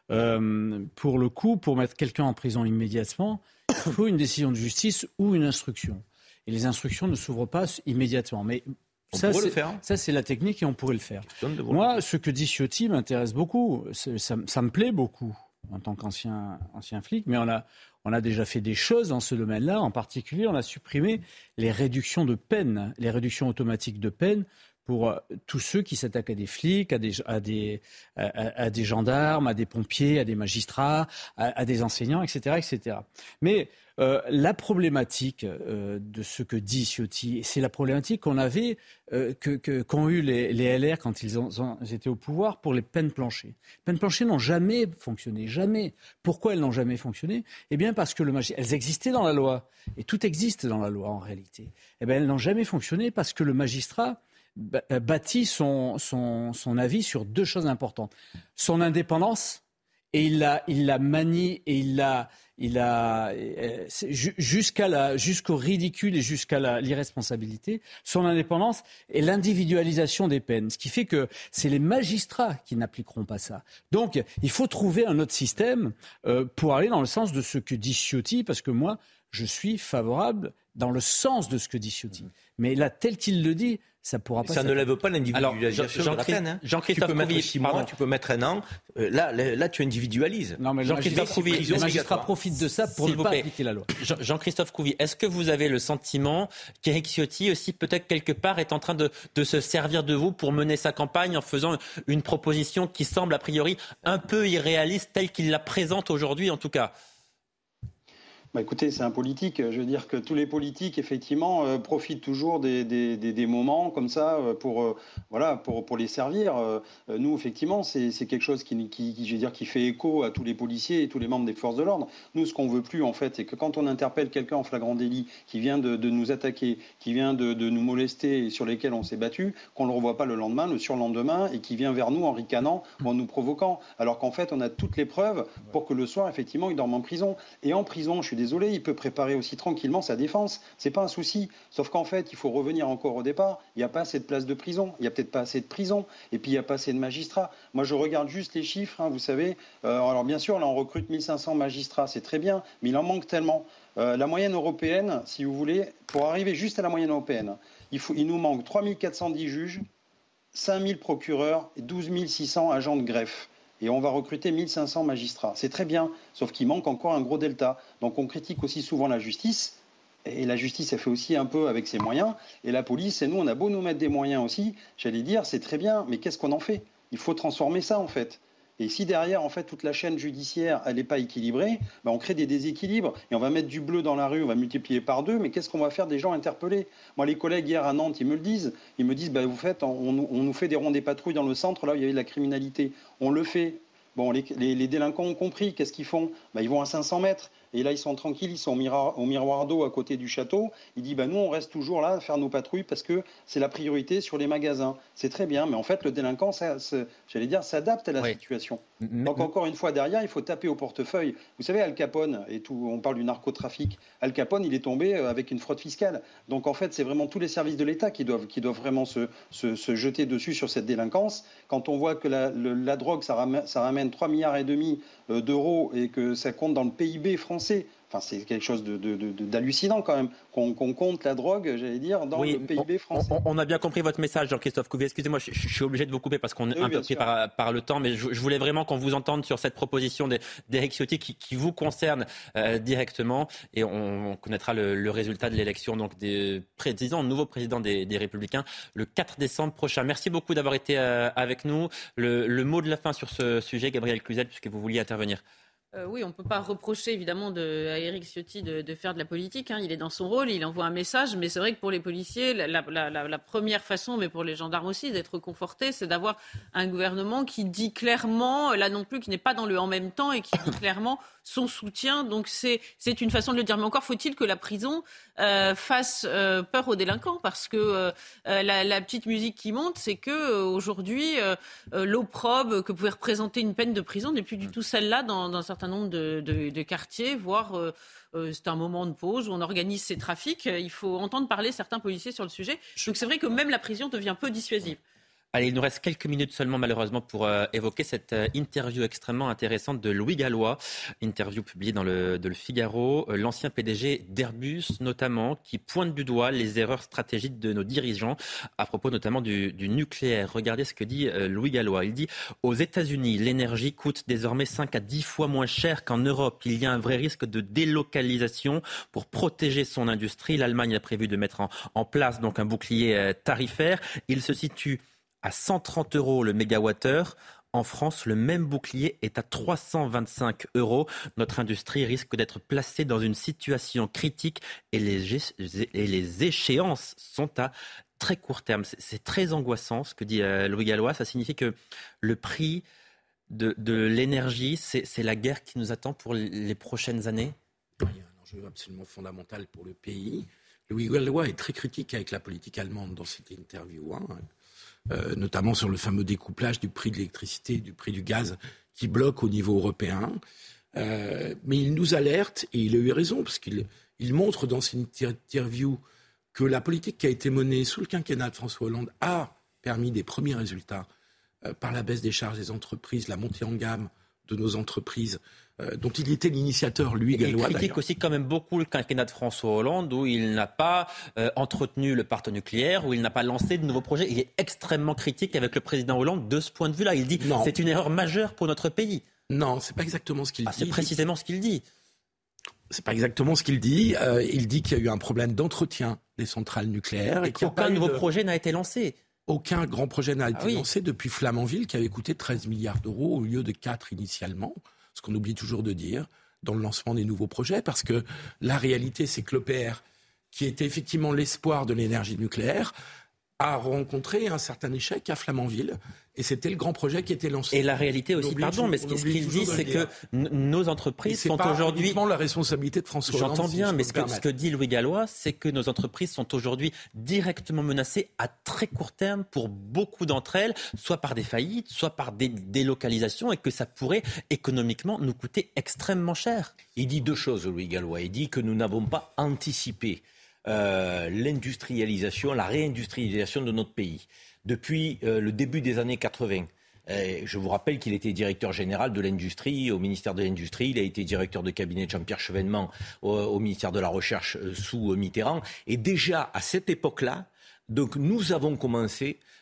Euh, pour le coup, pour mettre quelqu'un en prison immédiatement, il faut une décision de justice ou une instruction. Et les instructions ne s'ouvrent pas immédiatement. Mais on ça, pourrait c'est, le faire. Ça, c'est la technique et on pourrait le faire. Moi, ce que dit Ciotti m'intéresse beaucoup. C'est, ça, ça me plaît beaucoup en tant qu'ancien ancien flic, mais on a, on a déjà fait des choses dans ce domaine-là. En particulier, on a supprimé les réductions de peine, les réductions automatiques de peine pour tous ceux qui s'attaquent à des flics, à des, à des, à, à des gendarmes, à des pompiers, à des magistrats, à, à des enseignants, et cetera, et cetera. Mais euh, la problématique euh, de ce que dit Ciotti, c'est la problématique qu'on avait, euh, que, que, qu'ont eu les, les L R quand ils, ont, ils étaient au pouvoir pour les peines planchées. Les peines planchées n'ont jamais fonctionné, jamais. Pourquoi elles n'ont jamais fonctionné ? Eh bien parce que le magistrat, elles existaient dans la loi, et tout existe dans la loi en réalité. Eh bien elles n'ont jamais fonctionné parce que le magistrat bâtit son, son, son avis sur deux choses importantes. Son indépendance, et il la, il la manie, et il la, il la, jusqu'à la, jusqu'au ridicule et jusqu'à la, l'irresponsabilité, son indépendance et l'individualisation des peines. Ce qui fait que c'est les magistrats qui n'appliqueront pas ça. Donc, il faut trouver un autre système euh, pour aller dans le sens de ce que dit Ciotti, parce que moi, je suis favorable dans le sens de ce que dit Ciotti. Mais là, tel qu'il le dit, ça pourra pas. Ça ne lève pas l'individualisation Jean, de la peine. Hein. Jean-Christophe tu peux mettre Couvi, six mois, pardon. tu peux mettre un an. Euh, là, là, tu individualises. Non, mais Jean-Christophe Couvi, les magistrats profitent de ça pour ne pas appliquer la loi. Jean- Jean-Christophe Couvi, est-ce que vous avez le sentiment qu'Éric Ciotti aussi, peut-être quelque part, est en train de, de se servir de vous pour mener sa campagne en faisant une proposition qui semble a priori un peu irréaliste, telle qu'il la présente aujourd'hui, en tout cas? Bah écoutez, c'est un politique. Je veux dire que tous les politiques, effectivement, euh, profitent toujours des, des, des, des moments comme ça euh, pour, euh, voilà, pour, pour les servir. Euh, nous, effectivement, c'est, c'est quelque chose qui, qui, qui, je veux dire, qui fait écho à tous les policiers et tous les membres des forces de l'ordre. Nous, ce qu'on veut plus, en fait, c'est que quand on interpelle quelqu'un en flagrant délit qui vient de, de nous attaquer, qui vient de, de nous molester et sur lesquels on s'est battu, qu'on ne le revoit pas le lendemain, le surlendemain, et qui vient vers nous en ricanant ou en nous provoquant. Alors qu'en fait, on a toutes les preuves pour que le soir, effectivement, il dorme en prison. Et en prison, je suis désolé, il peut préparer aussi tranquillement sa défense. C'est pas un souci. Sauf qu'en fait, il faut revenir encore au départ. Il n'y a pas assez de places de prison. Il n'y a peut-être pas assez de prison. Et puis, il n'y a pas assez de magistrats. Moi, je regarde juste les chiffres, hein, vous savez. Euh, alors, bien sûr, là, on recrute mille cinq cents magistrats. C'est très bien. Mais il en manque tellement. Euh, la moyenne européenne, si vous voulez, pour arriver juste à la moyenne européenne, il, faut, il nous manque trois mille quatre cent dix juges, cinq mille procureurs et douze mille six cents agents de greffe. et on va recruter mille cinq cents magistrats. C'est très bien, sauf qu'il manque encore un gros delta. Donc on critique aussi souvent la justice, et la justice, elle fait aussi un peu avec ses moyens, et la police, et nous, on a beau nous mettre des moyens aussi, j'allais dire, c'est très bien, mais qu'est-ce qu'on en fait ? Il faut transformer ça, en fait. Et si derrière, en fait, toute la chaîne judiciaire, elle n'est pas équilibrée, ben on crée des déséquilibres. Et on va mettre du bleu dans la rue, on va multiplier par deux. Mais qu'est-ce qu'on va faire des gens interpellés ? Moi, les collègues hier à Nantes, ils me le disent. Ils me disent, ben, vous faites, on, on nous fait des rondes des patrouilles dans le centre, là où il y avait de la criminalité. On le fait. Bon, les, les, les délinquants ont compris. Qu'est-ce qu'ils font ? Ben, ils vont à cinq cents mètres. Et là, ils sont tranquilles, ils sont au miroir, au miroir d'eau à côté du château. Il dit, ben, nous, on reste toujours là à faire nos patrouilles parce que c'est la priorité sur les magasins. C'est très bien, mais en fait, le délinquant, ça, j'allais dire, s'adapte à la oui. situation. Donc, encore une fois, derrière, il faut taper au portefeuille. Vous savez, Al Capone, et tout, on parle du narcotrafic, Al Capone, il est tombé avec une fraude fiscale. Donc, en fait, c'est vraiment tous les services de l'État qui doivent, qui doivent vraiment se, se, se jeter dessus sur cette délinquance. Quand on voit que la, le, la drogue, ça ramène, ça ramène trois milliards et demi d'euros et que ça compte dans le P I B français, enfin, c'est quelque chose de, de, de, d'hallucinant quand même, qu'on, qu'on compte la drogue, j'allais dire, dans oui, le P I B français. On, on a bien compris votre message, Jean-Christophe Couvier. Excusez-moi, je, je suis obligé de vous couper parce qu'on est oui, un peu pris par, par le temps, mais je, je voulais vraiment qu'on vous entende sur cette proposition d'Éric Ciotti qui, qui vous concerne euh, directement, et on, on connaîtra le, le résultat de l'élection donc des présidents, nouveau président des, des Républicains, le quatre décembre prochain. Merci beaucoup d'avoir été euh, avec nous. Le, le mot de la fin sur ce sujet, Gabriel Cluzel, puisque vous vouliez intervenir. Euh, oui, on ne peut pas reprocher évidemment de, à Éric Ciotti de, de faire de la politique. Hein. Il est dans son rôle, il envoie un message. Mais c'est vrai que pour les policiers, la, la, la, la première façon, mais pour les gendarmes aussi, d'être confortés, c'est d'avoir un gouvernement qui dit clairement, là non plus, qui n'est pas dans le en même temps et qui dit clairement son soutien. Donc c'est, c'est une façon de le dire. Mais encore faut-il que la prison euh, fasse euh, peur aux délinquants. Parce que euh, la, la petite musique qui monte, c'est qu'aujourd'hui, euh, euh, l'opprobre que pouvait représenter une peine de prison n'est plus du tout celle-là dans, dans un certain nombre de, de, de quartiers, voire euh, euh, c'est un moment de pause où on organise ces trafics. Il faut entendre parler certains policiers sur le sujet. Donc c'est vrai que même la prison devient peu dissuasive. Allez, il nous reste quelques minutes seulement malheureusement pour euh, évoquer cette euh, interview extrêmement intéressante de Louis Gallois, interview publiée dans le, de le Figaro, euh, l'ancien P D G d'Airbus notamment, qui pointe du doigt les erreurs stratégiques de nos dirigeants à propos notamment du, du nucléaire. Regardez ce que dit euh, Louis Gallois. Il dit « Aux États-Unis, l'énergie coûte désormais cinq à dix fois moins cher qu'en Europe. Il y a un vrai risque de délocalisation pour protéger son industrie. L'Allemagne a prévu de mettre en, en place donc un bouclier euh, tarifaire. Il se situe à cent trente euros le mégawattheure. En France, le même bouclier est à trois cent vingt-cinq euros. Notre industrie risque d'être placée dans une situation critique et les, et les échéances sont à très court terme. C'est, c'est très angoissant ce que dit euh, Louis Gallois. Ça signifie que le prix de, de l'énergie, c'est, c'est la guerre qui nous attend pour les prochaines années. Il y a un enjeu absolument fondamental pour le pays. Louis Gallois est très critique avec la politique allemande dans cette interview, hein. Euh, notamment sur le fameux découplage du prix de l'électricité et du prix du gaz qui bloque au niveau européen. Euh, mais il nous alerte, et il a eu raison, parce qu'il il montre dans cette interview que la politique qui a été menée sous le quinquennat de François Hollande a permis des premiers résultats euh, par la baisse des charges des entreprises, la montée en gamme de nos entreprises, euh, dont il était l'initiateur, lui, Gallois. Il critique d'ailleurs. aussi quand même beaucoup le quinquennat de François Hollande, où il n'a pas euh, entretenu le parc nucléaire, où il n'a pas lancé de nouveaux projets. Il est extrêmement critique avec le président Hollande de ce point de vue-là. Il dit que c'est une erreur majeure pour notre pays. Non, c'est pas exactement ce qu'il ah, dit. C'est précisément ce qu'il dit. C'est pas exactement ce qu'il dit. Euh, il dit qu'il y a eu un problème d'entretien des centrales nucléaires. Et, et qu'aucun nouveau de... projet n'a été lancé. Aucun grand projet n'a été ah oui. lancé depuis Flamanville, qui avait coûté treize milliards d'euros au lieu de quatre initialement, ce qu'on oublie toujours de dire dans le lancement des nouveaux projets, parce que la réalité, c'est que l'E P R, qui était effectivement l'espoir de l'énergie nucléaire, a rencontré un certain échec à Flamanville, et c'était le grand projet qui était lancé. Et la réalité aussi, pardon, mais ce qu'il dit, c'est que n- nos entreprises sont aujourd'hui... C'est pas la responsabilité de François Hollande. J'entends bien, si mais ce que, ce que dit Louis Gallois, c'est que nos entreprises sont aujourd'hui directement menacées à très court terme pour beaucoup d'entre elles, soit par des faillites, soit par des délocalisations, et que ça pourrait économiquement nous coûter extrêmement cher. Il dit deux choses, Louis Gallois. Il dit que nous n'avons pas anticipé Euh, l'industrialisation, la réindustrialisation de notre pays. Depuis euh, le début des années quatre-vingts, euh, je vous rappelle qu'il était directeur général de l'industrie au ministère de l'Industrie, il a été directeur de cabinet de Jean-Pierre Chevènement au, au ministère de la Recherche euh, sous euh, Mitterrand. Et déjà, à cette époque-là, donc, nous avons commencé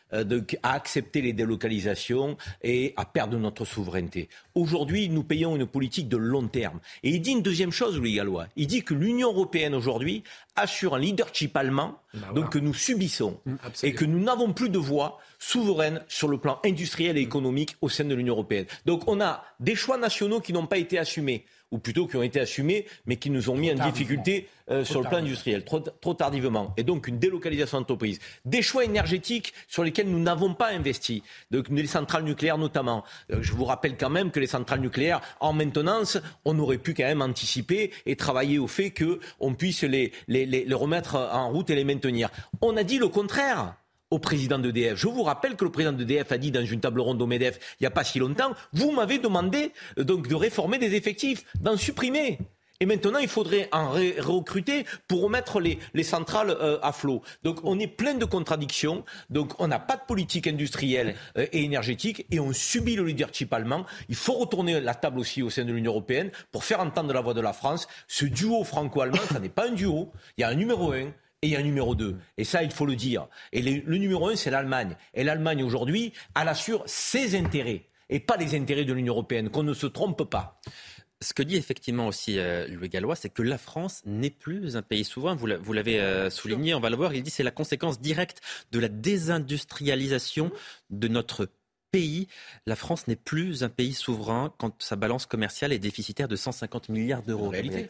euh, de, à accepter les délocalisations et à perdre notre souveraineté. Aujourd'hui, nous payons une politique de long terme. Et il dit une deuxième chose, Louis Gallois. Il dit que l'Union européenne aujourd'hui assure un leadership allemand, ben voilà. donc que nous subissons mmh, et que nous n'avons plus de voix souveraine sur le plan industriel et économique au sein de l'Union européenne. Donc on a des choix nationaux qui n'ont pas été assumés, ou plutôt qui ont été assumés, mais qui nous ont mis trop en difficulté euh, sur le plan industriel, trop, trop tardivement. Et donc une délocalisation d'entreprises. Des choix énergétiques sur lesquels nous n'avons pas investi, donc les centrales nucléaires notamment. Euh, je vous rappelle quand même que les centrales nucléaires, en maintenance, on aurait pu quand même anticiper et travailler au fait qu'on puisse les, les, les, les remettre en route et les maintenir. On a dit le contraire au président d'E D F. Je vous rappelle que le président d'E D F a dit dans une table ronde au MEDEF il n'y a pas si longtemps, vous m'avez demandé donc de réformer des effectifs, d'en supprimer. Et maintenant, il faudrait en ré- recruter pour remettre les, les centrales euh, à flot. Donc, on est plein de contradictions. Donc, on n'a pas de politique industrielle euh, et énergétique et on subit le leadership allemand. Il faut retourner la table aussi au sein de l'Union européenne pour faire entendre la voix de la France. Ce duo franco-allemand, ça n'est pas un duo. Il y a un numéro un. Et il y a un numéro deux. Et ça, il faut le dire. Et le, le numéro un, c'est l'Allemagne. Et l'Allemagne, aujourd'hui, elle assure ses intérêts et pas les intérêts de l'Union européenne. Qu'on ne se trompe pas. Ce que dit effectivement aussi euh, Louis Gallois, c'est que la France n'est plus un pays souverain. Vous, la, vous l'avez euh, souligné, on va le voir. Il dit que c'est la conséquence directe de la désindustrialisation de notre pays. La France n'est plus un pays souverain quand sa balance commerciale est déficitaire de cent cinquante milliards d'euros.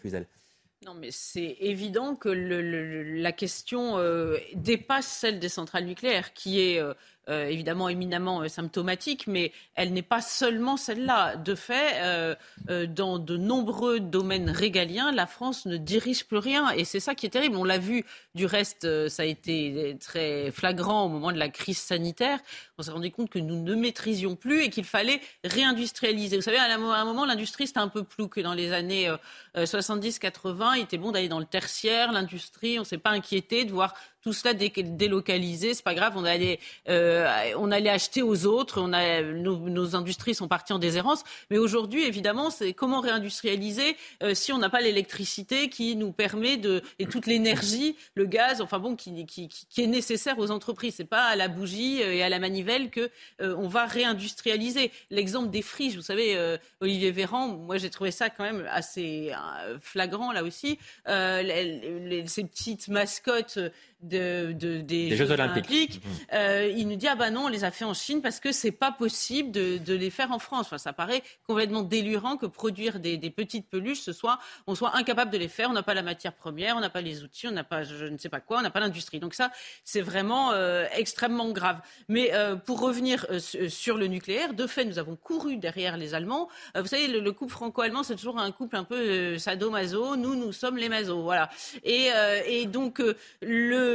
Non, mais c'est évident que le, le, la question euh, dépasse celle des centrales nucléaires, qui est euh, euh, évidemment éminemment euh, symptomatique, mais elle n'est pas seulement celle-là. De fait, euh, euh, dans de nombreux domaines régaliens, la France ne dirige plus rien, et c'est ça qui est terrible. On l'a vu, du reste, euh, ça a été très flagrant au moment de la crise sanitaire. On s'est rendu compte que nous ne maîtrisions plus et qu'il fallait réindustrialiser. Vous savez, à un moment, l'industrie, c'était un peu plus que dans les années euh, soixante-dix quatre-vingts. Il était bon d'aller dans le tertiaire, l'industrie, on ne s'est pas inquiété de voir tout cela dé- délocalisé, c'est pas grave, on allait, euh, on allait acheter aux autres, on a, nos, nos industries sont parties en déshérence. Mais aujourd'hui, évidemment, c'est comment réindustrialiser euh, si on n'a pas l'électricité qui nous permet de, et toute l'énergie, le gaz, enfin bon, qui, qui, qui est nécessaire aux entreprises. C'est pas à la bougie et à la manivelle que euh, on va réindustrialiser. L'exemple des friches, vous savez, euh, Olivier Véran, moi j'ai trouvé ça quand même assez euh, flagrant là aussi. Euh, les, les, ces petites mascottes de, de, des, des Jeux, Jeux Olympiques. Olympiques. Mmh. Euh, il nous dit ah bah non, on les a fait en Chine parce que c'est pas possible de, de les faire en France. Enfin, ça paraît complètement délirant que produire des, des petites peluches, ce soit, on soit incapable de les faire. On n'a pas la matière première, on n'a pas les outils, on n'a pas je ne sais pas quoi, on n'a pas l'industrie. Donc ça, c'est vraiment euh, extrêmement grave. Mais euh, pour revenir euh, sur le nucléaire, de fait, nous avons couru derrière les Allemands. Euh, vous savez, le, le couple franco-allemand, c'est toujours un couple un peu euh, sadomaso. Nous, nous sommes les masos, voilà. Et, euh, et donc euh, le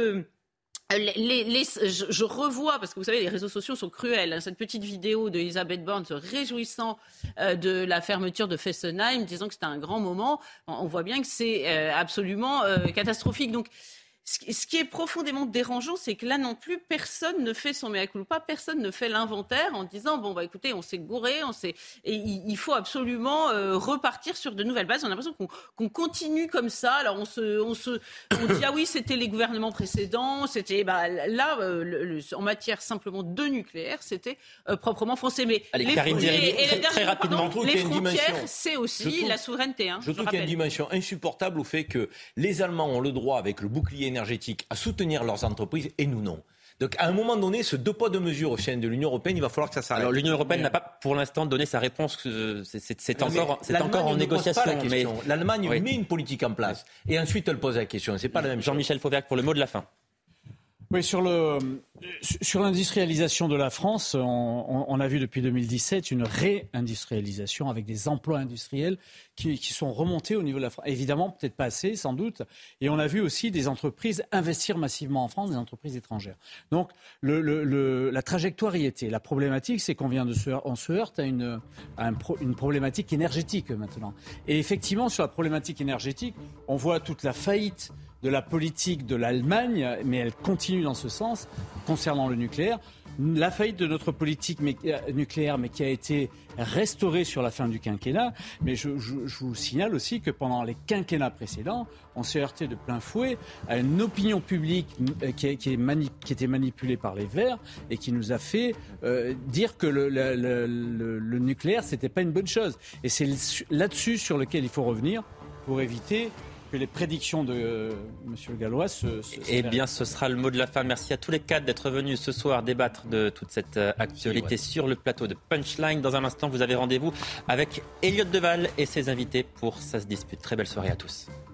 Les, les, je, je revois, parce que vous savez, les réseaux sociaux sont cruels, hein, cette petite vidéo de Elisabeth Borne se réjouissant euh, de la fermeture de Fessenheim, disant que c'était un grand moment. On voit bien que c'est euh, absolument euh, catastrophique. Donc, ce qui est profondément dérangeant, c'est que là non plus, personne ne fait son mea culpa, personne ne fait l'inventaire en disant bon bah écoutez, on s'est gouré, on s'est et il faut absolument euh, repartir sur de nouvelles bases. On a l'impression qu'on, qu'on continue comme ça. Alors on se, on se, on dit ah oui c'était les gouvernements précédents, c'était bah là euh, le, le, en matière simplement de nucléaire, c'était euh, proprement français. Mais Allez, les, Karine Zerrier, et, et très, très rapidement, pardon, les frontières, c'est aussi trouve, la souveraineté. Hein, je, je trouve qu'il y a une dimension insupportable au fait que les Allemands ont le droit avec le bouclier énergétique à soutenir leurs entreprises et nous non. Donc à un moment donné, ce deux poids deux mesures au sein de l'Union européenne, il va falloir que ça s'arrête. Alors l'Union européenne n'a pas pour l'instant donné sa réponse. C'est, c'est, c'est encore, c'est encore en négociation. Pas la mais l'Allemagne oui. met une politique en place et ensuite elle pose la question. C'est pas la même chose. Jean-Michel Fauvergue pour le mot de la fin. Oui, sur, le, sur l'industrialisation de la France, on, on, on a vu depuis deux mille dix-sept une réindustrialisation avec des emplois industriels qui, qui sont remontés au niveau de la France. Évidemment, peut-être pas assez, sans doute. Et on a vu aussi des entreprises investir massivement en France, des entreprises étrangères. Donc, le, le, le, la trajectoire y était. La problématique, c'est qu'on vient de se, on se heurte à une, à un pro, une problématique énergétique maintenant. Et effectivement, sur la problématique énergétique, on voit toute la faillite de la politique de l'Allemagne, mais elle continue dans ce sens, concernant le nucléaire. la faillite de notre politique nucléaire, mais qui a été restaurée sur la fin du quinquennat. Mais je, je, je vous signale aussi que pendant les quinquennats précédents, on s'est heurté de plein fouet à une opinion publique qui, est, qui, est mani- qui était manipulée par les Verts et qui nous a fait euh, dire que le, le, le, le, le nucléaire, c'était pas une bonne chose. Et c'est là-dessus sur lequel il faut revenir pour éviter que les prédictions de euh, M. Gallois se... se eh bien, ce sera le mot de la fin. Merci à tous les quatre d'être venus ce soir débattre de toute cette euh, actualité sur le plateau de Punchline. Dans un instant, vous avez rendez-vous avec Elliott Deval et ses invités pour Ça se dispute. Très belle soirée à tous.